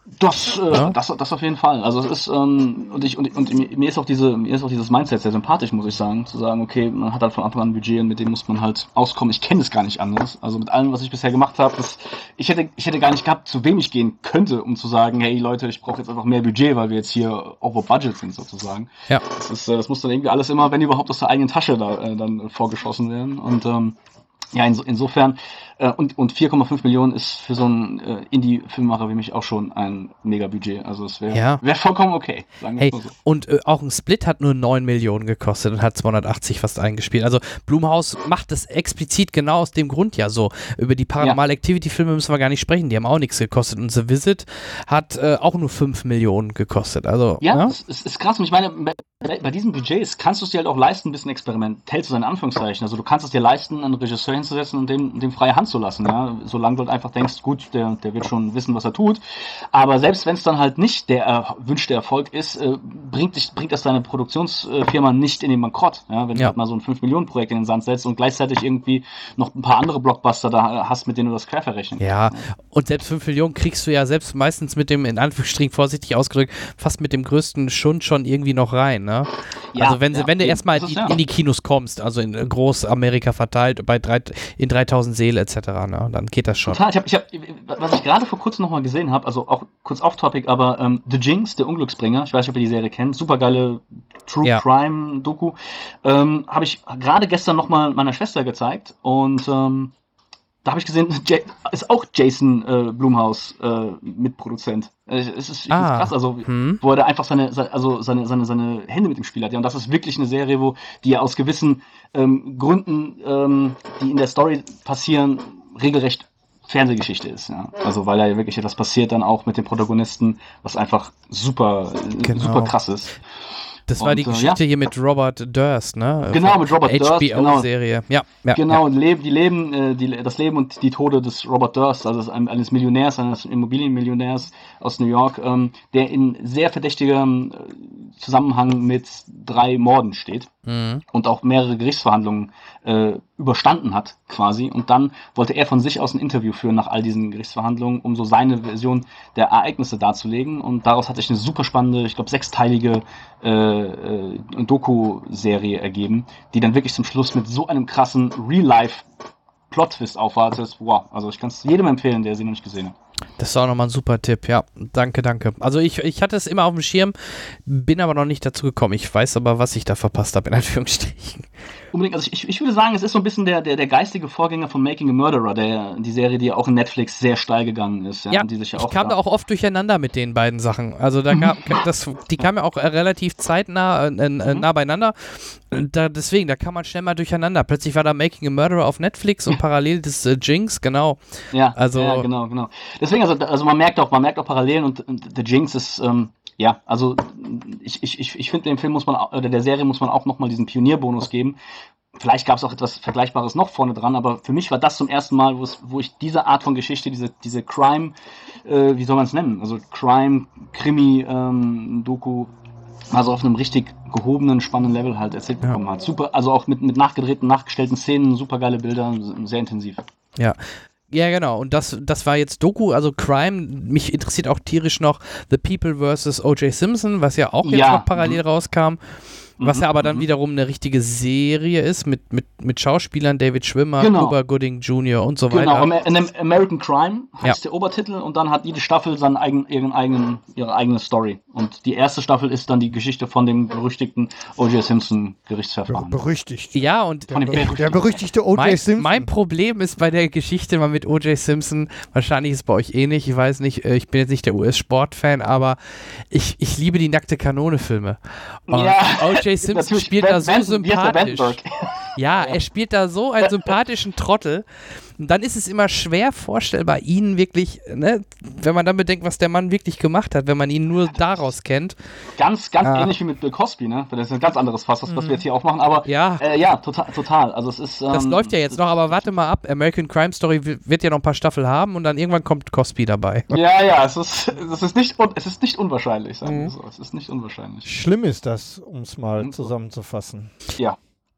Speaker 5: Das, äh,
Speaker 3: Ja.
Speaker 5: das, das auf jeden Fall. Also es ist ähm, und ich und, und mir ist auch diese mir ist auch dieses Mindset sehr sympathisch, muss ich sagen, zu sagen, okay, man hat halt von Anfang an ein Budget und mit dem muss man halt auskommen. Ich kenne es gar nicht anders. Also mit allem, was ich bisher gemacht habe, das, ich hätte ich hätte gar nicht gehabt, zu wem ich gehen könnte, um zu sagen, hey Leute, ich brauche jetzt einfach mehr Budget, weil wir jetzt hier over budget sind sozusagen.
Speaker 3: Ja.
Speaker 5: Das ist, äh, das muss dann irgendwie alles immer, wenn überhaupt, aus der eigenen Tasche da äh, dann vorgeschossen werden und ähm, ja, inso, insofern, äh, und, und vier Komma fünf Millionen ist für so einen äh, Indie-Filmemacher wie mich auch schon ein Mega-Budget. Also es wäre
Speaker 3: Ja.
Speaker 5: wär vollkommen okay, sagen wir
Speaker 3: Hey,
Speaker 5: mal so.
Speaker 3: und äh, auch ein Split hat nur neun Millionen gekostet und hat zweihundertachtzig fast eingespielt. Also Blumhouse macht das explizit genau aus dem Grund ja so. Über die Paranormal Activity-Filme müssen wir gar nicht sprechen, die haben auch nichts gekostet. Und The Visit hat äh, auch nur fünf Millionen gekostet. Also,
Speaker 5: Ja,
Speaker 3: ja?
Speaker 5: es ist, ist krass. Und ich meine, bei, bei diesen Budgets kannst du es dir halt auch leisten, ein bisschen experimentell zu sein, in Anführungszeichen. Also du kannst es dir leisten, einen Regisseur hinzusetzen und dem, dem freie Hand zu lassen, ja. Solange du halt einfach denkst, gut, der, der wird schon wissen, was er tut. Aber selbst wenn es dann halt nicht der erwünschte Erfolg ist, äh, bringt dich, bringt das deine Produktionsfirma nicht in den Bankrott, ja. Wenn du
Speaker 3: Ja.
Speaker 5: halt mal so ein fünf Millionen Projekt in den Sand setzt und gleichzeitig irgendwie noch ein paar andere Blockbuster da hast, mit denen du das quer verrechnen
Speaker 3: Ja, und selbst fünf Millionen kriegst du ja selbst meistens mit dem, in Anführungsstrichen vorsichtig ausgedrückt, fast mit dem größten Schund schon irgendwie noch rein, ne?
Speaker 5: Ja,
Speaker 3: also wenn, sie,
Speaker 5: ja,
Speaker 3: wenn du
Speaker 5: eben,
Speaker 3: erstmal
Speaker 5: das ist
Speaker 3: in,
Speaker 5: ja.
Speaker 3: in die Kinos kommst, also in Großamerika verteilt, bei drei, in dreitausend Seele et cetera, ne? Dann geht das schon.
Speaker 5: Total. Ich hab, ich hab, was ich gerade vor kurzem nochmal gesehen habe, also auch kurz off-topic, aber ähm, The Jinx, der Unglücksbringer, ich weiß nicht, ob ihr die Serie kennt, supergeile True
Speaker 3: Ja.
Speaker 5: Crime Doku, ähm, habe ich gerade gestern nochmal meiner Schwester gezeigt und ähm, da habe ich gesehen, J- ist auch Jason äh, Blumhouse äh, Mitproduzent. Äh, Es ist, ich
Speaker 3: Ah.
Speaker 5: find's krass, also
Speaker 3: Hm.
Speaker 5: wo er da einfach seine, se- also seine, seine, seine Hände mit dem Spiel hat. Ja, und das ist wirklich eine Serie, wo die ja aus gewissen ähm, Gründen, ähm, die in der Story passieren, regelrecht Fernsehgeschichte ist. Ja. Also weil da ja wirklich etwas passiert dann auch mit dem Protagonisten, was einfach super, äh,
Speaker 3: Genau.
Speaker 5: super krass ist.
Speaker 3: Das war
Speaker 5: Und,
Speaker 3: die
Speaker 5: äh,
Speaker 3: Geschichte
Speaker 5: ja.
Speaker 3: hier mit Robert Durst, ne?
Speaker 5: Genau,
Speaker 3: Von
Speaker 5: mit Robert Durst,
Speaker 3: H B
Speaker 5: genau.
Speaker 3: O-Serie. Ja, ja,
Speaker 5: Genau,
Speaker 3: ja.
Speaker 5: und leben, die leben, äh, die, das Leben und die Tode des Robert Durst, also eines eines Millionärs, eines Immobilienmillionärs aus New York, ähm, der in sehr verdächtigem äh, Zusammenhang mit drei Morden steht
Speaker 3: Mhm.
Speaker 5: und auch mehrere Gerichtsverhandlungen äh, überstanden hat, quasi. Und dann wollte er von sich aus ein Interview führen nach all diesen Gerichtsverhandlungen, um so seine Version der Ereignisse darzulegen. Und daraus hatte ich eine super spannende, ich glaube, sechsteilige äh, äh, Doku-Serie ergeben, die dann wirklich zum Schluss mit so einem krassen Real-Life Plot-Twist aufwartet. Wow, also ich kann es jedem empfehlen, der sie noch nicht gesehen hat.
Speaker 3: Das ist auch nochmal ein super Tipp, ja. Danke, danke. Also ich, ich hatte es immer auf dem Schirm, bin aber noch nicht dazu gekommen. Ich weiß aber, was ich da verpasst habe, in Anführungsstrichen.
Speaker 5: Unbedingt, also ich, ich würde sagen, es ist so ein bisschen der, der, der geistige Vorgänger von Making a Murderer, der, die Serie, die ja auch in Netflix sehr steil gegangen ist. Ja,
Speaker 3: Ja,
Speaker 5: und die sich ja
Speaker 3: ich
Speaker 5: auch
Speaker 3: kam da auch oft durcheinander mit den beiden Sachen. Also da gab, das, die kamen ja auch äh, relativ zeitnah äh, äh, nah beieinander. Und Da, deswegen, da kam man schnell mal durcheinander. Plötzlich war da Making a Murderer auf Netflix und parallel das äh, Jinx, genau.
Speaker 5: Ja,
Speaker 3: Also-
Speaker 5: ja, genau, genau. Deswegen, also, also man merkt auch, man merkt auch Parallelen und, und The Jinx ist, ähm, ja, also ich, ich, ich, ich finde, dem Film muss man, au- oder der Serie muss man auch nochmal diesen Pionierbonus geben. Vielleicht gab es auch etwas Vergleichbares noch vorne dran, aber für mich war das zum ersten Mal, wo es, wo ich diese Art von Geschichte, diese, diese Crime, äh, wie soll man es nennen? Also Crime, Krimi, ähm, Doku, also auf einem richtig gehobenen, spannenden Level halt erzählt
Speaker 3: Ja.
Speaker 5: bekommen hat. Super, also auch mit, mit nachgedrehten, nachgestellten Szenen, super geile Bilder, sehr intensiv.
Speaker 3: Ja. Ja, genau. Und das, das war jetzt Doku, also Crime. Mich interessiert auch tierisch noch The People versus O J Simpson, was ja auch jetzt
Speaker 5: Ja.
Speaker 3: noch parallel rauskam. Was
Speaker 5: Mhm,
Speaker 3: ja aber dann
Speaker 5: mhm.
Speaker 3: wiederum eine richtige Serie ist mit, mit, mit Schauspielern, David Schwimmer,
Speaker 5: Genau.
Speaker 3: Cuba Gooding Junior und so
Speaker 5: Genau,
Speaker 3: weiter.
Speaker 5: Amer- Am- American Crime heißt
Speaker 3: Ja.
Speaker 5: der Obertitel und dann hat jede Staffel seinen eigen, ihren eigenen, ihre eigene Story. Und die erste Staffel ist dann die Geschichte von dem berüchtigten O J Simpson Gerichtsverfahren.
Speaker 4: Berüchtigt.
Speaker 3: Ja, und
Speaker 5: Von dem
Speaker 4: Der,
Speaker 5: Berüchtigten.
Speaker 4: der berüchtigte O J
Speaker 3: mein,
Speaker 4: Simpson.
Speaker 3: mein Problem ist bei der Geschichte mal mit O J Simpson, wahrscheinlich ist es bei euch ähnlich, ich weiß nicht, äh, ich bin jetzt nicht der U S-Sport-Fan, aber ich, ich liebe die nackte Kanone-Filme. Und
Speaker 5: Ja,
Speaker 3: O J Simpson
Speaker 5: natürlich,
Speaker 3: spielt
Speaker 5: Ben-
Speaker 3: da so
Speaker 5: Benson, wie heißt der,
Speaker 3: sympathisch.
Speaker 5: Benberg?
Speaker 3: Ja, er spielt da so einen sympathischen Trottel. Und dann ist es immer schwer vorstellbar, ihn wirklich, ne, wenn man dann bedenkt, was der Mann wirklich gemacht hat, wenn man ihn nur daraus kennt.
Speaker 5: Ganz, ganz
Speaker 3: Ah.
Speaker 5: ähnlich wie mit Bill Cosby, ne? Das ist ein ganz anderes Fass, was, was wir jetzt hier auch machen, aber
Speaker 3: Ja.
Speaker 5: äh, ja, total, total. Also es ist. Ähm,
Speaker 3: Das läuft ja jetzt noch, aber warte mal ab. American Crime Story wi- wird ja noch ein paar Staffeln haben und dann irgendwann kommt Cosby dabei.
Speaker 5: Ja, ja, es ist, es ist nicht, un, es ist nicht unwahrscheinlich, sagen wir
Speaker 3: Mhm.
Speaker 5: so. Es ist nicht unwahrscheinlich.
Speaker 4: Schlimm ist das, um es mal
Speaker 5: Mhm.
Speaker 4: zusammenzufassen.
Speaker 5: Ja.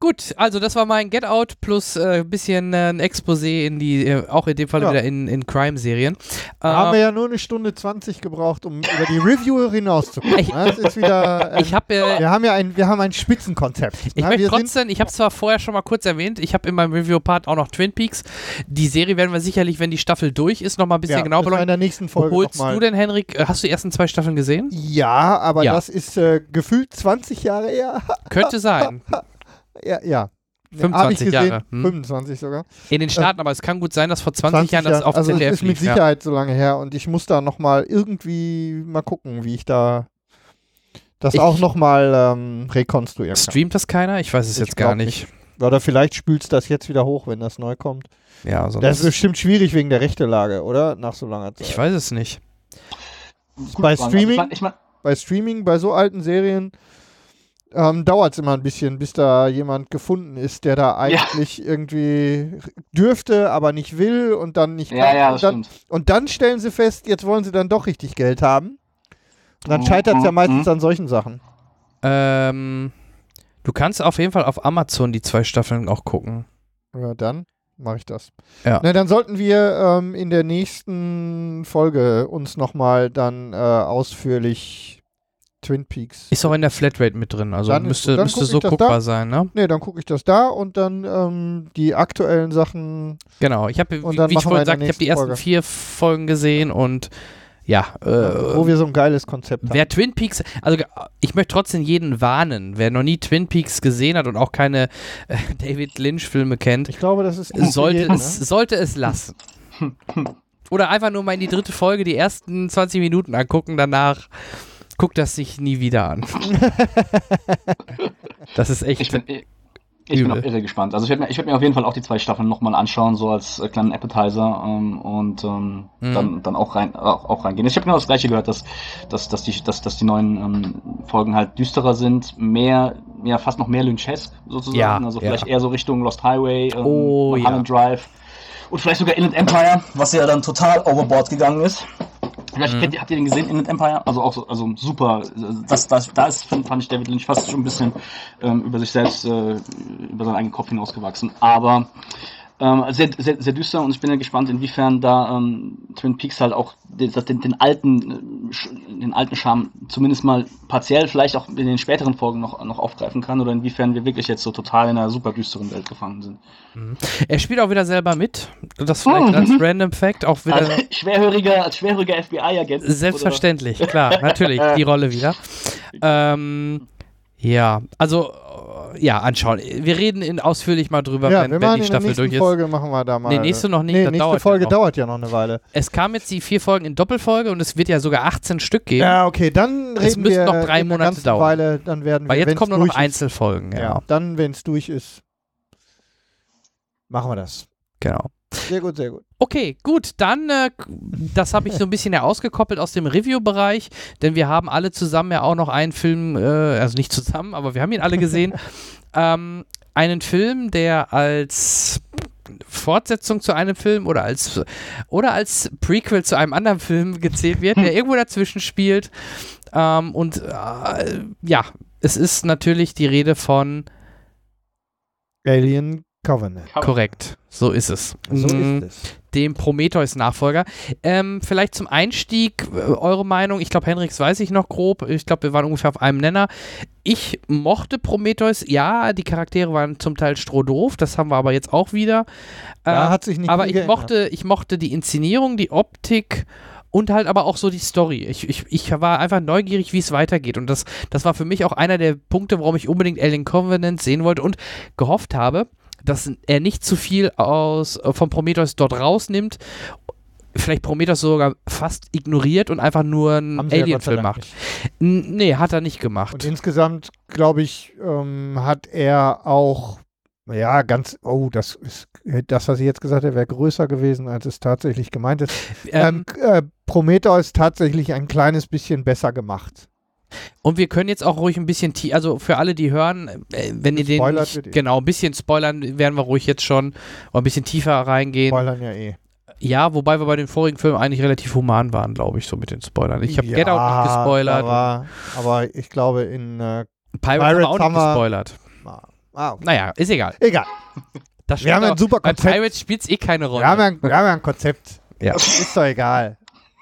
Speaker 3: Gut, also das war mein Get Out plus ein äh, bisschen äh, ein Exposé in die, äh, auch in dem Fall ja. wieder in, in Crime-Serien.
Speaker 4: Da äh, haben wir ja nur eine Stunde zwanzig gebraucht, um über die Review hinauszukommen. Ich, das ist wieder, ähm,
Speaker 3: ich hab, äh,
Speaker 4: wir haben ja ein, wir haben ein Spitzenkonzept.
Speaker 3: Ich
Speaker 4: ja,
Speaker 3: möchte trotzdem, ich habe es zwar vorher schon mal kurz erwähnt, ich habe in meinem Review-Part auch noch Twin Peaks. Die Serie werden wir sicherlich, wenn die Staffel durch ist, noch mal ein bisschen
Speaker 4: ja,
Speaker 3: genau beleuchten.
Speaker 4: In der nächsten Folge
Speaker 3: Holst
Speaker 4: noch mal.
Speaker 3: du denn, Henrik, hast du die ersten zwei Staffeln gesehen?
Speaker 4: Ja, aber
Speaker 3: ja.
Speaker 4: das ist äh, gefühlt zwanzig Jahre her.
Speaker 3: Könnte sein.
Speaker 4: ja, ja.
Speaker 3: fünfundzwanzig
Speaker 4: gesehen,
Speaker 3: Jahre. Hm.
Speaker 4: fünfundzwanzig sogar.
Speaker 3: In den Staaten, äh, aber es kann gut sein, dass vor zwanzig Jahren das auf
Speaker 4: also
Speaker 3: Z D F
Speaker 4: es ist mit
Speaker 3: lief,
Speaker 4: Sicherheit
Speaker 3: ja.
Speaker 4: so lange her und ich muss da nochmal irgendwie mal gucken, wie ich da das ich auch nochmal ähm, rekonstruieren kann.
Speaker 3: Streamt das keiner? Ich weiß es
Speaker 4: ich
Speaker 3: jetzt gar nicht.
Speaker 4: nicht. Oder vielleicht spülst das jetzt wieder hoch, wenn das neu kommt.
Speaker 3: Ja, sonst
Speaker 4: das ist bestimmt schwierig wegen der Rechtelage, oder? Nach so langer Zeit.
Speaker 3: Ich weiß es nicht.
Speaker 4: Bei Streaming,
Speaker 5: also ich mein,
Speaker 4: bei Streaming, bei so alten Serien Ähm, dauert es immer ein bisschen, bis da jemand gefunden ist, der da eigentlich ja. irgendwie dürfte, aber nicht will und dann nicht
Speaker 5: ja,
Speaker 4: kann.
Speaker 5: Ja,
Speaker 4: und, dann, und dann stellen sie fest, jetzt wollen sie dann doch richtig Geld haben. Und dann scheitert es ja meistens an solchen Sachen.
Speaker 3: Ähm, du kannst auf jeden Fall auf Amazon die zwei Staffeln auch gucken.
Speaker 4: Ja, dann mache ich das.
Speaker 3: Ja.
Speaker 4: Na, dann sollten wir ähm, in der nächsten Folge uns nochmal dann äh, ausführlich Twin Peaks.
Speaker 3: Ist auch in der Flatrate mit drin, also
Speaker 4: dann
Speaker 3: müsste,
Speaker 4: ist, dann
Speaker 3: müsste so guckbar
Speaker 4: da.
Speaker 3: sein, ne?
Speaker 4: Ne, dann gucke ich das da und dann ähm, die aktuellen Sachen.
Speaker 3: Genau, ich habe, wie, wie ich vorhin sagte, ich habe die ersten
Speaker 4: Folge.
Speaker 3: vier Folgen gesehen und ja. Äh,
Speaker 4: Wo wir so ein geiles Konzept haben.
Speaker 3: Wer Twin Peaks, also ich möchte trotzdem jeden warnen, wer noch nie Twin Peaks gesehen hat und auch keine äh, David Lynch-Filme kennt,
Speaker 4: ich glaube, das ist
Speaker 3: sollte,
Speaker 4: jeden,
Speaker 3: es,
Speaker 4: ne?
Speaker 3: sollte es lassen. Oder einfach nur mal in die dritte Folge die ersten zwanzig Minuten angucken, danach guckt das sich nie wieder an. Das ist echt.
Speaker 5: Ich bin, ich, ich bin auch irre gespannt. Also ich werde mir, werd mir auf jeden Fall auch die zwei Staffeln nochmal anschauen, so als äh, kleinen Appetizer ähm, und ähm, mhm. dann, dann auch, rein, auch, auch reingehen. Ich habe genau das Gleiche gehört, dass, dass, dass, die, dass, dass die neuen ähm, Folgen halt düsterer sind, mehr, ja fast noch mehr Lynchesque sozusagen.
Speaker 3: Ja,
Speaker 5: also
Speaker 3: ja.
Speaker 5: vielleicht eher so Richtung Lost Highway, ähm,
Speaker 3: oh,
Speaker 5: Mulholland
Speaker 3: ja.
Speaker 5: Drive und vielleicht sogar Inland Empire, was ja dann total overboard gegangen ist. Vielleicht mhm. habt ihr den gesehen, Inland Empire? Also auch so, also super. Das, das, da ist, fand ich David Lynch fast schon ein bisschen ähm, über sich selbst, äh, über seinen eigenen Kopf hinausgewachsen. Aber ähm, sehr, sehr, sehr düster und ich bin ja gespannt, inwiefern da ähm, Twin Peaks halt auch den, den, den alten, den alten Charme zumindest mal partiell, vielleicht auch in den späteren Folgen noch, noch aufgreifen kann oder inwiefern wir wirklich jetzt so total in einer super düsteren Welt gefangen sind.
Speaker 3: Mhm. Er spielt auch wieder selber mit. Das vielleicht mhm. als Random Fact auch wieder.
Speaker 5: Als schwerhöriger, als schwerhöriger F B I-Agent.
Speaker 3: Selbstverständlich, oder? Klar, natürlich, die Rolle wieder. Ähm, ja, also ja, anschauen. Wir reden in ausführlich mal drüber,
Speaker 4: ja,
Speaker 3: wenn,
Speaker 4: wir
Speaker 3: wenn
Speaker 4: machen
Speaker 3: die
Speaker 4: in
Speaker 3: Staffel
Speaker 4: der
Speaker 3: durch ist.
Speaker 4: Folge machen wir da mal.
Speaker 3: Nee, nächste noch nicht.
Speaker 4: Nee,
Speaker 3: das
Speaker 4: nächste
Speaker 3: dauert
Speaker 4: Folge
Speaker 3: ja
Speaker 4: dauert ja noch eine Weile.
Speaker 3: Es kamen jetzt die vier Folgen in Doppelfolge und es wird ja sogar achtzehn Stück geben.
Speaker 4: Ja, okay, dann reden
Speaker 3: es müssen
Speaker 4: wir
Speaker 3: noch drei
Speaker 4: in
Speaker 3: Monate dauern.
Speaker 4: Weile, dann werden
Speaker 3: Weil
Speaker 4: wir,
Speaker 3: jetzt kommen nur noch
Speaker 4: ist,
Speaker 3: Einzelfolgen. Ja.
Speaker 4: ja, dann, wenn es durch ist, machen wir das.
Speaker 3: Genau.
Speaker 4: Sehr gut, sehr gut.
Speaker 3: Okay, gut, dann, äh, das habe ich so ein bisschen ja ausgekoppelt aus dem Review-Bereich, denn wir haben alle zusammen ja auch noch einen Film, äh, also nicht zusammen, aber wir haben ihn alle gesehen, ähm, einen Film, der als Fortsetzung zu einem Film oder als, oder als Prequel zu einem anderen Film gezählt wird, der irgendwo dazwischen spielt. Ähm, und äh, ja, es ist natürlich die Rede von
Speaker 4: Alien Covenant.
Speaker 3: Korrekt, so ist es.
Speaker 4: So ist es.
Speaker 3: Dem Prometheus-Nachfolger. Ähm, vielleicht zum Einstieg äh, eure Meinung. Ich glaube, Henriks weiß ich noch grob. Ich glaube, wir waren ungefähr auf einem Nenner. Ich mochte Prometheus. Ja, die Charaktere waren zum Teil strohdoof. Das haben wir aber jetzt auch wieder. Äh,
Speaker 4: da hat sich nicht
Speaker 3: aber
Speaker 4: viel
Speaker 3: ich
Speaker 4: geändert.
Speaker 3: mochte, ich mochte die Inszenierung, die Optik und halt aber auch so die Story. Ich, ich, ich war einfach neugierig, wie es weitergeht. Und das, das war für mich auch einer der Punkte, warum ich unbedingt Alien Covenant sehen wollte und gehofft habe, dass er nicht zu viel aus vom Prometheus dort rausnimmt, vielleicht Prometheus sogar fast ignoriert und einfach nur einen Alien-Film ja macht. N- nee, hat er nicht gemacht.
Speaker 4: Und insgesamt, glaube ich, ähm, hat er auch, ja, ganz, oh, das ist, das, was ich jetzt gesagt habe, wäre größer gewesen, als es tatsächlich gemeint ist. Ähm, ähm, äh, Prometheus tatsächlich ein kleines bisschen besser gemacht.
Speaker 3: Und wir können jetzt auch ruhig ein bisschen, tie- also für alle, die hören, äh, wenn ihr den nicht, genau, ein bisschen spoilern, werden wir ruhig jetzt schon ein bisschen tiefer reingehen.
Speaker 4: Spoilern ja eh.
Speaker 3: Ja, wobei wir bei den vorigen Filmen eigentlich relativ human waren, glaube ich, so mit den Spoilern. Ich habe
Speaker 4: ja,
Speaker 3: Get Out nicht gespoilert.
Speaker 4: Aber, aber ich glaube, in äh,
Speaker 3: Pirates, Pirates haben wir auch nicht gespoilert.
Speaker 4: Ah, okay.
Speaker 3: Naja, ist egal.
Speaker 4: Egal.
Speaker 3: Das
Speaker 4: Wir haben
Speaker 3: auch,
Speaker 4: ein super
Speaker 3: bei
Speaker 4: Konzept.
Speaker 3: Pirates spielt es eh keine Rolle.
Speaker 4: Wir haben, ein, wir haben ein Konzept.
Speaker 3: Ja.
Speaker 4: Ist doch egal.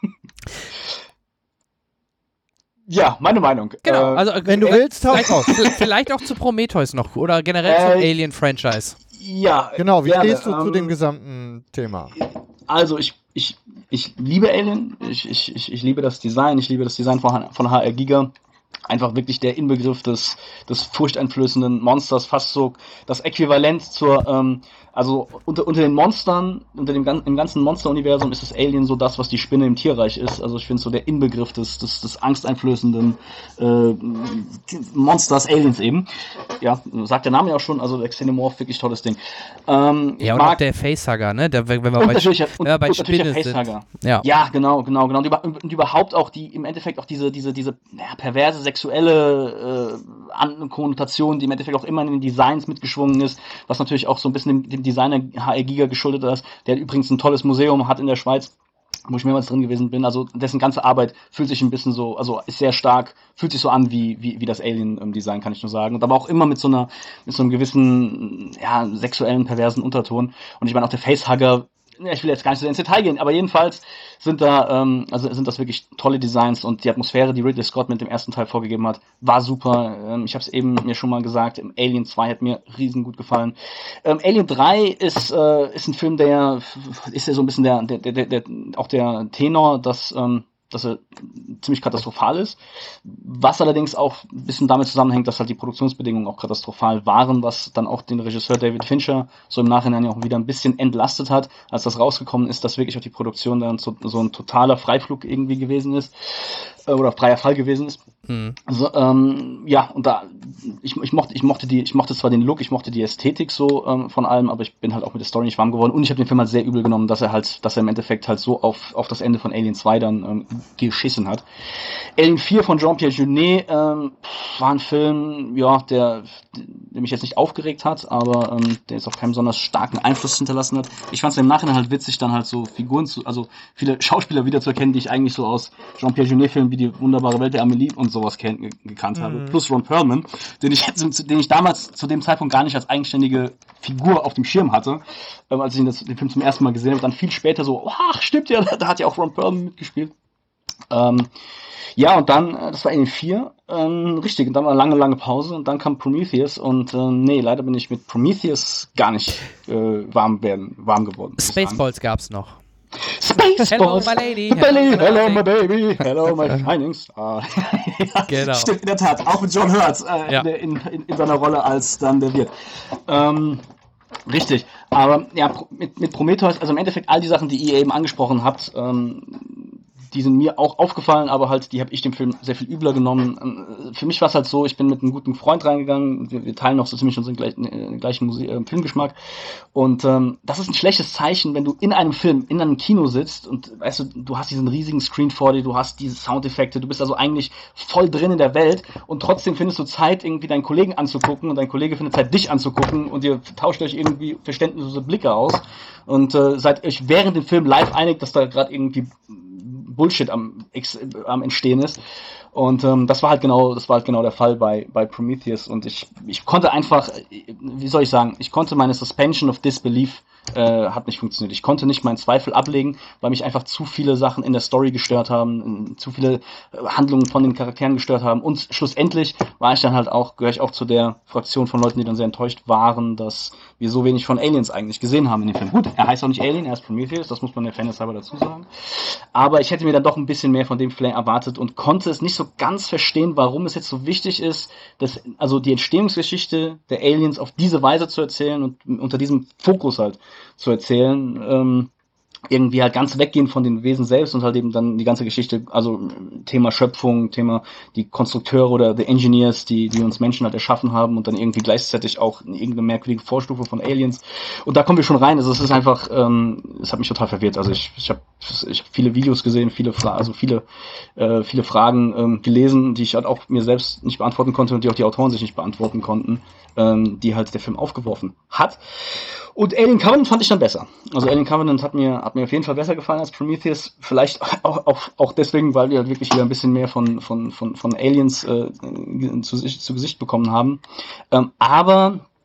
Speaker 5: Ja, meine Meinung.
Speaker 3: Genau,
Speaker 5: Äh,
Speaker 3: also
Speaker 4: Wenn du
Speaker 3: äh,
Speaker 4: willst, hau
Speaker 3: vielleicht,
Speaker 4: raus.
Speaker 3: vielleicht auch zu Prometheus noch oder generell
Speaker 5: Äh,
Speaker 3: zum Alien-Franchise.
Speaker 5: ja.
Speaker 4: Genau, wie
Speaker 5: gerne,
Speaker 4: stehst du zu
Speaker 5: ähm,
Speaker 4: dem gesamten Thema?
Speaker 5: Also ich, ich, ich liebe Alien, ich, ich, ich, ich liebe das Design, ich liebe das Design von, von H R Giger. Einfach wirklich der Inbegriff des, des furchteinflößenden Monsters, fast so das Äquivalent zur, ähm, also unter, unter den Monstern, unter dem im ganzen Monster-Universum ist das Alien so das, was die Spinne im Tierreich ist. Also ich finde so der Inbegriff des, des, des angsteinflößenden äh, Monsters, Aliens eben. Ja, sagt der Name ja auch schon, also der Xenomorph, wirklich tolles Ding. Ähm,
Speaker 3: Ja, und
Speaker 5: mag
Speaker 3: auch der Facehugger, ne? Der, wenn wir bei,
Speaker 5: unterschiedlicher,
Speaker 3: wenn wir bei
Speaker 5: und, unterschiedlicher
Speaker 3: Spinne sind.
Speaker 5: Facehugger.
Speaker 3: Ja.
Speaker 5: Ja, genau, genau, genau. Und, über, und überhaupt auch die, im Endeffekt auch diese, diese, diese ja, perverse sexuelle äh, An- Konnotation, die im Endeffekt auch immer in den Designs mitgeschwungen ist, was natürlich auch so ein bisschen dem, dem Designer H R Giger geschuldet ist, der übrigens ein tolles Museum hat in der Schweiz, wo ich mehrmals drin gewesen bin, also dessen ganze Arbeit fühlt sich ein bisschen so, also ist sehr stark, fühlt sich so an wie, wie, wie das Alien-Design, kann ich nur sagen. Und aber auch immer mit so einer, mit so einem gewissen, ja, sexuellen, perversen Unterton. Und ich meine auch der Facehugger, ja, ich will jetzt gar nicht so ins Detail gehen, aber jedenfalls sind da, ähm, also sind das wirklich tolle Designs und die Atmosphäre, die Ridley Scott mit dem ersten Teil vorgegeben hat, war super. Ähm, ich habe es eben mir schon mal gesagt, Alien zwei hat mir riesen gut gefallen. Ähm, Alien drei ist äh, ist ein Film, der ist ja so ein bisschen der, der, der, der auch der Tenor, dass ähm, dass er ziemlich katastrophal ist, was allerdings auch ein bisschen damit zusammenhängt, dass halt die Produktionsbedingungen auch katastrophal waren, was dann auch den Regisseur David Fincher so im Nachhinein ja auch wieder ein bisschen entlastet hat, als das rausgekommen ist, dass wirklich auch die Produktion dann so, so ein totaler Freiflug irgendwie gewesen ist, äh, oder freier Fall gewesen ist.
Speaker 3: Hm.
Speaker 5: Also, ähm, ja, und da, ich, ich mochte, ich mochte die, ich mochte zwar den Look, ich mochte die Ästhetik so ähm, von allem, aber ich bin halt auch mit der Story nicht warm geworden und ich habe den Film halt sehr übel genommen, dass er halt, dass er im Endeffekt halt so auf, auf das Ende von Alien zwei dann ähm, geschissen hat. Alien vier von Jean-Pierre Jeunet ähm, war ein Film, ja, der, der mich jetzt nicht aufgeregt hat, aber ähm, der jetzt auch keinen besonders starken Einfluss hinterlassen hat. Ich fand es im Nachhinein halt witzig, dann halt so Figuren zu, also viele Schauspieler wiederzuerkennen, die ich eigentlich so aus Jean-Pierre Jeunet-Filmen wie die wunderbare Welt der Amelie und sowas kenn, gekannt habe.
Speaker 3: Mhm.
Speaker 5: Plus Ron Perlman, den ich, den ich damals zu dem Zeitpunkt gar nicht als eigenständige Figur auf dem Schirm hatte, ähm, als ich das, den Film zum ersten Mal gesehen habe. Dann viel später so, ach, stimmt ja, da hat ja auch Ron Perlman mitgespielt. Ähm, ja, und dann, äh, das war Alien vier, ähm, richtig, und dann war eine lange, lange Pause und dann kam Prometheus und äh, nee, leider bin ich mit Prometheus gar nicht äh, warm werden, warm geworden.
Speaker 3: Spaceballs gab's noch.
Speaker 5: Spaceballs!
Speaker 3: Hello, my lady.
Speaker 5: Hello,
Speaker 3: Hello,
Speaker 5: hello,
Speaker 3: my
Speaker 5: my baby. Hello, my shining star. Ja,
Speaker 3: Genau.
Speaker 5: stimmt, in der Tat. Auch mit John Hurt äh,
Speaker 3: Ja.
Speaker 5: der in, in, in seiner Rolle als dann der Wirt. Ähm, richtig. Aber ja, mit, mit Prometheus, also im Endeffekt all die Sachen, die ihr eben angesprochen habt, ähm, die sind mir auch aufgefallen, aber halt, die habe ich dem Film sehr viel übler genommen. Für mich war es halt so, ich bin mit einem guten Freund reingegangen, wir, wir teilen noch so ziemlich unseren gleichen, äh, gleichen Musik, äh, Filmgeschmack und ähm, das ist ein schlechtes Zeichen, wenn du in einem Film, in einem Kino sitzt und weißt du, du hast diesen riesigen Screen vor dir, du hast diese Soundeffekte, du bist also eigentlich voll drin in der Welt und trotzdem findest du Zeit, irgendwie deinen Kollegen anzugucken und dein Kollege findet Zeit, dich anzugucken und ihr tauscht euch irgendwie verständnislose Blicke aus und äh, seid euch während dem Film live einig, dass da gerade irgendwie Bullshit am, am Entstehen ist. Und ähm, das war halt genau, das war halt genau der Fall bei, bei Prometheus. Und ich, ich konnte einfach, wie soll ich sagen, ich konnte meine Suspension of Disbelief äh, hat nicht funktioniert. Ich konnte nicht meinen Zweifel ablegen, weil mich einfach zu viele Sachen in der Story gestört haben, zu viele Handlungen von den Charakteren gestört haben. Und schlussendlich war ich dann halt auch, gehöre ich auch zu der Fraktion von Leuten, die dann sehr enttäuscht waren, dass wir so wenig von Aliens eigentlich gesehen haben in dem Film. Gut, er heißt auch nicht Alien, er ist Prometheus, das muss man der Fairness halber dazu sagen. Aber ich hätte mir dann doch ein bisschen mehr von dem Film erwartet und konnte es nicht so ganz verstehen, warum es jetzt so wichtig ist, dass, also die Entstehungsgeschichte der Aliens auf diese Weise zu erzählen und unter diesem Fokus halt zu erzählen, ähm, irgendwie halt ganz weggehen von den Wesen selbst und halt eben dann die ganze Geschichte, also Thema Schöpfung, Thema die Konstrukteure oder the Engineers, die die uns Menschen halt erschaffen haben und dann irgendwie gleichzeitig auch irgendeine merkwürdige Vorstufe von Aliens. Und da kommen wir schon rein. Also es ist einfach, ähm, es hat mich total verwirrt. Also ich ich habe ich hab viele Videos gesehen, viele Fra- also viele äh, viele Fragen ähm, gelesen, die ich halt auch mir selbst nicht beantworten konnte und die auch die Autoren sich nicht beantworten konnten, ähm, die halt der Film aufgeworfen hat. Und Alien Covenant fand ich dann besser. Also Alien Covenant hat mir, hat mir auf jeden Fall besser gefallen als Prometheus. Vielleicht auch, auch, auch deswegen, weil wir halt wirklich wieder ein bisschen mehr von, von, von, von Aliens äh, zu, zu Gesicht bekommen haben. Ähm, aber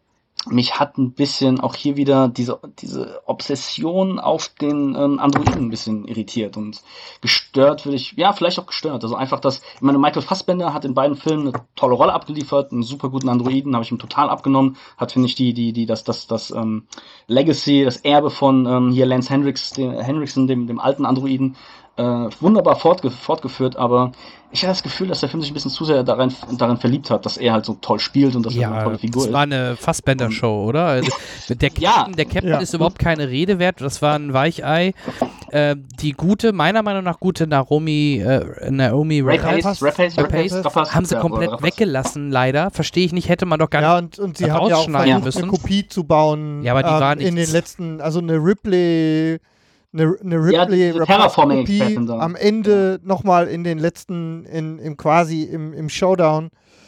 Speaker 5: mich hat ein bisschen auch hier wieder diese, diese Obsession auf den ähm, Androiden ein bisschen irritiert und gestört würde ich, ja, vielleicht auch gestört. Also einfach das, ich meine, Michael Fassbender hat in beiden Filmen eine tolle Rolle abgeliefert, einen super guten Androiden, habe ich ihm total abgenommen, hat, finde ich, die, die, die, das, das, das ähm, Legacy, das Erbe von ähm, hier Lance Hendricks, dem, Henriksen, dem, dem alten Androiden, äh, wunderbar fortge- fortgeführt, aber ich hatte das Gefühl, dass der Film sich ein bisschen zu sehr darin, darin verliebt hat, dass er halt so toll spielt und dass
Speaker 3: ja,
Speaker 5: er eine tolle Figur ist.
Speaker 3: Das war eine Fassbender-Show, oder? Also, der Captain,
Speaker 5: ja.
Speaker 3: der Captain
Speaker 4: Ja.
Speaker 3: ist überhaupt keine Rede wert, das war ein Weichei. Äh, die gute, meiner Meinung nach gute Naomi, äh, Naomi
Speaker 5: Rapace, Rapace,
Speaker 3: Rapace,
Speaker 5: Rapace,
Speaker 3: haben sie
Speaker 5: ja,
Speaker 3: komplett
Speaker 5: Rapace.
Speaker 3: weggelassen, leider. Verstehe ich nicht, hätte man doch gar
Speaker 4: Ja,
Speaker 3: nicht
Speaker 4: und, und sie haben ja auch
Speaker 3: rausschneiden
Speaker 4: versucht,
Speaker 3: müssen.
Speaker 4: eine Kopie zu bauen
Speaker 3: Ja, aber die
Speaker 4: ähm,
Speaker 3: war
Speaker 4: in den
Speaker 3: nichts.
Speaker 4: letzten, also eine Ripley, eine, eine
Speaker 5: Ja,
Speaker 4: Ripley
Speaker 5: diese Terraforming-Expertin
Speaker 4: Kopie
Speaker 5: da.
Speaker 4: am Ende nochmal in den letzten, in, im quasi im, im Showdown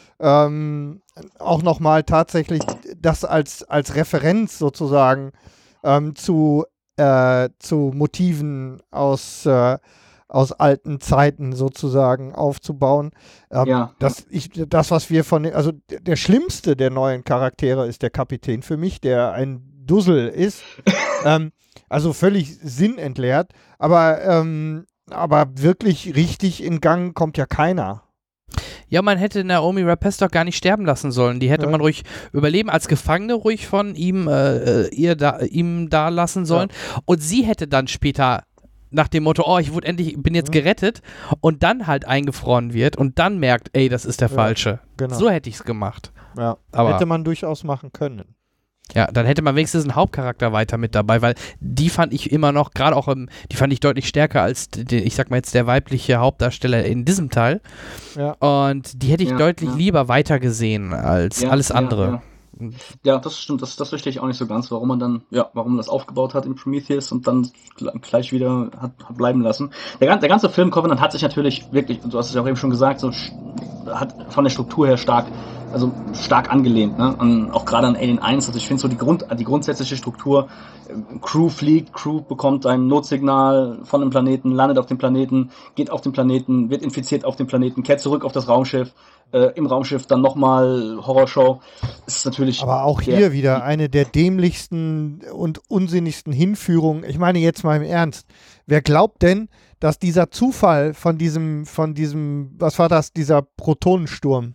Speaker 4: ähm, auch nochmal tatsächlich das als, als Referenz sozusagen ähm, zu, äh, zu Motiven aus äh, aus alten Zeiten sozusagen aufzubauen. Ähm,
Speaker 5: Ja.
Speaker 4: das, ich, das, was wir von, den- also der, der schlimmste der neuen Charaktere ist der Kapitän für mich, der ein Dussel ist. ähm, also völlig sinnentleert, aber, ähm, aber wirklich richtig in Gang kommt ja keiner.
Speaker 3: Ja, man hätte Naomi Rapace doch gar nicht sterben lassen sollen. Die hätte
Speaker 4: Ja.
Speaker 3: man ruhig überleben, als Gefangene ruhig von ihm, äh, ihr da, ihm da lassen sollen. Und sie hätte dann später nach dem Motto, oh, ich wurde endlich, bin jetzt
Speaker 4: Mhm.
Speaker 3: gerettet und dann halt eingefroren wird und dann merkt, ey, das ist der
Speaker 4: Ja,
Speaker 3: Falsche.
Speaker 4: genau.
Speaker 3: So hätte ich es gemacht.
Speaker 4: Ja.
Speaker 3: Aber-
Speaker 4: Hätte man durchaus machen können.
Speaker 3: Ja, dann hätte man wenigstens einen Hauptcharakter weiter mit dabei, weil die fand ich immer noch, gerade auch im, die fand ich deutlich stärker als, die, ich sag mal jetzt, der weibliche Hauptdarsteller in diesem Teil.
Speaker 4: Ja.
Speaker 3: Und die hätte ich
Speaker 5: Ja,
Speaker 3: deutlich
Speaker 5: ja.
Speaker 3: lieber weiter gesehen als
Speaker 5: Ja,
Speaker 3: alles
Speaker 5: ja,
Speaker 3: andere.
Speaker 5: Ja, ja, das stimmt. Das, das verstehe ich auch nicht so ganz, warum man dann, ja, warum man das aufgebaut hat in Prometheus und dann gl- gleich wieder hat, hat bleiben lassen. Der, gan- der ganze Film Covenant hat sich natürlich wirklich, du hast es ja auch eben schon gesagt, so sch- hat von der Struktur her stark, also stark angelehnt, ne? An, auch gerade an Alien eins. Also ich finde so die Grund, die grundsätzliche Struktur, äh, Crew fliegt, Crew bekommt ein Notsignal von dem Planeten, landet auf dem Planeten, geht auf den Planeten, wird infiziert auf dem Planeten, kehrt zurück auf das Raumschiff, äh, im Raumschiff dann nochmal Horrorshow. Das ist natürlich.
Speaker 4: Aber auch
Speaker 5: der-
Speaker 4: hier wieder eine der dämlichsten und unsinnigsten Hinführungen. Ich meine jetzt mal im Ernst. Wer glaubt denn, dass dieser Zufall von diesem, von diesem, was war das, dieser Protonensturm,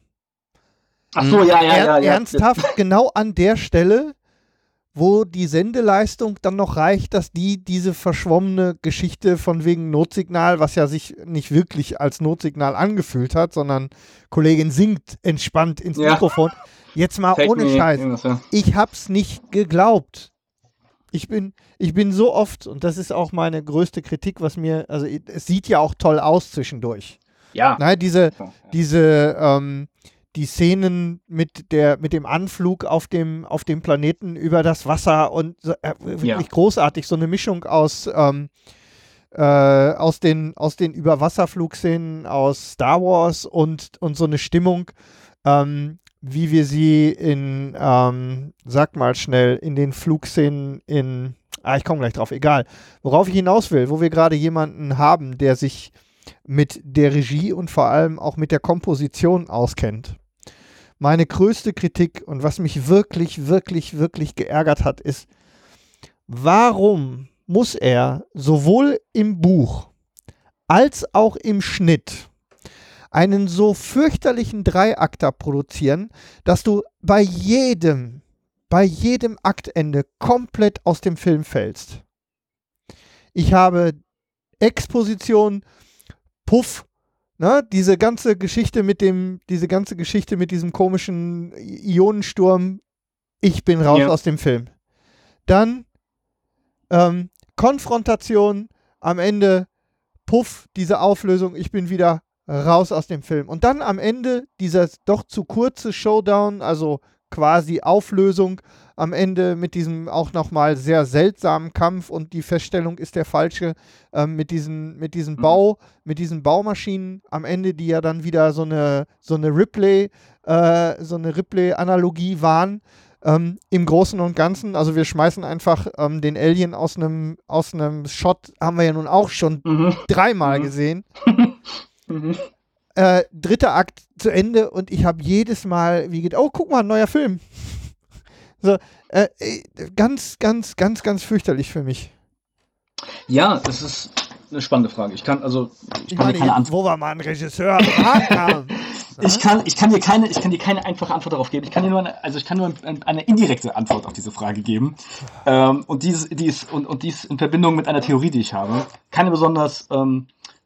Speaker 5: Ach so, ja, ja,
Speaker 4: er,
Speaker 5: ja, ja.
Speaker 4: ernsthaft genau an der Stelle, wo die Sendeleistung dann noch reicht, dass die diese verschwommene Geschichte von wegen Notsignal, was ja sich nicht wirklich als Notsignal angefühlt hat, sondern Kollegin singt entspannt ins
Speaker 5: Ja.
Speaker 4: Mikrofon. Jetzt mal
Speaker 5: Fake
Speaker 4: ohne
Speaker 5: Me,
Speaker 4: Scheiß.
Speaker 5: irgendwas, ja.
Speaker 4: Ich hab's nicht geglaubt. Ich bin, ich bin so oft, und das ist auch meine größte Kritik, was mir, also es sieht ja auch toll aus zwischendurch.
Speaker 5: Ja.
Speaker 4: Nein, diese,
Speaker 5: Ja.
Speaker 4: diese, ähm, die Szenen mit der, mit dem Anflug auf dem, auf dem Planeten über das Wasser und so, äh, wirklich
Speaker 5: Ja.
Speaker 4: großartig, so eine Mischung aus, ähm, äh, aus den, aus den Überwasserflugszenen aus Star Wars und, und so eine Stimmung, ähm, wie wir sie in, ähm, sag mal schnell, in den Flugszenen in, ah, ich komme gleich drauf, egal. Worauf ich hinaus will, wo wir gerade jemanden haben, der sich mit der Regie und vor allem auch mit der Komposition auskennt. Meine größte Kritik und was mich wirklich, wirklich, wirklich geärgert hat, ist, warum muss er sowohl im Buch als auch im Schnitt einen so fürchterlichen Dreiakter produzieren, dass du bei jedem, bei jedem Aktende komplett aus dem Film fällst. Ich habe Exposition, Puff, ne, diese ganze Geschichte mit dem, diese ganze Geschichte mit diesem komischen Ionensturm, ich bin raus
Speaker 5: Ja.
Speaker 4: aus dem Film. Dann ähm, Konfrontation, am Ende, Puff, diese Auflösung, ich bin wieder raus aus dem Film. Und dann am Ende dieser doch zu kurze Showdown, also quasi Auflösung, am Ende mit diesem auch nochmal sehr seltsamen Kampf und die Feststellung ist der falsche, ähm, mit diesen, mit diesen
Speaker 5: Mhm.
Speaker 4: Bau, mit diesen Baumaschinen am Ende, die ja dann wieder so eine, so eine Ripley, äh, so eine Ripley-Analogie waren. Ähm, Im Großen und Ganzen, also wir schmeißen einfach ähm, den Alien aus einem aus einem Shot, haben wir ja nun auch schon
Speaker 5: Mhm.
Speaker 4: dreimal
Speaker 5: Mhm.
Speaker 4: gesehen.
Speaker 5: Mhm.
Speaker 4: Äh, dritter Akt zu Ende und ich habe jedes Mal, wie geht, oh, guck mal, ein neuer Film. So, äh, ganz, ganz, ganz, ganz fürchterlich für mich.
Speaker 5: Ja, das ist eine spannende Frage. Ich kann also, ich,
Speaker 4: Ich
Speaker 5: kann
Speaker 4: meine,
Speaker 5: dir keine
Speaker 4: jetzt,
Speaker 5: Antwort.
Speaker 4: wo wir mal einen Regisseur haben.
Speaker 5: Ich kann, ich kann dir keine, ich kann dir keine einfache Antwort darauf geben. Ich kann dir nur eine, also ich kann nur eine, eine indirekte Antwort auf diese Frage geben. Ähm, und dies, dies und, und dies in Verbindung mit einer Theorie, die ich habe. Keine besonders ähm,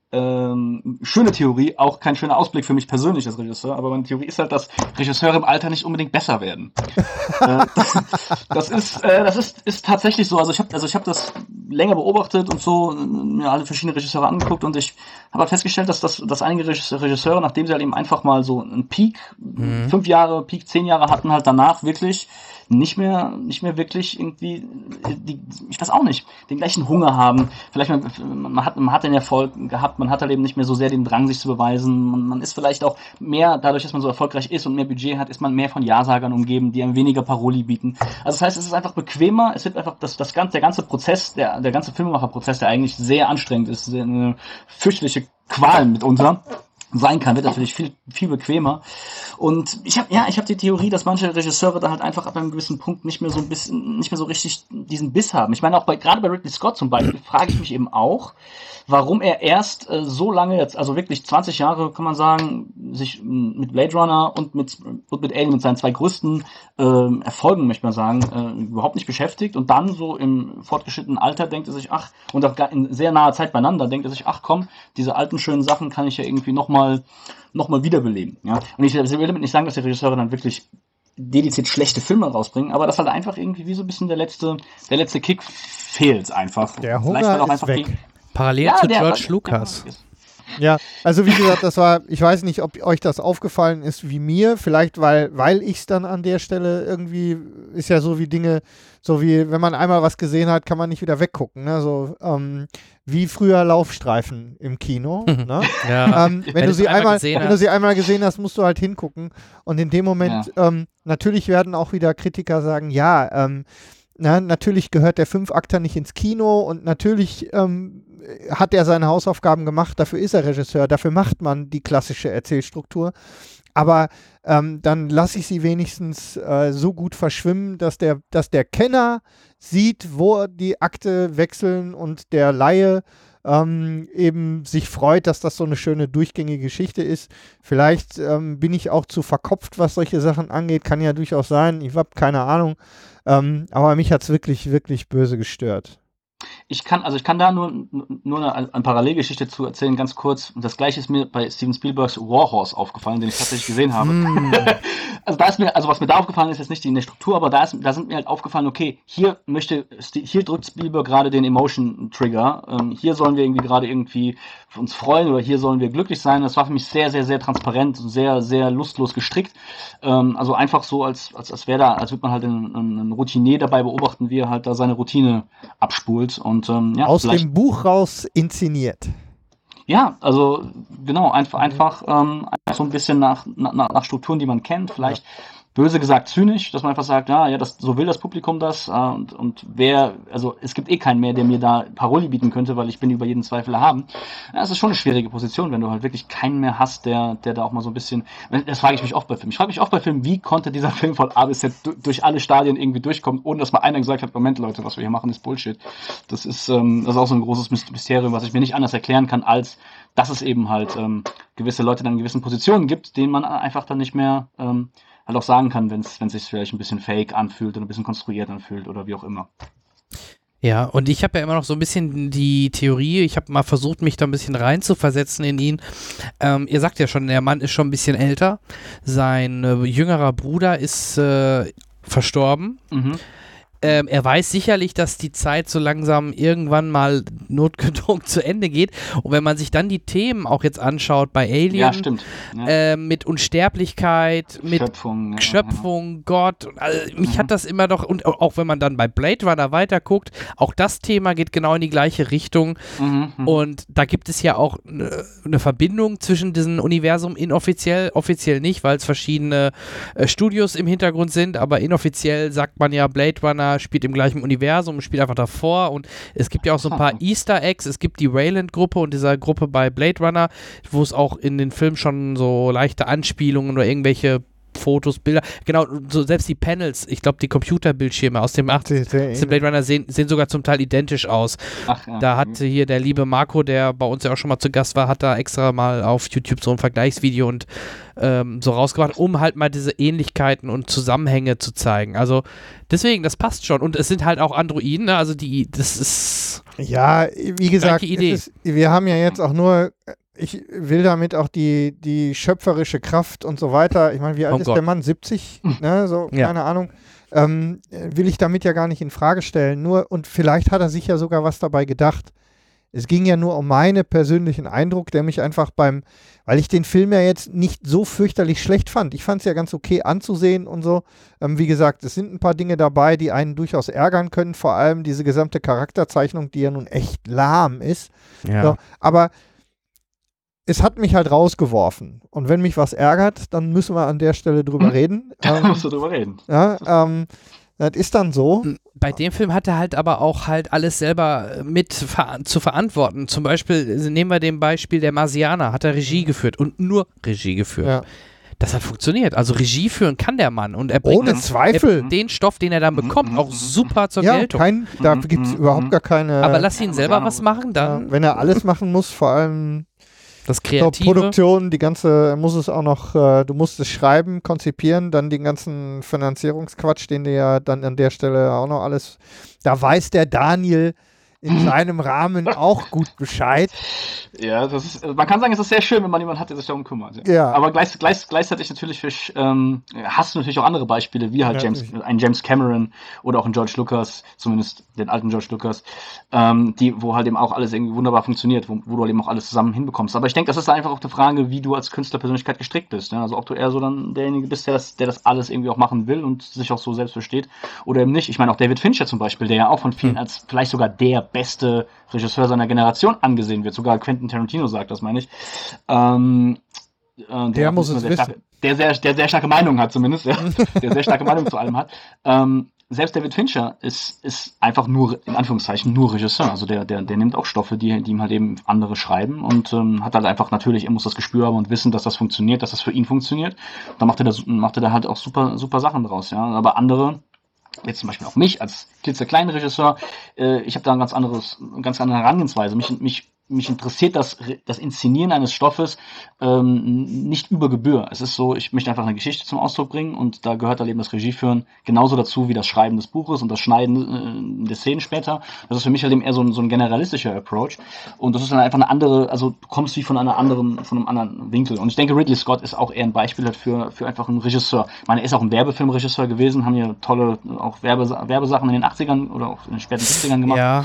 Speaker 5: ähm, schöne Theorie, auch kein schöner Ausblick für mich persönlich als Regisseur. Aber meine Theorie ist halt, dass Regisseure im Alter nicht unbedingt besser werden. äh, das ist, äh, das ist, ist tatsächlich so. Also ich habe, also ich habe das länger beobachtet und so mir alle verschiedene Regisseure angeguckt und ich habe halt festgestellt, dass, das, dass einige Regisseure, nachdem sie halt eben einfach mal so einen Peak, mhm. fünf Jahre, Peak zehn Jahre hatten, halt danach wirklich nicht mehr, nicht mehr wirklich irgendwie, die, ich weiß auch nicht, den gleichen Hunger haben. Vielleicht man, man hat, man hat den Erfolg gehabt, man hat halt eben nicht mehr so sehr den Drang, sich zu beweisen. Man, man ist vielleicht auch mehr, dadurch, dass man so erfolgreich ist und mehr Budget hat, ist man mehr von Ja-Sagern umgeben, die einem weniger Paroli bieten. Also das heißt, es ist einfach bequemer, es wird einfach, das, das ganze, der ganze Prozess, der, der ganze Filmemacherprozess, der eigentlich sehr anstrengend ist, eine fürchterliche Qual mitunter sein kann, wird natürlich viel viel bequemer. Und ich habe ja, ich habe die Theorie, dass manche Regisseure da halt einfach ab einem gewissen Punkt nicht mehr so ein bisschen, nicht mehr so richtig diesen Biss haben. Ich meine auch bei gerade bei Ridley Scott zum Beispiel frage ich mich eben auch, warum er erst äh, so lange jetzt, also wirklich zwanzig Jahre kann man sagen, sich mit Blade Runner und mit und mit Alien, mit seinen zwei größten äh, Erfolgen, möchte man sagen, äh, überhaupt nicht beschäftigt und dann so im fortgeschrittenen Alter denkt er sich, ach, und auch in sehr naher Zeit beieinander denkt er sich, ach komm, diese alten schönen Sachen kann ich ja irgendwie nochmal noch mal wiederbeleben. Ja? Und ich will damit nicht sagen, dass die Regisseure dann wirklich dediziert schlechte Filme rausbringen, aber dass halt einfach irgendwie wie so ein bisschen der letzte, der letzte Kick fehlt einfach.
Speaker 4: Der Hunger
Speaker 5: auch
Speaker 4: ist
Speaker 5: einfach
Speaker 4: weg.
Speaker 5: Die,
Speaker 3: Parallel
Speaker 5: ja,
Speaker 3: zu
Speaker 5: der,
Speaker 3: George
Speaker 5: der,
Speaker 3: Lucas.
Speaker 5: Der,
Speaker 4: Ja, also wie gesagt, das war, ich weiß nicht, ob euch das aufgefallen ist wie mir, vielleicht weil, weil ich es dann an der Stelle irgendwie, ist ja so wie Dinge, so wie, wenn man einmal was gesehen hat, kann man nicht wieder weggucken, ne? So, ähm, wie früher Laufstreifen im Kino, ne?
Speaker 3: Ja.
Speaker 4: ähm, wenn, du sie einmal, wenn du sie einmal gesehen hast, musst du halt hingucken und in dem Moment, ja. ähm, natürlich werden auch wieder Kritiker sagen, ja, ähm, na, natürlich gehört der Fünfakter nicht ins Kino und natürlich ähm, hat er seine Hausaufgaben gemacht, dafür ist er Regisseur, dafür macht man die klassische Erzählstruktur. Aber ähm, dann lasse ich sie wenigstens äh, so gut verschwimmen, dass der, dass der Kenner sieht, wo die Akte wechseln und der Laie ähm, eben sich freut, dass das so eine schöne durchgängige Geschichte ist. Vielleicht ähm, bin ich auch zu verkopft, was solche Sachen angeht, kann ja durchaus sein, ich habe keine Ahnung. Ähm, aber mich hat es wirklich, wirklich böse gestört.
Speaker 5: Ich kann, also ich kann da nur, nur eine, eine Parallelgeschichte zu erzählen, ganz kurz. Das gleiche ist mir bei Steven Spielbergs Warhorse aufgefallen, den ich tatsächlich gesehen habe. Mm. Also da ist mir, also was mir da aufgefallen ist, jetzt nicht in der Struktur, aber da ist, da sind mir halt aufgefallen, okay, hier möchte, hier drückt Spielberg gerade den Emotion Trigger. Ähm, hier sollen wir irgendwie gerade irgendwie uns freuen oder hier sollen wir glücklich sein. Das war für mich sehr, sehr, sehr transparent, sehr, sehr lustlos gestrickt. Ähm, also einfach so, als, als, als wäre da, als würde man halt einen, einen Routinier dabei beobachten, wie er halt da seine Routine abspult. Und, ähm, ja,
Speaker 4: aus dem Buch raus inszeniert.
Speaker 5: Ja, also genau, einfach, einfach, ähm, einfach so ein bisschen nach, nach, nach Strukturen, die man kennt, vielleicht ja. Böse gesagt zynisch, dass man einfach sagt, ja, ja, das, so will das Publikum das äh, und, und wer, also es gibt eh keinen mehr, der mir da Paroli bieten könnte, weil ich bin über jeden Zweifel erhaben. Ja, es ist schon eine schwierige Position, wenn du halt wirklich keinen mehr hast, der, der da auch mal so ein bisschen, das frage ich mich oft bei Filmen. Ich frage mich oft bei Filmen, wie konnte dieser Film von A bis Z durch alle Stadien irgendwie durchkommen, ohne dass mal einer gesagt hat, Moment Leute, was wir hier machen, ist Bullshit. Das ist, ähm, das ist auch so ein großes Mysterium, was ich mir nicht anders erklären kann, als dass es eben halt ähm, gewisse Leute dann in gewissen Positionen gibt, denen man einfach dann nicht mehr ähm, halt auch sagen kann, wenn es sich vielleicht ein bisschen fake anfühlt oder ein bisschen konstruiert anfühlt oder wie auch immer.
Speaker 3: Ja, und ich habe ja immer noch so ein bisschen die Theorie, ich habe mal versucht, mich da ein bisschen reinzuversetzen in ihn. Ähm, ihr sagt ja schon, der Mann ist schon ein bisschen älter. Sein äh, jüngerer Bruder ist äh, verstorben. Mhm. Ähm, er weiß sicherlich, dass die Zeit so langsam irgendwann mal notgedrungen zu Ende geht. Und wenn man sich dann die Themen auch jetzt anschaut bei Alien,
Speaker 5: ja, stimmt. Ja.
Speaker 3: Äh, mit Unsterblichkeit, mit
Speaker 5: Schöpfung,
Speaker 3: Schöpfung,
Speaker 5: ja.
Speaker 3: Gott, also mich mhm. hat das immer doch, und auch wenn man dann bei Blade Runner weiterguckt, auch das Thema geht genau in die gleiche Richtung. Mhm. Und da gibt es ja auch eine ne Verbindung zwischen diesem Universum, inoffiziell, offiziell nicht, weil es verschiedene äh, Studios im Hintergrund sind, aber inoffiziell sagt man ja, Blade Runner spielt im gleichen Universum, spielt einfach davor und es gibt ja auch so ein paar Easter Eggs, es gibt die Wayland-Gruppe und dieser Gruppe bei Blade Runner, wo es auch in den Filmen schon so leichte Anspielungen oder irgendwelche Fotos, Bilder, genau, so selbst die Panels, ich glaube die Computerbildschirme aus dem achtziger Blade Runner sehen, sehen sogar zum Teil identisch aus. Ach, ja. Da hat hier der liebe Marco, der bei uns ja auch schon mal zu Gast war, hat da extra mal auf YouTube so ein Vergleichsvideo und ähm, so rausgebracht, um halt mal diese Ähnlichkeiten und Zusammenhänge zu zeigen. Also deswegen, das passt schon. Und es sind halt auch Androiden, ne? Also die, das ist
Speaker 4: ja, wie gesagt,
Speaker 3: Idee.
Speaker 4: Ist, wir haben ja jetzt auch nur, ich will damit auch die, die schöpferische Kraft und so weiter, ich meine, wie alt
Speaker 3: Oh
Speaker 4: ist
Speaker 3: Gott.
Speaker 4: der Mann? siebzig? Ne? So,
Speaker 3: Ja.
Speaker 4: keine Ahnung. Ähm, will ich damit ja gar nicht in Frage stellen. Nur, und vielleicht hat er sich ja sogar was dabei gedacht. Es ging ja nur um meinen persönlichen Eindruck, der mich einfach beim, weil ich den Film ja jetzt nicht so fürchterlich schlecht fand. Ich fand es ja ganz okay anzusehen und so. Ähm, wie gesagt, es sind ein paar Dinge dabei, die einen durchaus ärgern können. Vor allem diese gesamte Charakterzeichnung, die ja nun echt lahm ist.
Speaker 3: Ja.
Speaker 4: So, aber es hat mich halt rausgeworfen. Und wenn mich was ärgert, dann müssen wir an der Stelle drüber reden.
Speaker 5: Da
Speaker 4: Ähm,
Speaker 5: musst du drüber reden.
Speaker 4: ja, ähm, das ist dann so.
Speaker 3: Bei dem Film hat er halt aber auch halt alles selber mit ver zu verantworten. Zum Beispiel, nehmen wir den Beispiel der Marsianer, hat er Regie geführt und nur Regie geführt.
Speaker 4: Ja.
Speaker 3: Das hat funktioniert. Also Regie führen kann der Mann und er bringt
Speaker 4: Ohne
Speaker 3: das,
Speaker 4: Zweifel.
Speaker 3: Er bringt den Stoff, den er dann bekommt, auch super zur
Speaker 4: Ja,
Speaker 3: Geltung.
Speaker 4: kein, da gibt es überhaupt gar keine.
Speaker 3: Aber lass ihn selber was machen, dann
Speaker 4: Ja, wenn er alles machen muss, vor allem
Speaker 3: das
Speaker 4: so
Speaker 3: Kreative.
Speaker 4: Produktion, die ganze, er muss es auch noch, äh, du musst es schreiben, konzipieren, dann den ganzen Finanzierungsquatsch, den der ja dann an der Stelle auch noch alles, da weiß der Daniel in seinem Rahmen auch gut Bescheid.
Speaker 5: Ja, das ist, man kann sagen, es ist sehr schön, wenn man jemanden hat, der sich darum kümmert. Ja.
Speaker 4: Ja.
Speaker 5: Aber gleich, gleich, gleichzeitig natürlich für, ähm, hast du natürlich auch andere Beispiele, wie halt
Speaker 4: Ja,
Speaker 5: James,
Speaker 4: natürlich.
Speaker 5: ein James Cameron oder auch ein George Lucas, zumindest den alten George Lucas, ähm, die, wo halt eben auch alles irgendwie wunderbar funktioniert, wo, wo du halt eben auch alles zusammen hinbekommst. Aber ich denke, das ist einfach auch die Frage, wie du als Künstlerpersönlichkeit gestrickt bist. Ja? Also ob du eher so dann derjenige bist, der das, der das alles irgendwie auch machen will und sich auch so selbst versteht oder eben nicht. Ich meine auch David Fincher zum Beispiel, der ja auch von vielen als vielleicht sogar der beste Regisseur seiner Generation angesehen wird. Sogar Quentin Tarantino sagt das, meine ich. Ähm, äh, der,
Speaker 4: Der muss es
Speaker 5: sehr
Speaker 4: wissen.
Speaker 5: starke, der, sehr, der sehr starke Meinung hat zumindest, ja. Der sehr starke Meinung zu allem hat. Ähm, selbst David Fincher ist, ist einfach nur, in Anführungszeichen, nur Regisseur. Also der, der, der nimmt auch Stoffe, die, die ihm halt eben andere schreiben und ähm, hat halt einfach natürlich, er muss das Gespür haben und wissen, dass das funktioniert, dass das für ihn funktioniert. Da macht er da, macht er da halt auch super, super Sachen draus, ja. Aber andere, jetzt zum Beispiel auch mich als klitzekleinen Regisseur, äh, ich habe da ein ganz anderes, eine ganz andere Herangehensweise. Mich, mich, mich interessiert das, das Inszenieren eines Stoffes ähm, nicht über Gebühr. Es ist so, ich möchte einfach eine Geschichte zum Ausdruck bringen und da gehört halt eben das Regieführen genauso dazu wie das Schreiben des Buches und das Schneiden äh, der Szenen später. Das ist für mich halt eben eher so ein, so ein generalistischer Approach und das ist dann einfach eine andere, also du kommst wie von einer anderen, von einem anderen Winkel. Und ich denke, Ridley Scott ist auch eher ein Beispiel für, für einfach einen Regisseur. Ich meine, er ist auch ein Werbefilmregisseur gewesen, haben hier tolle auch Werbe, Werbesachen in den achtzigern oder auch in den späten siebzigern gemacht.
Speaker 3: Ja.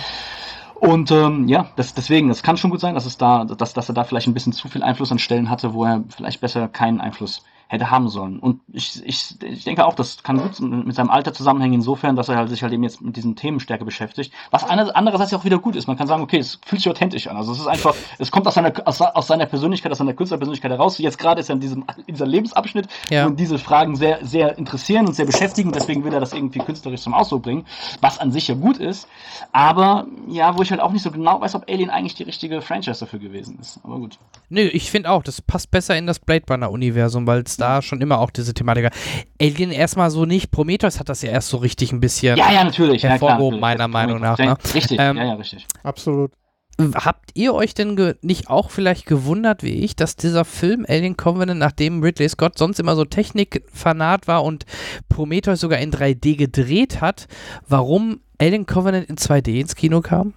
Speaker 5: Und ähm, ja, das, deswegen, es kann schon gut sein, dass es da, dass, dass er da vielleicht ein bisschen zu viel Einfluss an Stellen hatte, wo er vielleicht besser keinen Einfluss hätte haben sollen. Und ich, ich, ich denke auch, das kann gut mit seinem Alter zusammenhängen, insofern, dass er halt sich halt eben jetzt mit diesen Themen stärker beschäftigt. Was eine, andererseits auch wieder gut ist. Man kann sagen, okay, es fühlt sich authentisch an. Also es ist einfach, es kommt aus seiner, aus, aus seiner Persönlichkeit, aus seiner Künstlerpersönlichkeit heraus. Jetzt gerade ist er in diesem, in dieser Lebensabschnitt,
Speaker 3: Ja.
Speaker 5: wo ihn diese Fragen sehr, sehr interessieren und sehr beschäftigen. Und deswegen will er das irgendwie künstlerisch zum Ausdruck bringen, was an sich ja gut ist. Aber ja, wo ich halt auch nicht so genau weiß, ob Alien eigentlich die richtige Franchise dafür gewesen ist. Aber gut.
Speaker 3: Nö, ich finde auch, das passt besser in das Blade Runner-Universum, weil es da schon immer auch diese Thematik hat. Alien erstmal so nicht, Prometheus hat das ja erst so richtig ein bisschen
Speaker 5: Ja, ja, natürlich. Ja, klar,
Speaker 3: hervorgehoben,
Speaker 5: natürlich.
Speaker 3: meiner Meinung nach.
Speaker 5: Ja,
Speaker 3: Ne?
Speaker 5: richtig,
Speaker 3: Ähm,
Speaker 5: ja, ja, richtig.
Speaker 4: Absolut.
Speaker 3: Habt ihr euch denn ge- nicht auch vielleicht gewundert wie ich, dass dieser Film Alien Covenant, nachdem Ridley Scott sonst immer so Technikfanat war und Prometheus sogar in drei D gedreht hat, warum Alien Covenant in zwei D ins Kino kam?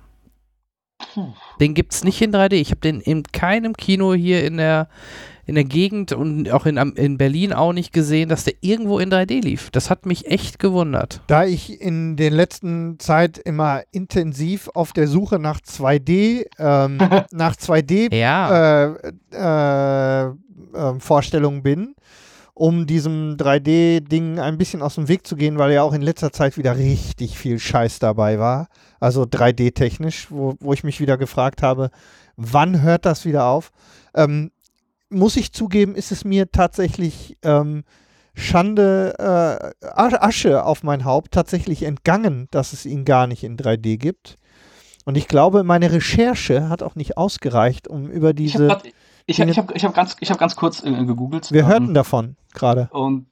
Speaker 3: Den gibt's nicht in drei D. Ich habe den in keinem Kino hier in der in der Gegend und auch in, am- in Berlin auch nicht gesehen, dass der irgendwo in drei D lief. Das hat mich echt gewundert.
Speaker 4: Da ich in der letzten Zeit immer intensiv auf der Suche nach zwei D, ähm, nach zwei D
Speaker 3: Ja.
Speaker 4: äh, äh, äh, Vorstellungen bin, um diesem drei D-Ding ein bisschen aus dem Weg zu gehen, weil ja auch in letzter Zeit wieder richtig viel Scheiß dabei war. Also drei D-technisch, wo, wo ich mich wieder gefragt habe, wann hört das wieder auf? Ähm, muss ich zugeben, ist es mir tatsächlich ähm, Schande, äh, Asche auf mein Haupt tatsächlich entgangen, dass es ihn gar nicht in drei D gibt. Und ich glaube, meine Recherche hat auch nicht ausgereicht, um über
Speaker 5: Ich hab
Speaker 4: diese
Speaker 5: grad, Ich, ich habe ich hab ganz, ich hab ganz kurz äh, gegoogelt.
Speaker 4: Wir
Speaker 5: ähm,
Speaker 4: hörten davon gerade.
Speaker 5: Und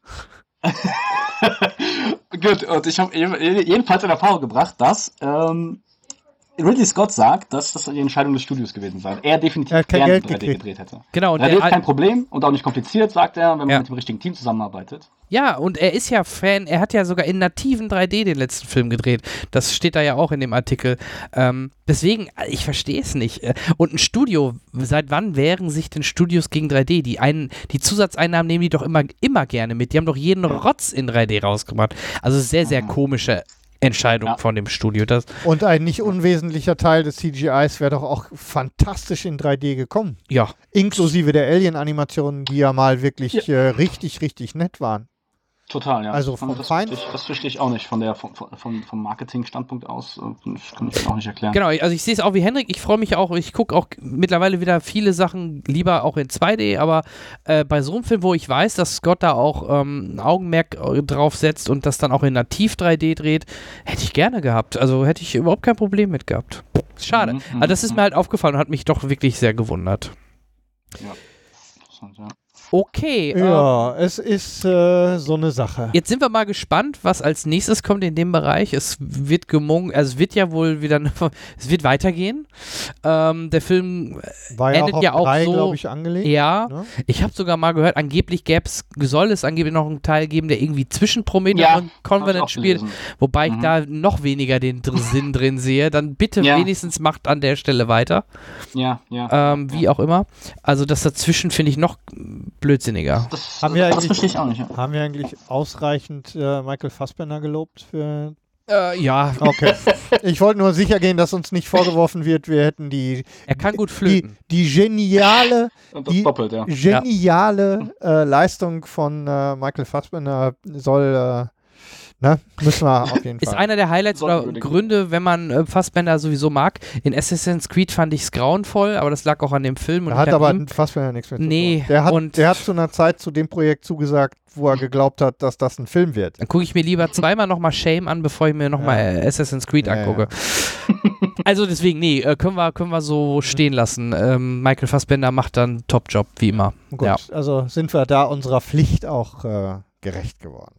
Speaker 5: gut, und ich habe jedenfalls in Erfahrung gebracht, dass ähm, Ridley Scott sagt, dass das die Entscheidung des Studios gewesen sei. Er definitiv
Speaker 4: er
Speaker 5: gerne
Speaker 4: Geld
Speaker 5: drei D
Speaker 4: gekriegt.
Speaker 5: gedreht hätte.
Speaker 3: Genau, und
Speaker 5: drei D ist
Speaker 3: der-
Speaker 5: kein Problem und auch nicht kompliziert, sagt er, wenn man
Speaker 3: Ja.
Speaker 5: mit dem richtigen Team zusammenarbeitet.
Speaker 3: Ja, und er ist ja Fan, er hat ja sogar in nativen drei D den letzten Film gedreht. Das steht da ja auch in dem Artikel. Ähm, deswegen, ich verstehe es nicht. Und ein Studio, seit wann wehren sich denn Studios gegen drei D? Die, einen, die Zusatzeinnahmen nehmen die doch immer, immer gerne mit. Die haben doch jeden Rotz in drei D rausgebracht. Also sehr, sehr komische Entscheidung
Speaker 5: Ja.
Speaker 3: von dem Studio. Das,
Speaker 4: Und ein nicht unwesentlicher Teil des C G Is wäre doch auch fantastisch in drei D gekommen.
Speaker 3: ja,
Speaker 4: Inklusive der Alien-Animationen, die ja mal wirklich äh, richtig, richtig nett waren.
Speaker 5: Total, ja.
Speaker 4: Also
Speaker 5: das,
Speaker 4: vom
Speaker 5: das,
Speaker 4: Feind-
Speaker 5: verstehe ich, das verstehe ich auch nicht von der, vom, vom, vom Marketing-Standpunkt aus. äh, Das kann ich mir auch nicht erklären.
Speaker 3: genau. Also ich sehe es auch wie Henrik. Ich freue mich auch. Ich gucke auch mittlerweile wieder viele Sachen lieber auch in zwei D. Aber äh, bei so einem Film, wo ich weiß, dass Scott da auch ähm, ein Augenmerk äh, drauf setzt und das dann auch in nativ drei D dreht, hätte ich gerne gehabt. Also hätte ich überhaupt kein Problem mit gehabt. Schade.
Speaker 5: Mhm,
Speaker 3: Aber das ist
Speaker 5: mhm.
Speaker 3: mir halt aufgefallen und hat mich doch wirklich sehr gewundert.
Speaker 5: Ja. Interessant, ja.
Speaker 3: Okay. ähm,
Speaker 4: Ja, es ist äh, so eine Sache.
Speaker 3: Jetzt sind wir mal gespannt, was als nächstes kommt in dem Bereich. Es wird gemungen, also es wird ja wohl wieder, eine, es wird weitergehen. Ähm, der Film
Speaker 4: War ja
Speaker 3: endet
Speaker 4: auch auf
Speaker 3: ja auch
Speaker 4: drei,
Speaker 3: so-
Speaker 4: glaube ich, angelegt.
Speaker 3: Ja,
Speaker 4: Ne?
Speaker 3: ich habe sogar mal gehört, angeblich gäb's, soll es angeblich noch einen Teil geben, der irgendwie zwischen Prometheus
Speaker 5: Ja,
Speaker 3: und
Speaker 5: hab ich
Speaker 3: Covenant
Speaker 5: auch
Speaker 3: spielt,
Speaker 5: gelesen.
Speaker 3: wobei ich
Speaker 5: Mhm.
Speaker 3: da noch weniger den dr- Sinn drin sehe. Dann bitte
Speaker 5: Ja.
Speaker 3: wenigstens macht an der Stelle weiter,
Speaker 5: Ja, ja.
Speaker 3: ähm, wie auch immer. Also das dazwischen finde ich noch blödsinniger.
Speaker 5: Das,
Speaker 4: Haben wir
Speaker 5: das
Speaker 4: eigentlich-
Speaker 5: verstehe ich auch nicht. Ja.
Speaker 4: Haben wir eigentlich ausreichend äh, Michael Fassbender gelobt für.
Speaker 3: Äh, ja,
Speaker 4: Okay. Ich wollte nur sicher gehen, dass uns nicht vorgeworfen wird, wir hätten die,
Speaker 3: er kann gut
Speaker 4: die,
Speaker 3: flöten.
Speaker 4: die geniale,
Speaker 5: Und das
Speaker 4: Die-
Speaker 5: doppelt, ja.
Speaker 4: geniale äh, Leistung von äh, Michael Fassbender soll, äh, ne, müssen wir auf jeden
Speaker 3: Ist
Speaker 4: Fall.
Speaker 3: einer der Highlights
Speaker 5: Sollten
Speaker 3: oder
Speaker 5: unbedingt.
Speaker 3: Gründe, wenn man äh, Fassbender sowieso mag. In Assassin's Creed fand ich es grauenvoll, aber das lag auch an dem Film. Und
Speaker 4: Da
Speaker 3: ich
Speaker 4: hat
Speaker 3: hab
Speaker 4: aber
Speaker 3: ihm,
Speaker 4: Fassbender nichts mehr zu
Speaker 3: Nee,
Speaker 4: tun. Der hat,
Speaker 3: und-
Speaker 4: der hat zu einer Zeit zu dem Projekt zugesagt, wo er geglaubt hat, dass das ein Film wird.
Speaker 3: dann gucke ich mir lieber zweimal nochmal Shame an, bevor ich mir nochmal
Speaker 4: Ja.
Speaker 3: äh, Assassin's Creed
Speaker 4: Ja,
Speaker 3: angucke. Also deswegen, nee, äh, können, wir, können wir so stehen lassen. Ähm, Michael Fassbender macht dann einen Top-Job, wie immer.
Speaker 4: Gut,
Speaker 3: Ja.
Speaker 4: also sind wir da unserer Pflicht auch äh, gerecht geworden.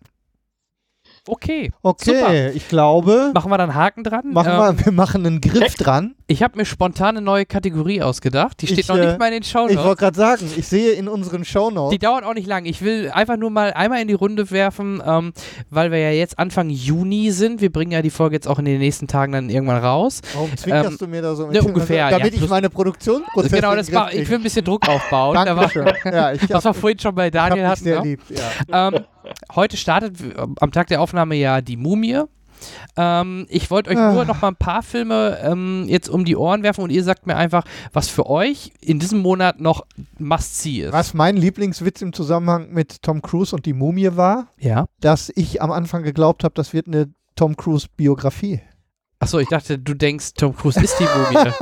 Speaker 3: Okay,
Speaker 4: Okay,
Speaker 3: Super.
Speaker 4: ich glaube,
Speaker 3: machen wir dann einen Haken dran.
Speaker 4: machen
Speaker 3: Ähm,
Speaker 4: wir, wir machen einen Griff dran.
Speaker 3: Ich habe mir spontan eine neue Kategorie ausgedacht. Die steht
Speaker 4: Ich,
Speaker 3: noch
Speaker 4: äh,
Speaker 3: nicht mal in den
Speaker 4: Ich
Speaker 3: Shownotes.
Speaker 4: wollte gerade sagen, ich sehe in unseren Shownotes,
Speaker 3: Die dauert auch nicht lang. Ich will einfach nur mal einmal in die Runde werfen, ähm, weil wir ja jetzt Anfang Juni sind. Wir bringen ja die Folge jetzt auch in den nächsten Tagen dann irgendwann raus.
Speaker 4: warum zwinkerst
Speaker 3: ähm,
Speaker 4: du mir da so
Speaker 3: ne, ungefähr,
Speaker 4: damit
Speaker 3: ja,
Speaker 4: ich
Speaker 3: plus-
Speaker 4: meine Produktionsprozesse
Speaker 3: Genau, das
Speaker 4: in den
Speaker 3: war,
Speaker 4: Griff
Speaker 3: ich will ein bisschen Druck aufbauen.
Speaker 4: kriege.
Speaker 3: Da war,
Speaker 4: Dankeschön. Ja, ich
Speaker 3: was wir
Speaker 4: hab,
Speaker 3: vorhin schon bei
Speaker 4: ich hab
Speaker 3: Daniel
Speaker 4: dich
Speaker 3: hatten.
Speaker 4: sehr
Speaker 3: Ne?
Speaker 4: lieb. Ja.
Speaker 3: Ähm, heute startet w- am Tag der Aufnahme ja die Mumie. Ähm, ich wollte euch
Speaker 4: Ah.
Speaker 3: nur noch mal ein paar Filme ähm, jetzt um die Ohren werfen und ihr sagt mir einfach, was für euch in diesem Monat noch Must-See ist.
Speaker 4: Was mein Lieblingswitz im Zusammenhang mit Tom Cruise und die Mumie war,
Speaker 3: Ja. dass
Speaker 4: dass ich am Anfang geglaubt habe, das wird eine Tom Cruise-Biografie.
Speaker 3: Achso, ich dachte, du denkst, Tom Cruise ist die Mumie.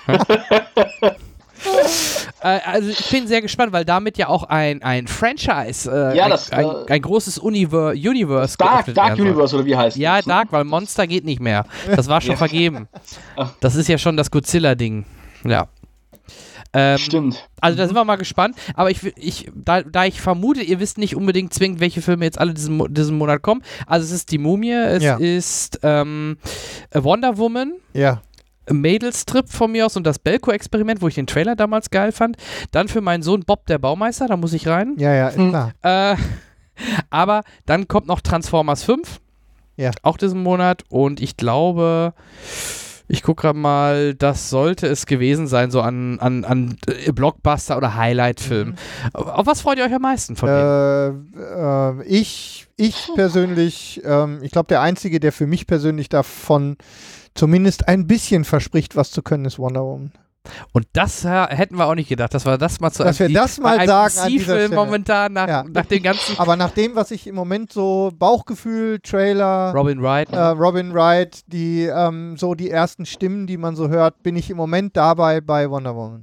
Speaker 3: äh, also ich bin sehr gespannt, weil damit ja auch ein, ein Franchise, äh,
Speaker 5: Ja,
Speaker 3: ein,
Speaker 5: das,
Speaker 3: ein,
Speaker 5: äh,
Speaker 3: ein großes Univer Universe
Speaker 5: Dark,
Speaker 3: geöffnet
Speaker 5: Dark
Speaker 3: werden soll.
Speaker 5: Universe oder wie heißt
Speaker 3: Ja,
Speaker 5: das? ne?
Speaker 3: Dark, weil Monster geht nicht mehr. Das war schon
Speaker 5: Ja.
Speaker 3: vergeben. Das ist ja schon das Godzilla-Ding. Ja. Ähm,
Speaker 5: Stimmt.
Speaker 3: also da sind wir mal gespannt. Aber ich, ich da, da ich vermute, ihr wisst nicht unbedingt zwingend, welche Filme jetzt alle diesen, Mo- diesen Monat kommen. Also es ist die Mumie, es
Speaker 4: Ja.
Speaker 3: ist ähm, Wonder Woman,
Speaker 4: Ja.
Speaker 3: Mädels Trip von mir aus und das Belko-Experiment, wo ich den Trailer damals geil fand. Dann für meinen Sohn Bob der Baumeister, da muss ich rein.
Speaker 4: Ja, ja, ist klar.
Speaker 3: Äh, aber dann kommt noch Transformers fünf.
Speaker 4: Ja.
Speaker 3: Auch diesen Monat. Und ich glaube, ich gucke gerade mal, das sollte es gewesen sein, so an, an, an äh, Blockbuster oder Highlight-Film. Auf was freut ihr euch am meisten von denen?
Speaker 4: Äh, äh, ich, ich persönlich, ähm, ich glaube, der Einzige, der für mich persönlich davon zumindest ein bisschen verspricht, was zu können, ist Wonder Woman.
Speaker 3: Und das äh, hätten wir auch nicht gedacht, dass wir das mal zu
Speaker 4: Dass wir
Speaker 3: einem,
Speaker 4: das mal
Speaker 3: bei einem
Speaker 4: sagen an dieser
Speaker 3: C-Film
Speaker 4: Stelle.
Speaker 3: momentan nach,
Speaker 4: Ja.
Speaker 3: nach den ganzen
Speaker 4: Aber nach dem, was ich im Moment so Bauchgefühl, Trailer,
Speaker 3: Robin Wright.
Speaker 4: äh, Robin Wright, die ähm, so die ersten Stimmen, die man so hört, bin ich im Moment dabei bei Wonder Woman.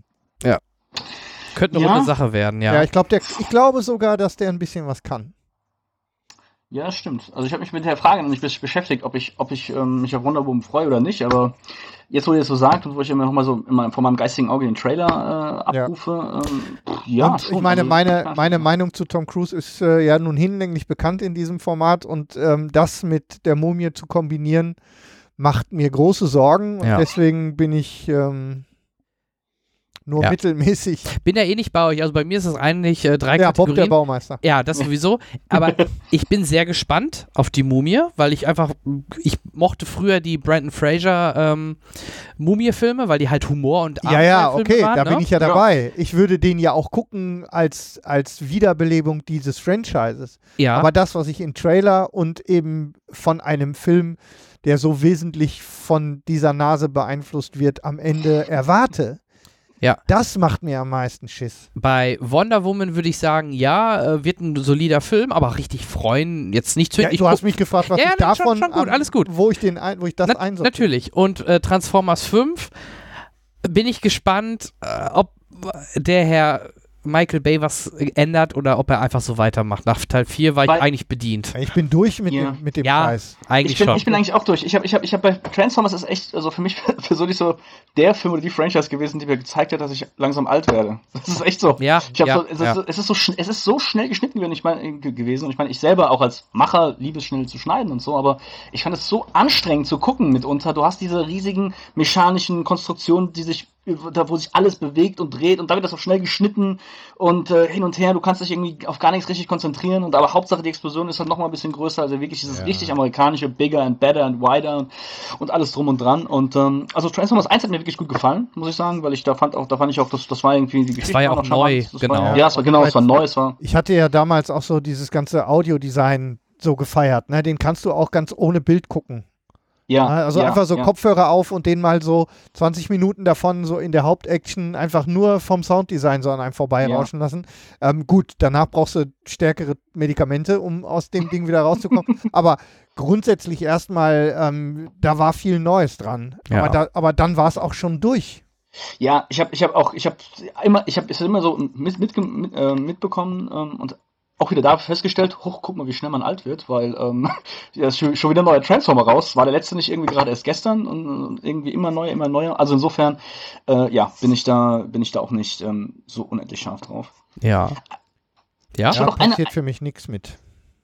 Speaker 3: Könnte eine
Speaker 5: Ja.
Speaker 3: runde Sache werden, ja.
Speaker 4: Ja, ich, glaub, der, ich glaube sogar, dass der ein bisschen was kann.
Speaker 5: Ja, stimmt. Also ich habe mich mit der Frage noch nicht besch- beschäftigt, ob ich, ob ich ähm, mich auf Wonder Woman freue oder nicht, aber jetzt, wo ihr das so sagt und wo ich immer noch mal so in meinem, von meinem geistigen Auge den Trailer äh, abrufe, ja, ähm, pff, ja
Speaker 4: und
Speaker 5: schon.
Speaker 4: ich meine,
Speaker 5: also,
Speaker 4: meine,
Speaker 5: klar,
Speaker 4: meine Meinung zu Tom Cruise ist äh, ja nun hinlänglich bekannt in diesem Format und ähm, das mit der Mumie zu kombinieren, macht mir große Sorgen und
Speaker 3: Ja.
Speaker 4: deswegen bin ich ähm, nur
Speaker 3: Ja.
Speaker 4: mittelmäßig.
Speaker 3: Bin ja eh nicht bei euch, also bei mir ist es eigentlich äh, drei
Speaker 4: Ja, Bob
Speaker 3: Kategorien.
Speaker 4: der Baumeister.
Speaker 3: Ja, das sowieso. Aber ich bin sehr gespannt auf die Mumie, weil ich einfach, ich mochte früher die Brandon Fraser ähm, Mumie-Filme, weil die halt Humor und
Speaker 4: Ja, ja,
Speaker 3: Abenteuerfilme
Speaker 4: okay,
Speaker 3: waren,
Speaker 4: da
Speaker 3: ne?
Speaker 4: bin ich ja dabei. Ich würde den ja auch gucken als, als Wiederbelebung dieses Franchises.
Speaker 3: Ja.
Speaker 4: Aber das, was ich im Trailer und eben von einem Film, der so wesentlich von dieser Nase beeinflusst wird, am Ende erwarte,
Speaker 3: Ja.
Speaker 4: das macht mir am meisten Schiss.
Speaker 3: Bei Wonder Woman würde ich sagen, ja, äh, wird ein solider Film, aber richtig freuen, jetzt nicht zu
Speaker 4: Ja,
Speaker 3: ich
Speaker 4: du hast
Speaker 3: guck-
Speaker 4: mich gefragt, was
Speaker 3: Ja,
Speaker 4: ich
Speaker 3: ja, nein, schon-
Speaker 4: davon,
Speaker 3: schon gut,
Speaker 4: am-
Speaker 3: alles gut.
Speaker 4: wo ich den, ein, wo ich das
Speaker 3: Na,
Speaker 4: einsortiere.
Speaker 3: Natürlich. Und äh, Transformers fünf bin ich gespannt, äh, ob der Herr Michael Bay was ändert oder ob er einfach so weitermacht. Nach Teil vier war ich
Speaker 5: Weil-
Speaker 3: eigentlich bedient.
Speaker 4: Ich bin durch mit
Speaker 5: Ja.
Speaker 4: dem, mit dem
Speaker 3: Ja,
Speaker 4: Preis.
Speaker 3: eigentlich
Speaker 5: Ich bin,
Speaker 3: schon.
Speaker 5: ich bin eigentlich auch durch. Ich habe ich hab, ich hab bei Transformers ist echt, also für mich persönlich so der Film oder die Franchise gewesen, die mir gezeigt hat, dass ich langsam alt werde. Das ist echt so.
Speaker 3: Ja,
Speaker 5: ich hab
Speaker 3: ja,
Speaker 5: so, es,
Speaker 3: ja.
Speaker 5: ist, es, ist so schn- es ist so schnell geschnitten gewesen, ich mein, ge- gewesen. Und ich meine, ich selber auch als Macher liebe es schnell zu schneiden und so, aber ich fand es so anstrengend zu gucken mitunter. Du hast diese riesigen mechanischen Konstruktionen, die sich da wo sich alles bewegt und dreht und da wird das auch schnell geschnitten und äh, hin und her, du kannst dich irgendwie auf gar nichts richtig konzentrieren und aber Hauptsache die Explosion ist halt nochmal ein bisschen größer, also wirklich dieses
Speaker 4: Ja.
Speaker 5: richtig amerikanische bigger and better and wider und, und alles drum und dran und ähm, also Transformers eins hat mir wirklich gut gefallen, muss ich sagen, weil ich da fand auch, da fand ich auch, das, das war irgendwie die Geschichte.
Speaker 3: war ja
Speaker 5: noch
Speaker 3: auch
Speaker 5: charmant.
Speaker 3: neu,
Speaker 5: Das
Speaker 3: genau.
Speaker 5: War, ja, es war genau, es war neu, es war
Speaker 4: Ich hatte ja damals auch so dieses ganze Audiodesign so gefeiert. Ne? Den kannst du auch ganz ohne Bild gucken.
Speaker 5: ja,
Speaker 4: Also
Speaker 5: ja,
Speaker 4: einfach so
Speaker 5: ja.
Speaker 4: Kopfhörer auf und den mal so zwanzig Minuten davon so in der Hauptaction einfach nur vom Sounddesign so an einem vorbeirauschen lassen. Ähm, gut, danach brauchst du stärkere Medikamente, um aus dem Ding wieder rauszukommen. Aber grundsätzlich erstmal, ähm, da war viel Neues dran.
Speaker 3: Ja.
Speaker 4: Aber, da, aber dann war es auch schon durch.
Speaker 5: Ja, ich habe ich hab auch, ich habe immer, ich habe es immer so mit, mit, mit, äh, mitbekommen ähm, und auch wieder da festgestellt, hoch, guck mal, wie schnell man alt wird, weil ähm, ja, ist schon schon wieder ein neuer Transformer raus, war der letzte nicht irgendwie gerade erst gestern und, und irgendwie immer neuer, immer neuer. Also insofern, äh, ja, bin ich da, bin ich da auch nicht ähm, so unendlich scharf drauf.
Speaker 3: Ja. Ja?
Speaker 5: Ich
Speaker 4: Da
Speaker 5: wollte noch eine,
Speaker 4: passiert für mich nichts mit.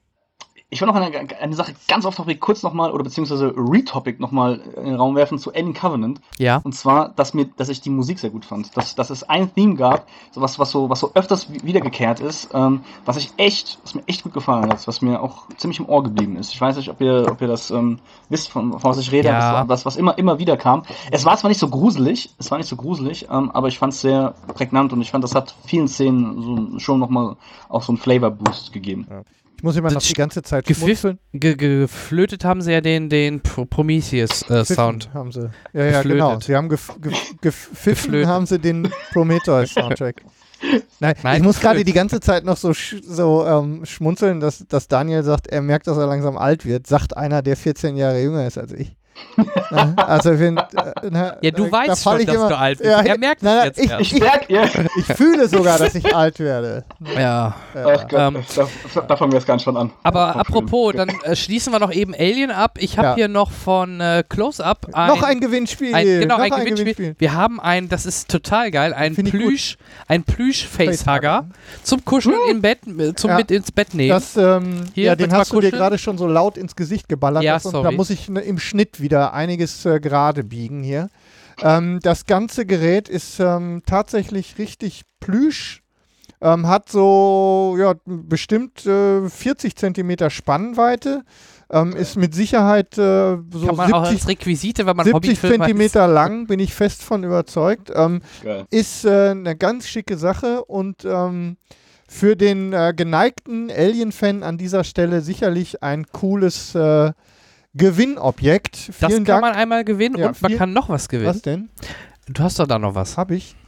Speaker 5: ich wollte noch eine, eine Sache ganz off Topic kurz nochmal oder beziehungsweise Retopic nochmal in den Raum werfen zu Alien Covenant.
Speaker 3: Ja.
Speaker 5: Und zwar, dass mir, dass ich die Musik sehr gut fand. Dass, dass es ein Theme gab, so was, was so, was so öfters wi- wiedergekehrt ist, ähm, was ich echt, was mir echt gut gefallen hat, was mir auch ziemlich im Ohr geblieben ist. Ich weiß nicht, ob ihr, ob ihr das ähm, wisst, von, von was ich rede,
Speaker 3: Ja.
Speaker 5: aber was, was immer, immer wieder kam. Es war zwar nicht so gruselig, es war nicht so gruselig, ähm, aber ich fand es sehr prägnant und ich fand, das hat vielen Szenen so schon nochmal auch so einen Flavor-Boost gegeben.
Speaker 4: Ich muss immer
Speaker 3: Das
Speaker 4: noch die
Speaker 3: sch-
Speaker 4: ganze Zeit
Speaker 3: Gepfiff,
Speaker 4: schmunzeln.
Speaker 3: ge geflötet haben sie ja den, den Pro- Prometheus-Sound.
Speaker 4: Pfiffen haben sie. Ja, ja,
Speaker 3: Geflötet.
Speaker 4: genau. Sie haben gef gef gepfiffen,
Speaker 3: Geflötet.
Speaker 4: haben sie den Prometheus-Soundtrack. Nein,
Speaker 3: Nein,
Speaker 4: ich muss gerade
Speaker 3: geflötet.
Speaker 4: die ganze Zeit noch so, sch so ähm, schmunzeln, dass, dass Daniel sagt, er merkt, dass er langsam alt wird. Sagt einer, der vierzehn Jahre jünger ist als ich. Na, also wenn, äh, na,
Speaker 3: Ja, du
Speaker 4: da-
Speaker 3: weißt
Speaker 4: da fall
Speaker 3: schon,
Speaker 4: ich
Speaker 3: dass
Speaker 4: immer,
Speaker 3: du alt bist.
Speaker 4: Ja,
Speaker 3: Er merkt es
Speaker 4: na, na,
Speaker 3: jetzt
Speaker 4: ich,
Speaker 3: erst.
Speaker 5: Ich merke, ja.
Speaker 4: ich fühle sogar, dass ich alt werde.
Speaker 3: Ja.
Speaker 5: Ach Gott,
Speaker 3: Ähm,
Speaker 5: da, da fangen wir jetzt ganz schon an.
Speaker 3: Aber
Speaker 5: Vom
Speaker 3: apropos, dann äh, schließen wir noch eben Alien ab. Ich habe
Speaker 4: Ja.
Speaker 3: hier noch von äh, Close-Up ein,
Speaker 4: noch ein Gewinnspiel.
Speaker 3: ein, genau,
Speaker 4: noch
Speaker 3: ein Gewinnspiel. Wir haben ein, das ist total geil, ein
Speaker 4: Find ich gut.
Speaker 3: Plüsch, ein Plüsch-Facehugger
Speaker 4: Facehugger.
Speaker 3: zum Kuscheln im Bett, äh, zum
Speaker 4: Ja.
Speaker 3: mit ins Bett nehmen.
Speaker 4: Das, ähm,
Speaker 3: Hier,
Speaker 4: ja, den
Speaker 3: willst du
Speaker 4: hast
Speaker 3: mal
Speaker 4: du dir
Speaker 3: kuscheln?
Speaker 4: gerade schon so laut ins Gesicht geballert.
Speaker 3: Ja,
Speaker 4: das, und da
Speaker 3: sorry.
Speaker 4: muss ich ne, im Schnitt wieder einiges äh, gerade biegen hier. Ähm, das ganze Gerät ist ähm, tatsächlich richtig plüsch. Ähm, hat so ja, bestimmt äh, vierzig Zentimeter Spannweite. Ähm, ist mit Sicherheit äh, so
Speaker 3: Kann man auch
Speaker 4: siebzig,
Speaker 3: als Requisite, wenn man
Speaker 4: siebzig
Speaker 3: Hobbyfilmer
Speaker 4: Zentimeter lang, bin ich fest von überzeugt. Ähm,
Speaker 5: Geil.
Speaker 4: ist äh, eine ganz schicke Sache und ähm, für den äh, geneigten Alien-Fan an dieser Stelle sicherlich ein cooles äh, Gewinnobjekt.
Speaker 3: Das
Speaker 4: Vielen
Speaker 3: kann
Speaker 4: Dank.
Speaker 3: man einmal gewinnen
Speaker 4: Ja,
Speaker 3: und man
Speaker 4: viel-
Speaker 3: kann noch was gewinnen.
Speaker 4: Was denn?
Speaker 3: Du hast doch da noch was.
Speaker 4: Hab ich?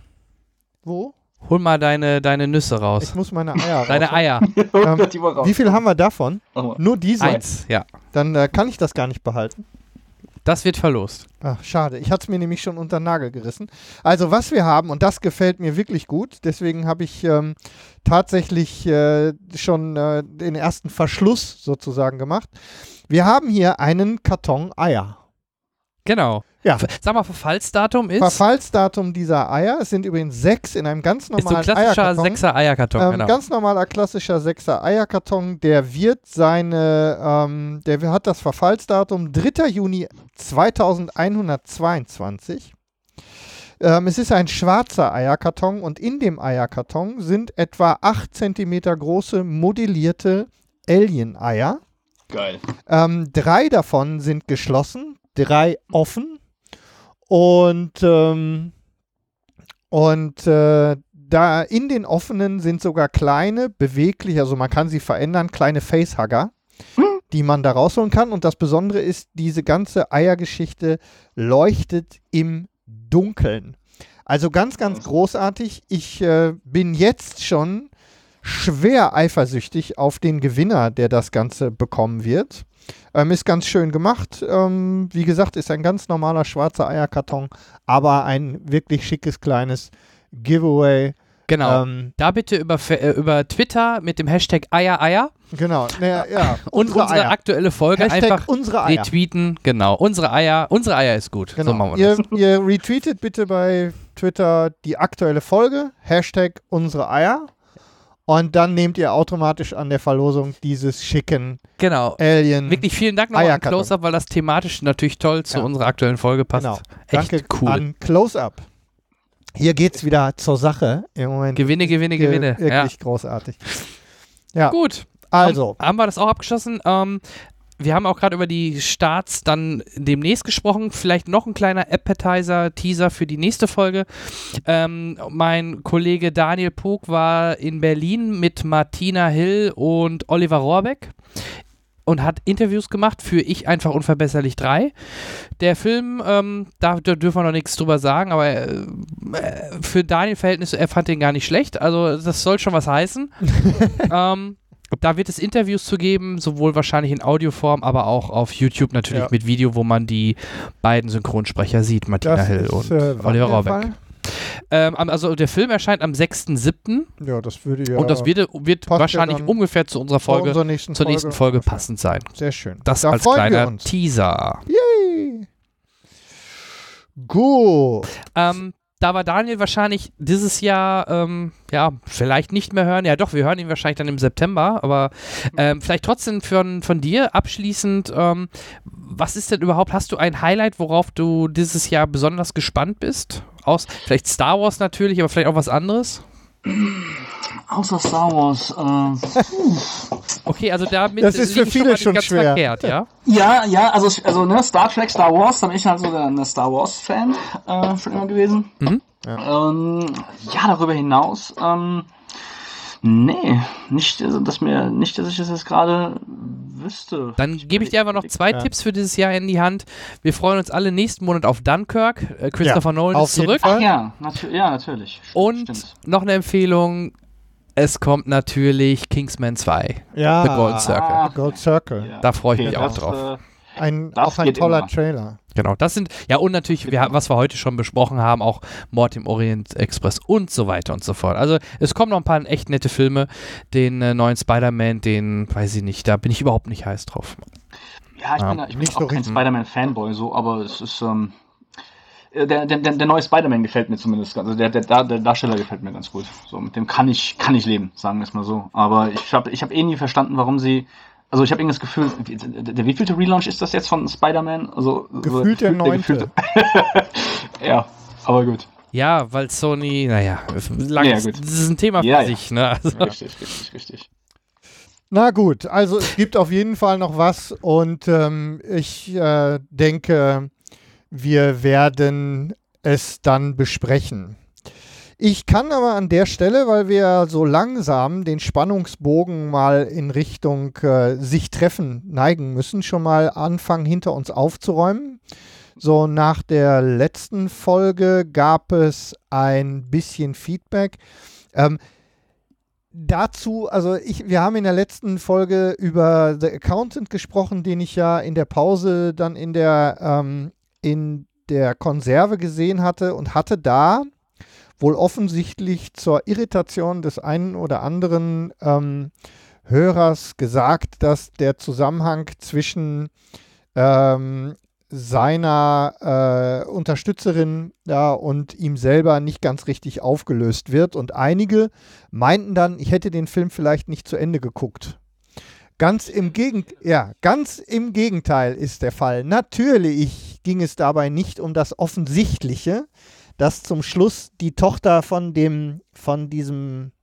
Speaker 4: Wo?
Speaker 3: Hol mal deine, deine Nüsse raus.
Speaker 4: Ich muss meine Eier
Speaker 3: Deine
Speaker 4: raus.
Speaker 3: Eier.
Speaker 4: Ähm,
Speaker 5: Die war raus.
Speaker 4: Wie viel haben wir davon?
Speaker 5: Mach mal.
Speaker 4: Nur diese?
Speaker 3: Eins, ja.
Speaker 4: Dann äh, kann ich das gar nicht behalten.
Speaker 3: Das wird verlost.
Speaker 4: Ach, schade. Ich hatte es mir nämlich schon unter den Nagel gerissen. Also was wir haben, und das gefällt mir wirklich gut, deswegen habe ich ähm, tatsächlich äh, schon äh, den ersten Verschluss sozusagen gemacht. Wir haben hier einen Karton Eier.
Speaker 3: Genau.
Speaker 4: Ja.
Speaker 3: Sag mal, Verfallsdatum ist?
Speaker 4: Verfallsdatum dieser Eier, es sind übrigens sechs in einem ganz normalen
Speaker 3: ist so ein klassischer
Speaker 4: Eierkarton.
Speaker 3: sechser Eierkarton,
Speaker 4: ähm,
Speaker 3: genau.
Speaker 4: Ganz normaler klassischer sechser Eierkarton, der wird seine, ähm, der hat das Verfallsdatum dritter Juni zweitausendeinhundertzweiundzwanzig. Ähm, es ist ein schwarzer Eierkarton und in dem Eierkarton sind etwa acht Zentimeter große modellierte Alien-Eier.
Speaker 5: Geil.
Speaker 4: Ähm, drei davon sind geschlossen, drei offen. Und, ähm, und äh, da in den offenen sind sogar kleine, bewegliche, also man kann sie verändern, kleine Facehugger, hm. die man da rausholen kann. Und das Besondere ist, diese ganze Eiergeschichte leuchtet im Dunkeln. Also ganz, ganz großartig. Ich äh, bin jetzt schon schwer eifersüchtig auf den Gewinner, der das Ganze bekommen wird. Ähm, ist ganz schön gemacht. Ähm, wie gesagt, ist ein ganz normaler schwarzer Eierkarton, aber ein wirklich schickes kleines Giveaway.
Speaker 3: Genau.
Speaker 4: Ähm,
Speaker 3: da bitte über, äh, über Twitter mit dem Hashtag Eiereier.
Speaker 4: Genau. Naja, ja.
Speaker 3: Und unsere, unsere
Speaker 4: Eier.
Speaker 3: aktuelle Folge
Speaker 4: Hashtag
Speaker 3: einfach
Speaker 4: unsere Eier.
Speaker 3: retweeten. Genau. Unsere Eier. Unsere Eier ist gut.
Speaker 4: Genau.
Speaker 3: So machen wir
Speaker 4: ihr,
Speaker 3: das.
Speaker 4: ihr retweetet bitte bei Twitter die aktuelle Folge. Hashtag unsere Eier. Und dann nehmt ihr automatisch an der Verlosung dieses schicken
Speaker 3: genau.
Speaker 4: Alien.
Speaker 3: Wirklich vielen Dank nochmal an Close-Up, weil das thematisch natürlich toll zu
Speaker 4: ja.
Speaker 3: unserer aktuellen Folge passt.
Speaker 4: Genau.
Speaker 3: Echt
Speaker 4: Danke
Speaker 3: cool.
Speaker 4: an Close-Up. Hier geht's wieder zur Sache im Moment.
Speaker 3: Gewinne, Gewinne,
Speaker 4: ge
Speaker 3: Gewinne.
Speaker 4: Wirklich
Speaker 3: ja.
Speaker 4: großartig. Ja.
Speaker 3: Gut.
Speaker 4: Also.
Speaker 3: Haben, haben wir das auch abgeschlossen? Ähm, wir haben auch gerade über die Starts dann demnächst gesprochen. Vielleicht noch ein kleiner Appetizer-Teaser für die nächste Folge. Ähm, mein Kollege Daniel Pog war in Berlin mit Martina Hill und Oliver Rohrbeck und hat Interviews gemacht für Ich einfach unverbesserlich drei. Der Film, ähm, da, da dürfen wir noch nichts drüber sagen, aber äh, für Daniel-Verhältnisse, er fand den gar nicht schlecht. Also das soll schon was heißen. ähm, Da wird es Interviews zu geben, sowohl wahrscheinlich in Audioform, aber auch auf YouTube natürlich ja. mit Video, wo man die beiden Synchronsprecher sieht, Martina
Speaker 4: das
Speaker 3: Hill
Speaker 4: ist,
Speaker 3: und
Speaker 4: äh,
Speaker 3: Oliver Rohrbeck. Ähm, also der Film erscheint am sechsten siebten
Speaker 4: Ja, das würde ja.
Speaker 3: Und das wird, wird wahrscheinlich
Speaker 4: ja
Speaker 3: ungefähr zu unserer Folge,
Speaker 4: nächsten
Speaker 3: zur
Speaker 4: Folge.
Speaker 3: nächsten Folge passend sein.
Speaker 4: Sehr schön.
Speaker 3: Das
Speaker 4: da
Speaker 3: als kleiner Teaser.
Speaker 4: Yay! Gut.
Speaker 3: Ähm, Da war Daniel wahrscheinlich dieses Jahr, ähm, ja, vielleicht nicht mehr hören. Ja doch, wir hören ihn wahrscheinlich dann im September, aber ähm, vielleicht trotzdem von, von dir abschließend, ähm, was ist denn überhaupt, hast du ein Highlight, worauf du dieses Jahr besonders gespannt bist? Aus, vielleicht Star Wars natürlich, aber vielleicht auch was anderes?
Speaker 5: Außer Star Wars. Äh,
Speaker 3: okay, also damit
Speaker 4: das ist für viele schon, schon schwer.
Speaker 3: Verkehrt, ja?
Speaker 5: Ja, ja, also, also ne, Star Trek, Star Wars, da bin ich halt so der, der Star Wars-Fan äh, schon immer gewesen. Mhm. Ja. Ähm, ja, darüber hinaus, ähm, nee, nicht, dass mir, nicht, dass ich das jetzt gerade wüsste.
Speaker 3: Dann gebe ich dir einfach noch zwei ja. Tipps für dieses Jahr in die Hand. Wir freuen uns alle nächsten Monat auf Dunkirk. Äh, Christopher ja, Nolan ist zurück.
Speaker 5: Ach ja, natu ja, natürlich.
Speaker 3: Und
Speaker 5: Stimmt.
Speaker 3: noch eine Empfehlung. Es kommt natürlich Kingsman zwei.
Speaker 4: Ja.
Speaker 3: The Golden Circle.
Speaker 4: Ah, Gold Circle.
Speaker 3: Ja. Da freue ich
Speaker 5: okay,
Speaker 3: mich
Speaker 5: das,
Speaker 3: auch drauf.
Speaker 5: Äh,
Speaker 4: Ein, auch ein toller immer. Trailer.
Speaker 3: Genau, das sind, ja und natürlich, wir, was wir heute schon besprochen haben, auch Mord im Orient Express und so weiter und so fort. Also es kommen noch ein paar echt nette Filme, den äh, neuen Spider-Man, den, weiß ich nicht, da bin ich überhaupt nicht heiß drauf.
Speaker 5: Ja, ich
Speaker 3: ja.
Speaker 5: bin, da, ich bin auch so kein Spider-Man-Fanboy, so, aber es ist, ähm, der, der, der, der neue Spider-Man gefällt mir zumindest, also der, der, der Darsteller gefällt mir ganz gut. So, mit dem kann ich, kann ich leben, sagen wir es mal so. Aber ich habe ich hab eh nie verstanden, warum sie Also ich habe irgendwie das Gefühl, der, der wievielte Relaunch ist das jetzt von Spider-Man? Also,
Speaker 4: gefühlt
Speaker 5: so,
Speaker 4: der neunte.
Speaker 5: Ja, aber gut.
Speaker 3: Ja, weil Sony, naja, lang,
Speaker 5: ja, gut.
Speaker 3: das ist ein Thema für
Speaker 5: ja,
Speaker 3: sich. Ne? Also.
Speaker 5: Richtig, richtig, richtig.
Speaker 4: Na gut, also es gibt auf jeden Fall noch was und ähm, ich äh, denke, wir werden es dann besprechen. Ich kann aber an der Stelle, weil wir so langsam den Spannungsbogen mal in Richtung äh, sich treffen neigen müssen, schon mal anfangen, hinter uns aufzuräumen. So nach der letzten Folge gab es ein bisschen Feedback. Ähm, dazu, also ich, wir haben in der letzten Folge über The Accountant gesprochen, den ich ja in der Pause dann in der, ähm, in der Konserve gesehen hatte und hatte da wohl offensichtlich zur Irritation des einen oder anderen ähm, Hörers gesagt, dass der Zusammenhang zwischen ähm, seiner äh, Unterstützerin ja, und ihm selber nicht ganz richtig aufgelöst wird. Und einige meinten dann, ich hätte den Film vielleicht nicht zu Ende geguckt. Ganz im, Gegend- ja, ganz im Gegenteil ist der Fall. Natürlich ging es dabei nicht um das Offensichtliche, dass zum Schluss die Tochter von dem, von diesem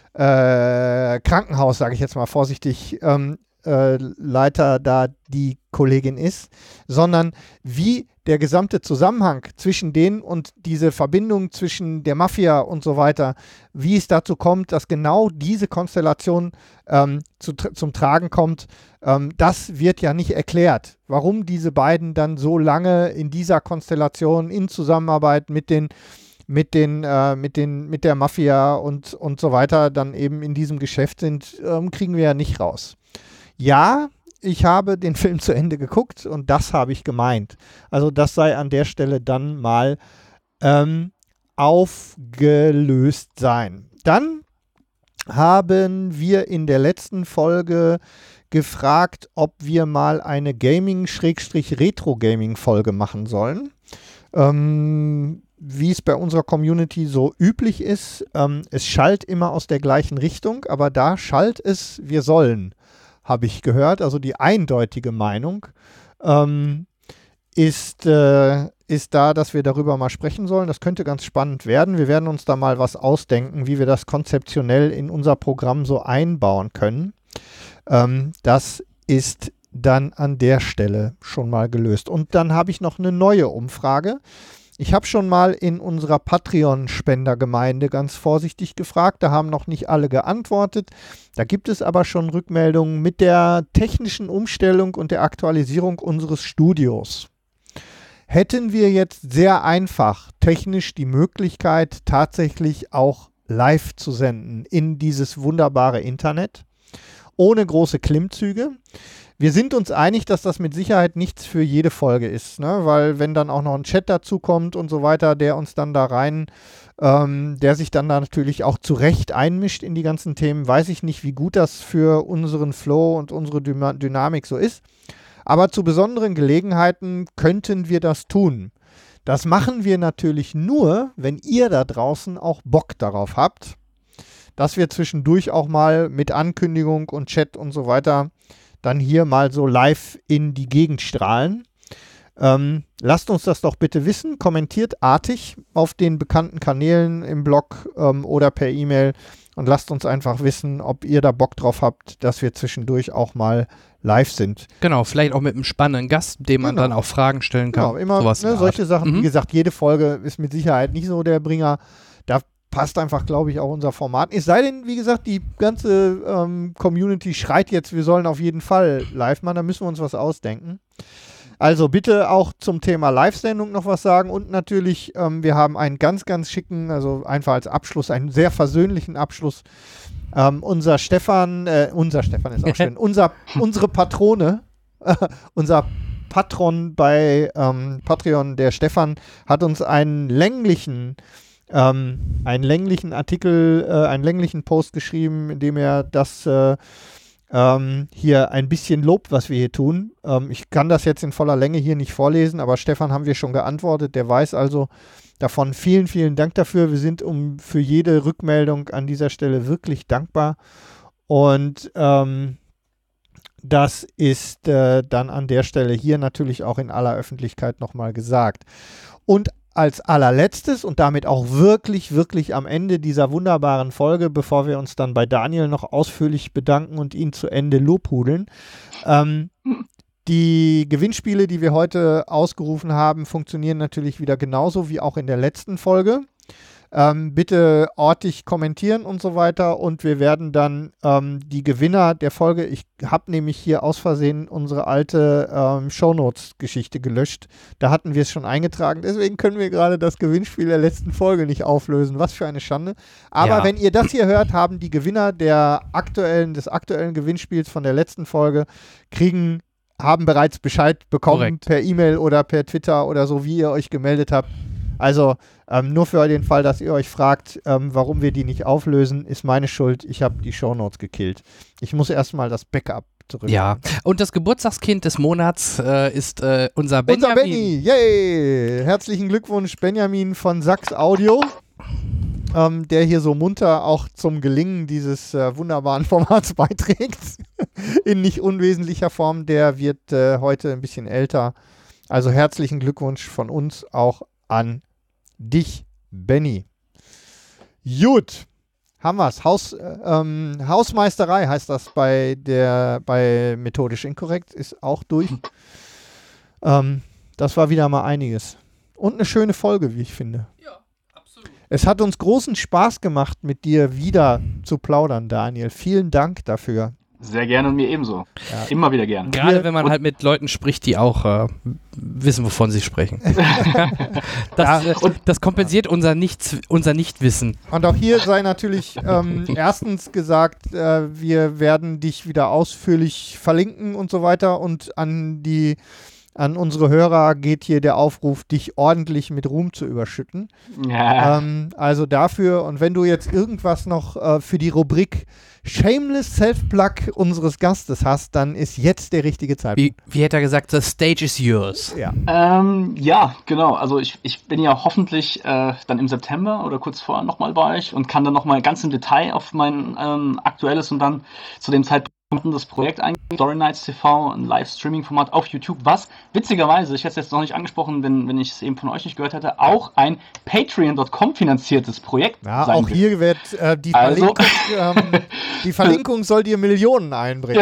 Speaker 4: äh, Krankenhaus, sage ich jetzt mal vorsichtig, ähm, äh, Leiter da die Kollegin ist, sondern wie der gesamte Zusammenhang zwischen denen und diese Verbindung zwischen der Mafia und so weiter, wie es dazu kommt, dass genau diese Konstellation ähm, zu, zum Tragen kommt, ähm, das wird ja nicht erklärt. Warum diese beiden dann so lange in dieser Konstellation in Zusammenarbeit mit den mit den, äh, mit den, mit der Mafia und, und so weiter dann eben in diesem Geschäft sind, ähm, kriegen wir ja nicht raus. Ja, ich habe den Film zu Ende geguckt und das habe ich gemeint. Also das sei an der Stelle dann mal ähm, aufgelöst sein. Dann haben wir in der letzten Folge gefragt, ob wir mal eine Gaming-Retro-Gaming-Folge machen sollen. Ähm, wie es bei unserer Community so üblich ist, ähm, es schallt immer aus der gleichen Richtung, aber da schallt es, wir sollen, habe ich gehört. Also die eindeutige Meinung ähm, ist, äh, ist da, dass wir darüber mal sprechen sollen. Das könnte ganz spannend werden. Wir werden uns da mal was ausdenken, wie wir das konzeptionell in unser Programm so einbauen können. Ähm, das ist dann an der Stelle schon mal gelöst. Und dann habe ich noch eine neue Umfrage. Ich habe schon mal in unserer Patreon-Spendergemeinde ganz vorsichtig gefragt. Da haben noch nicht alle geantwortet. Da gibt es aber schon Rückmeldungen mit der technischen Umstellung und der Aktualisierung unseres Studios. Hätten wir jetzt sehr einfach technisch die Möglichkeit, tatsächlich auch live zu senden in dieses wunderbare Internet, ohne große Klimmzüge. Wir sind uns einig, dass das mit Sicherheit nichts für jede Folge ist, ne? Weil wenn dann auch noch ein Chat dazu kommt und so weiter, der uns dann da rein, ähm, der sich dann da natürlich auch zurecht einmischt in die ganzen Themen, weiß ich nicht, wie gut das für unseren Flow und unsere Dyma- Dynamik so ist. Aber zu besonderen Gelegenheiten könnten wir das tun. Das machen wir natürlich nur, wenn ihr da draußen auch Bock darauf habt, dass wir zwischendurch auch mal mit Ankündigung und Chat und so weiter dann hier mal so live in die Gegend strahlen. Ähm, lasst uns das doch bitte wissen. Kommentiert artig auf den bekannten Kanälen im Blog ähm, oder per E-Mail und lasst uns einfach wissen, ob ihr da Bock drauf habt, dass wir zwischendurch auch mal live sind.
Speaker 3: Genau, vielleicht auch mit einem spannenden Gast, dem man
Speaker 4: Genau.
Speaker 3: dann auch Fragen stellen kann.
Speaker 4: Genau, immer
Speaker 3: Sowas in
Speaker 4: ne,
Speaker 3: der
Speaker 4: solche
Speaker 3: Art.
Speaker 4: Sachen.
Speaker 3: Mhm.
Speaker 4: Wie gesagt, jede Folge ist mit Sicherheit nicht so der Bringer. Da passt einfach, glaube ich, auch unser Format. Es sei denn, wie gesagt, die ganze ähm, Community schreit jetzt, wir sollen auf jeden Fall live machen, da müssen wir uns was ausdenken. Also bitte auch zum Thema Live-Sendung noch was sagen und natürlich, ähm, wir haben einen ganz, ganz schicken, also einfach als Abschluss, einen sehr versöhnlichen Abschluss. Ähm, unser Stefan, äh, unser Stefan ist auch schön, unser, unsere Patrone, äh, unser Patron bei ähm, Patreon, der Stefan, hat uns einen länglichen Ähm, einen länglichen Artikel, äh, einen länglichen Post geschrieben, in dem er das äh, ähm, hier ein bisschen lobt, was wir hier tun. Ähm, ich kann das jetzt in voller Länge hier nicht vorlesen, aber Stefan haben wir schon geantwortet, der weiß also davon. Vielen, vielen Dank dafür. Wir sind um für jede Rückmeldung an dieser Stelle wirklich dankbar und ähm, das ist äh, dann an der Stelle hier natürlich auch in aller Öffentlichkeit nochmal gesagt. Und als allerletztes und damit auch wirklich, wirklich am Ende dieser wunderbaren Folge, bevor wir uns dann bei Daniel noch ausführlich bedanken und ihn zu Ende lobhudeln. Ähm, die Gewinnspiele, die wir heute ausgerufen haben, funktionieren natürlich wieder genauso wie auch in der letzten Folge. Ähm, bitte ortig kommentieren und so weiter und wir werden dann ähm, die Gewinner der Folge, ich habe nämlich hier aus Versehen unsere alte ähm, Shownotes-Geschichte gelöscht. Da hatten wir es schon eingetragen, deswegen können wir gerade das Gewinnspiel der letzten Folge nicht auflösen. Was für eine Schande. Aber
Speaker 3: Ja.
Speaker 4: wenn ihr das hier hört, haben die Gewinner der aktuellen, des aktuellen Gewinnspiels von der letzten Folge, kriegen, haben bereits Bescheid bekommen
Speaker 3: Korrekt.
Speaker 4: per E-Mail oder per Twitter oder so, wie ihr euch gemeldet habt. Also ähm, nur für den Fall, dass ihr euch fragt, ähm, warum wir die nicht auflösen, ist meine Schuld. Ich habe die Shownotes gekillt. Ich muss erstmal das Backup zurück.
Speaker 3: Ja, und das Geburtstagskind des Monats äh, ist äh, unser Benjamin.
Speaker 4: Unser Benny, yay! Herzlichen Glückwunsch, Benjamin von Sachs Audio, ähm, der hier so munter auch zum Gelingen dieses äh, wunderbaren Formats beiträgt. In nicht unwesentlicher Form. Der wird äh, heute ein bisschen älter. Also herzlichen Glückwunsch von uns auch an dich, Benny. Gut, haben wir's. Haus, äh, ähm, Hausmeisterei heißt das bei der bei Methodisch Inkorrekt, ist auch durch. ähm, das war wieder mal einiges. Und eine schöne Folge, wie ich finde.
Speaker 3: Ja, absolut.
Speaker 4: Es hat uns großen Spaß gemacht, mit dir wieder zu plaudern, Daniel. Vielen Dank dafür.
Speaker 5: Sehr gerne und mir ebenso. Ja. Immer wieder gerne.
Speaker 3: Gerade
Speaker 4: Wir-
Speaker 3: wenn man halt mit Leuten spricht, die auch äh, wissen, wovon sie sprechen. das, äh, das kompensiert unser, Nichts, unser Nichtwissen.
Speaker 4: Und auch hier sei natürlich ähm, erstens gesagt, äh, wir werden dich wieder ausführlich verlinken und so weiter. Und an die an unsere Hörer geht hier der Aufruf, dich ordentlich mit Ruhm zu überschütten.
Speaker 5: Ja.
Speaker 4: Ähm, also dafür, und wenn du jetzt irgendwas noch äh, für die Rubrik Shameless Self-Plug unseres Gastes hast, dann ist jetzt der richtige Zeitpunkt.
Speaker 3: Wie, wie hätte er gesagt, the stage is yours.
Speaker 4: Ja.
Speaker 5: Ähm, ja, genau. Also ich, ich bin ja hoffentlich äh, dann im September oder kurz vorher nochmal bei euch und kann dann nochmal ganz im Detail auf mein ähm, aktuelles und dann zu dem Zeitpunkt das Projekt eingehen. Story Nights T V, ein Live-Streaming-Format auf YouTube, was witzigerweise, ich hätte es jetzt noch nicht angesprochen, wenn, wenn ich es eben von euch nicht gehört hätte, auch ein Patreon Punkt com finanziertes Projekt
Speaker 4: Ja,
Speaker 5: sein
Speaker 4: auch
Speaker 5: wird.
Speaker 4: hier wird äh, die,
Speaker 5: Also-
Speaker 4: Verlinkung, ähm, die Verlinkung soll dir Millionen einbringen.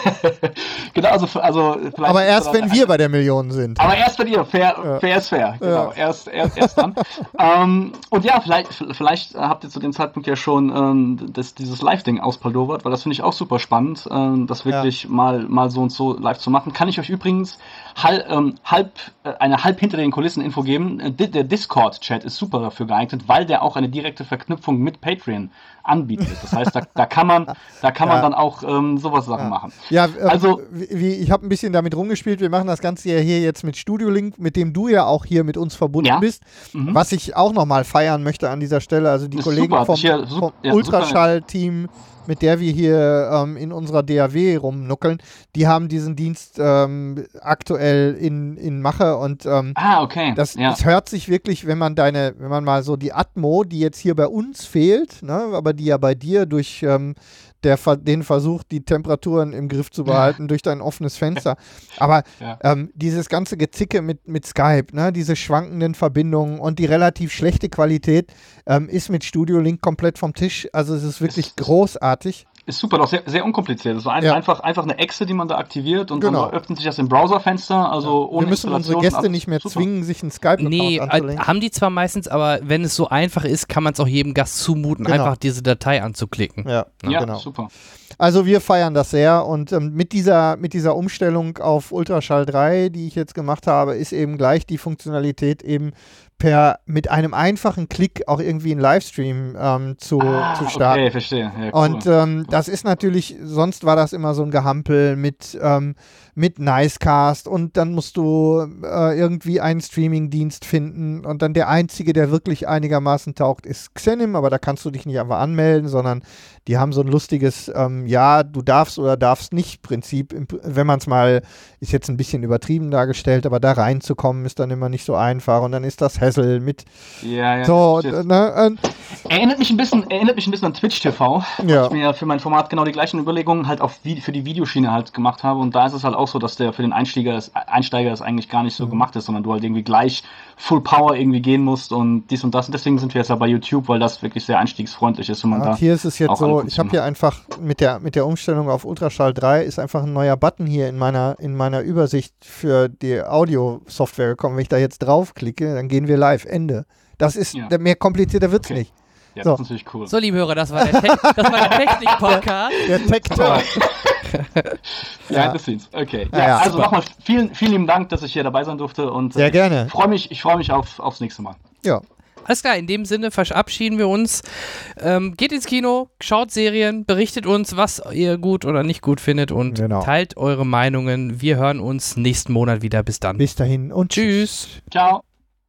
Speaker 5: Genau, also, also vielleicht
Speaker 4: Aber
Speaker 5: ist
Speaker 4: erst
Speaker 5: da
Speaker 4: wenn
Speaker 5: dann-
Speaker 4: wir bei der Million sind.
Speaker 5: Aber erst bei dir, fair,
Speaker 4: Ja.
Speaker 5: fair ist fair, genau,
Speaker 4: Ja.
Speaker 5: erst, erst, erst dann. ähm, und ja, vielleicht, vielleicht äh, habt ihr zu dem Zeitpunkt ja schon ähm, das, dieses Live-Ding auspaldowert, weil das finde ich auch super spannend, ähm, das wirklich mal, mal so und so live zu machen. Kann ich euch übrigens halb, ähm, halb äh, eine halb hinter den Kulissen Info geben. Äh, di- der Discord-Chat ist super dafür geeignet, weil der auch eine direkte Verknüpfung mit Patreon anbietet. Das heißt, da, da kann man, da kann man
Speaker 4: Ja.
Speaker 5: dann auch ähm, sowas Sachen machen.
Speaker 4: Ja, äh,
Speaker 5: Also-
Speaker 4: wie, wie, ich habe ein bisschen damit rumgespielt. Wir machen das Ganze ja hier jetzt mit Studio Link, mit dem du ja auch hier mit uns verbunden
Speaker 5: Ja.
Speaker 4: bist.
Speaker 5: Mhm.
Speaker 4: Was ich auch nochmal feiern möchte an dieser Stelle. Also die
Speaker 5: Ist
Speaker 4: Kollegen
Speaker 5: super,
Speaker 4: vom,
Speaker 5: das hier- sup-
Speaker 4: vom
Speaker 5: ja,
Speaker 4: Ultraschall-Team, mit der wir hier ähm, in unserer D A W rumnuckeln, die haben diesen Dienst ähm, aktuell in, in Mache und ähm,
Speaker 5: Ah, okay.
Speaker 4: das,
Speaker 5: ja.
Speaker 4: das hört sich wirklich, wenn man deine, wenn man mal so die Atmo, die jetzt hier bei uns fehlt, ne, aber die ja bei dir durch ähm, der, Ver- den Versuch, die Temperaturen im Griff zu behalten durch dein offenes Fenster. Aber
Speaker 5: Ja.
Speaker 4: ähm, dieses ganze Gezicke mit, mit Skype, ne, diese schwankenden Verbindungen und die relativ schlechte Qualität ähm, ist mit Studio Link komplett vom Tisch. Also es ist wirklich
Speaker 5: Ist-
Speaker 4: großartig.
Speaker 5: Ist super, doch sehr, sehr unkompliziert. Es war ein,
Speaker 4: Ja.
Speaker 5: einfach, einfach eine Echse, die man da aktiviert und
Speaker 4: Genau.
Speaker 5: dann öffnet sich das im Browserfenster. Also ohne
Speaker 4: Wir müssen unsere
Speaker 5: Installation,
Speaker 4: Gäste
Speaker 5: alles
Speaker 4: nicht mehr
Speaker 5: super.
Speaker 4: zwingen, sich einen Skype-Account
Speaker 3: Nee,
Speaker 4: anzulegen.
Speaker 3: äh, haben die zwar meistens, aber wenn es so einfach ist, kann man es auch jedem Gast zumuten,
Speaker 4: Genau.
Speaker 3: einfach diese Datei anzuklicken.
Speaker 4: Ja,
Speaker 5: Ja,
Speaker 4: genau.
Speaker 5: super.
Speaker 4: Also wir feiern das sehr und ähm, mit, dieser, mit dieser Umstellung auf Ultraschall drei, die ich jetzt gemacht habe, ist eben gleich die Funktionalität eben per mit einem einfachen Klick auch irgendwie einen Livestream ähm, zu,
Speaker 5: Ah,
Speaker 4: zu starten.
Speaker 5: okay, verstehe. Ja, cool.
Speaker 4: Und ähm, das ist natürlich, sonst war das immer so ein Gehampel mit, ähm, mit Nicecast und dann musst du äh, irgendwie einen Streamingdienst finden und dann der einzige, der wirklich einigermaßen taugt, ist Xenim, aber da kannst du dich nicht einfach anmelden, sondern die haben so ein lustiges, ähm, ja, du darfst oder darfst nicht Prinzip, im- wenn man es mal, ist jetzt ein bisschen übertrieben dargestellt, aber da reinzukommen ist dann immer nicht so einfach und dann ist das Hassel mit
Speaker 5: ja, ja,
Speaker 4: so,
Speaker 5: shit.
Speaker 4: ne, äh,
Speaker 5: Erinnert mich ein bisschen, erinnert mich ein bisschen an Twitch T V, weil
Speaker 4: Ja.
Speaker 5: ich mir für mein Format genau die gleichen Überlegungen halt auf Vi- für die Videoschiene halt gemacht habe und da ist es halt auch so, dass der für den Einsteiger das, Einsteiger das eigentlich gar nicht so gemacht ist, sondern du halt irgendwie gleich Full Power irgendwie gehen musst und dies und das und deswegen sind wir jetzt ja bei YouTube, weil das wirklich sehr einstiegsfreundlich ist und man
Speaker 4: Ja,
Speaker 5: da
Speaker 4: und hier ist es jetzt
Speaker 5: auch alle
Speaker 4: so,
Speaker 5: Funktionen
Speaker 4: ich habe hier einfach mit der, mit der Umstellung auf Ultraschall drei ist einfach ein neuer Button hier in meiner, in meiner Übersicht für die Audio-Software gekommen. Wenn ich da jetzt draufklicke, dann gehen wir live. Ende. Das ist,
Speaker 5: Ja.
Speaker 4: mehr komplizierter wird's
Speaker 5: Okay.
Speaker 4: nicht.
Speaker 5: Ja,
Speaker 4: So.
Speaker 5: das ist natürlich cool.
Speaker 3: So, liebe Hörer, das war der, Te- das war der Technik-Podcast.
Speaker 4: Der Tech-Talk.
Speaker 5: Behind the scenes. Okay.
Speaker 4: Ja,
Speaker 5: Ja,
Speaker 4: ja,
Speaker 5: also
Speaker 4: super.
Speaker 5: nochmal vielen, vielen lieben Dank, dass ich hier dabei sein durfte und
Speaker 4: Sehr
Speaker 5: äh,
Speaker 4: gerne.
Speaker 5: Ich freue mich, ich freue mich auf, aufs nächste Mal.
Speaker 4: Ja.
Speaker 3: Alles klar, in dem Sinne verabschieden wir uns. Ähm, geht ins Kino, schaut Serien, berichtet uns, was ihr gut oder nicht gut findet und
Speaker 4: Genau.
Speaker 3: teilt eure Meinungen. Wir hören uns nächsten Monat wieder. Bis dann.
Speaker 4: Bis dahin und
Speaker 3: Tschüss.
Speaker 5: Ciao.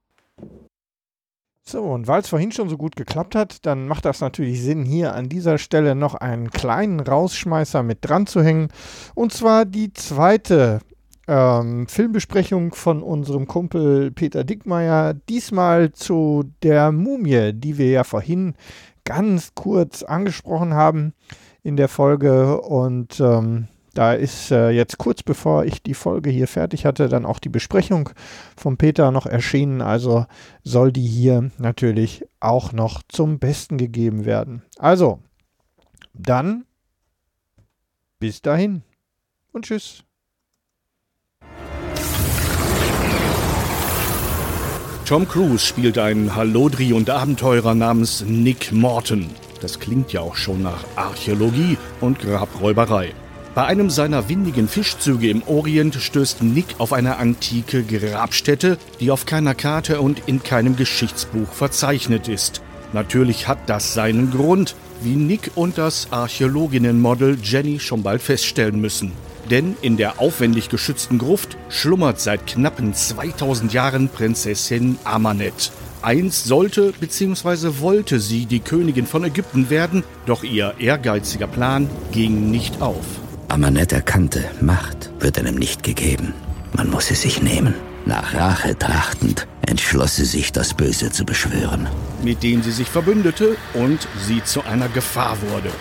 Speaker 4: So, und weil es vorhin schon so gut geklappt hat, dann macht das natürlich Sinn, hier an dieser Stelle noch einen kleinen Rausschmeißer mit dran zu hängen. Und zwar die zweite ähm, Filmbesprechung von unserem Kumpel Peter Dickmeyer. Diesmal zu der Mumie, die wir ja vorhin ganz kurz angesprochen haben in der Folge. Und ähm, da ist äh, jetzt kurz bevor ich die Folge hier fertig hatte, dann auch die Besprechung von Peter noch erschienen. Also soll die hier natürlich auch noch zum Besten gegeben werden. Also, dann bis dahin und tschüss.
Speaker 6: Tom Cruise spielt einen Hallodri und Abenteurer namens Nick Morton. Das klingt ja auch schon nach Archäologie und Grabräuberei. Bei einem seiner windigen Fischzüge im Orient stößt Nick auf eine antike Grabstätte, die auf keiner Karte und in keinem Geschichtsbuch verzeichnet ist. Natürlich hat das seinen Grund, wie Nick und das Archäologinnenmodel Jenny schon bald feststellen müssen. Denn in der aufwendig geschützten Gruft schlummert seit knappen zweitausend Jahren Prinzessin Amanet. Einst sollte bzw. wollte sie die Königin von Ägypten werden, doch ihr ehrgeiziger Plan ging nicht auf.
Speaker 10: Amanet erkannte, Macht wird einem nicht gegeben. Man muss sie sich nehmen. Nach Rache trachtend entschloss sie sich, das Böse zu beschwören.
Speaker 6: Mit dem sie sich verbündete und sie zu einer Gefahr wurde.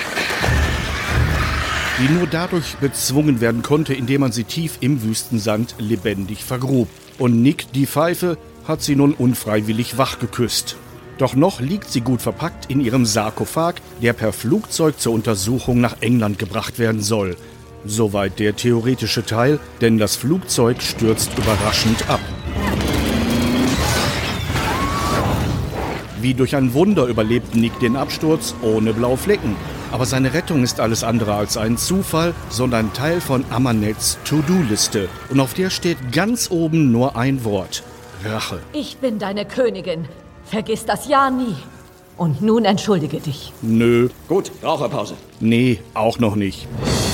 Speaker 6: Die nur dadurch bezwungen werden konnte, indem man sie tief im Wüstensand lebendig vergrub. Und Nick, die Pfeife, hat sie nun unfreiwillig wach geküsst. Doch noch liegt sie gut verpackt in ihrem Sarkophag, der per Flugzeug zur Untersuchung nach England gebracht werden soll. Soweit der theoretische Teil, denn das Flugzeug stürzt überraschend ab. Wie durch ein Wunder überlebt Nick den Absturz ohne blaue Flecken. Aber seine Rettung ist alles andere als ein Zufall, sondern Teil von Amanets To-Do-Liste. Und auf der steht ganz oben nur ein Wort: Rache.
Speaker 11: Ich bin deine Königin. Vergiss das ja nie. Und nun entschuldige dich.
Speaker 6: Nö.
Speaker 7: Gut, Raucherpause.
Speaker 6: Nee, auch noch nicht.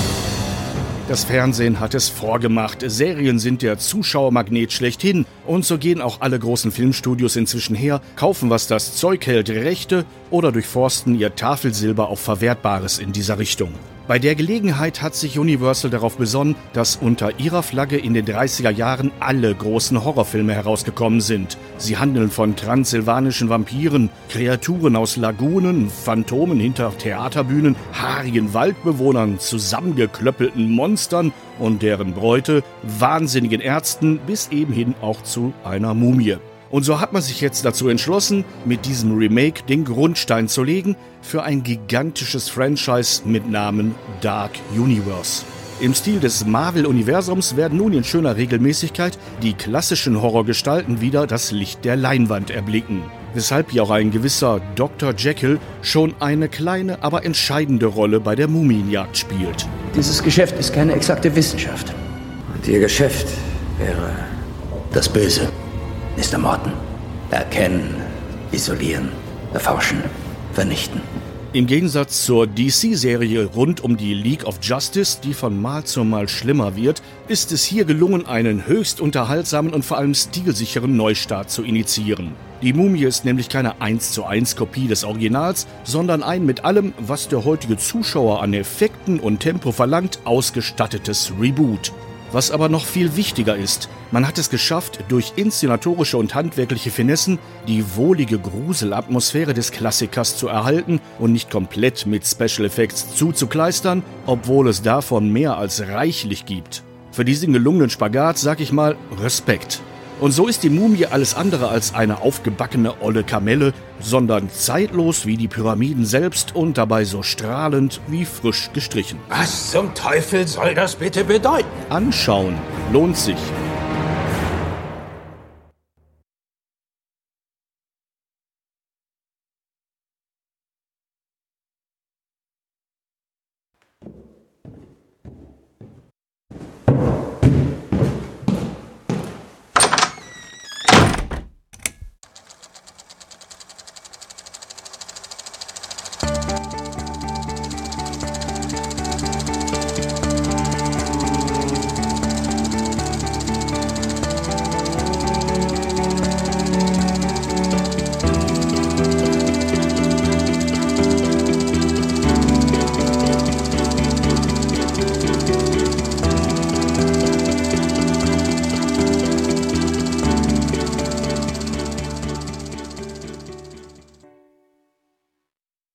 Speaker 6: Das Fernsehen hat es vorgemacht. Serien sind der Zuschauermagnet schlechthin. Und so gehen auch alle großen Filmstudios inzwischen her, kaufen, was das Zeug hält, Rechte oder durchforsten ihr Tafelsilber auf Verwertbares in dieser Richtung. Bei der Gelegenheit hat sich Universal darauf besonnen, dass unter ihrer Flagge in den dreißiger Jahren alle großen Horrorfilme herausgekommen sind. Sie handeln von transsilvanischen Vampiren, Kreaturen aus Lagunen, Phantomen hinter Theaterbühnen, haarigen Waldbewohnern, zusammengeklöppelten Monstern und deren Bräute, wahnsinnigen Ärzten bis eben hin auch zu einer Mumie. Und so hat man sich jetzt dazu entschlossen, mit diesem Remake den Grundstein zu legen für ein gigantisches Franchise mit Namen Dark Universe. Im Stil des Marvel-Universums werden nun in schöner Regelmäßigkeit die klassischen Horrorgestalten wieder das Licht der Leinwand erblicken. Weshalb hier auch ein gewisser Doktor Jekyll schon eine kleine, aber entscheidende Rolle bei der Mumienjagd spielt.
Speaker 10: Dieses Geschäft ist keine exakte Wissenschaft. Und Ihr Geschäft wäre das Böse. Mister Morton. Erkennen, isolieren, erforschen, vernichten.
Speaker 6: Im Gegensatz zur D C-Serie rund um die League of Justice, die von Mal zu Mal schlimmer wird, ist es hier gelungen, einen höchst unterhaltsamen und vor allem stilsicheren Neustart zu initiieren. Die Mumie ist nämlich keine eins zu eins Kopie des Originals, sondern ein mit allem, was der heutige Zuschauer an Effekten und Tempo verlangt, ausgestattetes Reboot. Was aber noch viel wichtiger ist, man hat es geschafft, durch inszenatorische und handwerkliche Finessen die wohlige Gruselatmosphäre des Klassikers zu erhalten und nicht komplett mit Special Effects zuzukleistern, obwohl es davon mehr als reichlich gibt. Für diesen gelungenen Spagat sag ich mal Respekt. Und so ist die Mumie alles andere als eine aufgebackene olle Kamelle, sondern zeitlos wie die Pyramiden selbst und dabei so strahlend wie frisch gestrichen.
Speaker 8: Was zum Teufel soll das bitte bedeuten?
Speaker 6: Anschauen lohnt sich.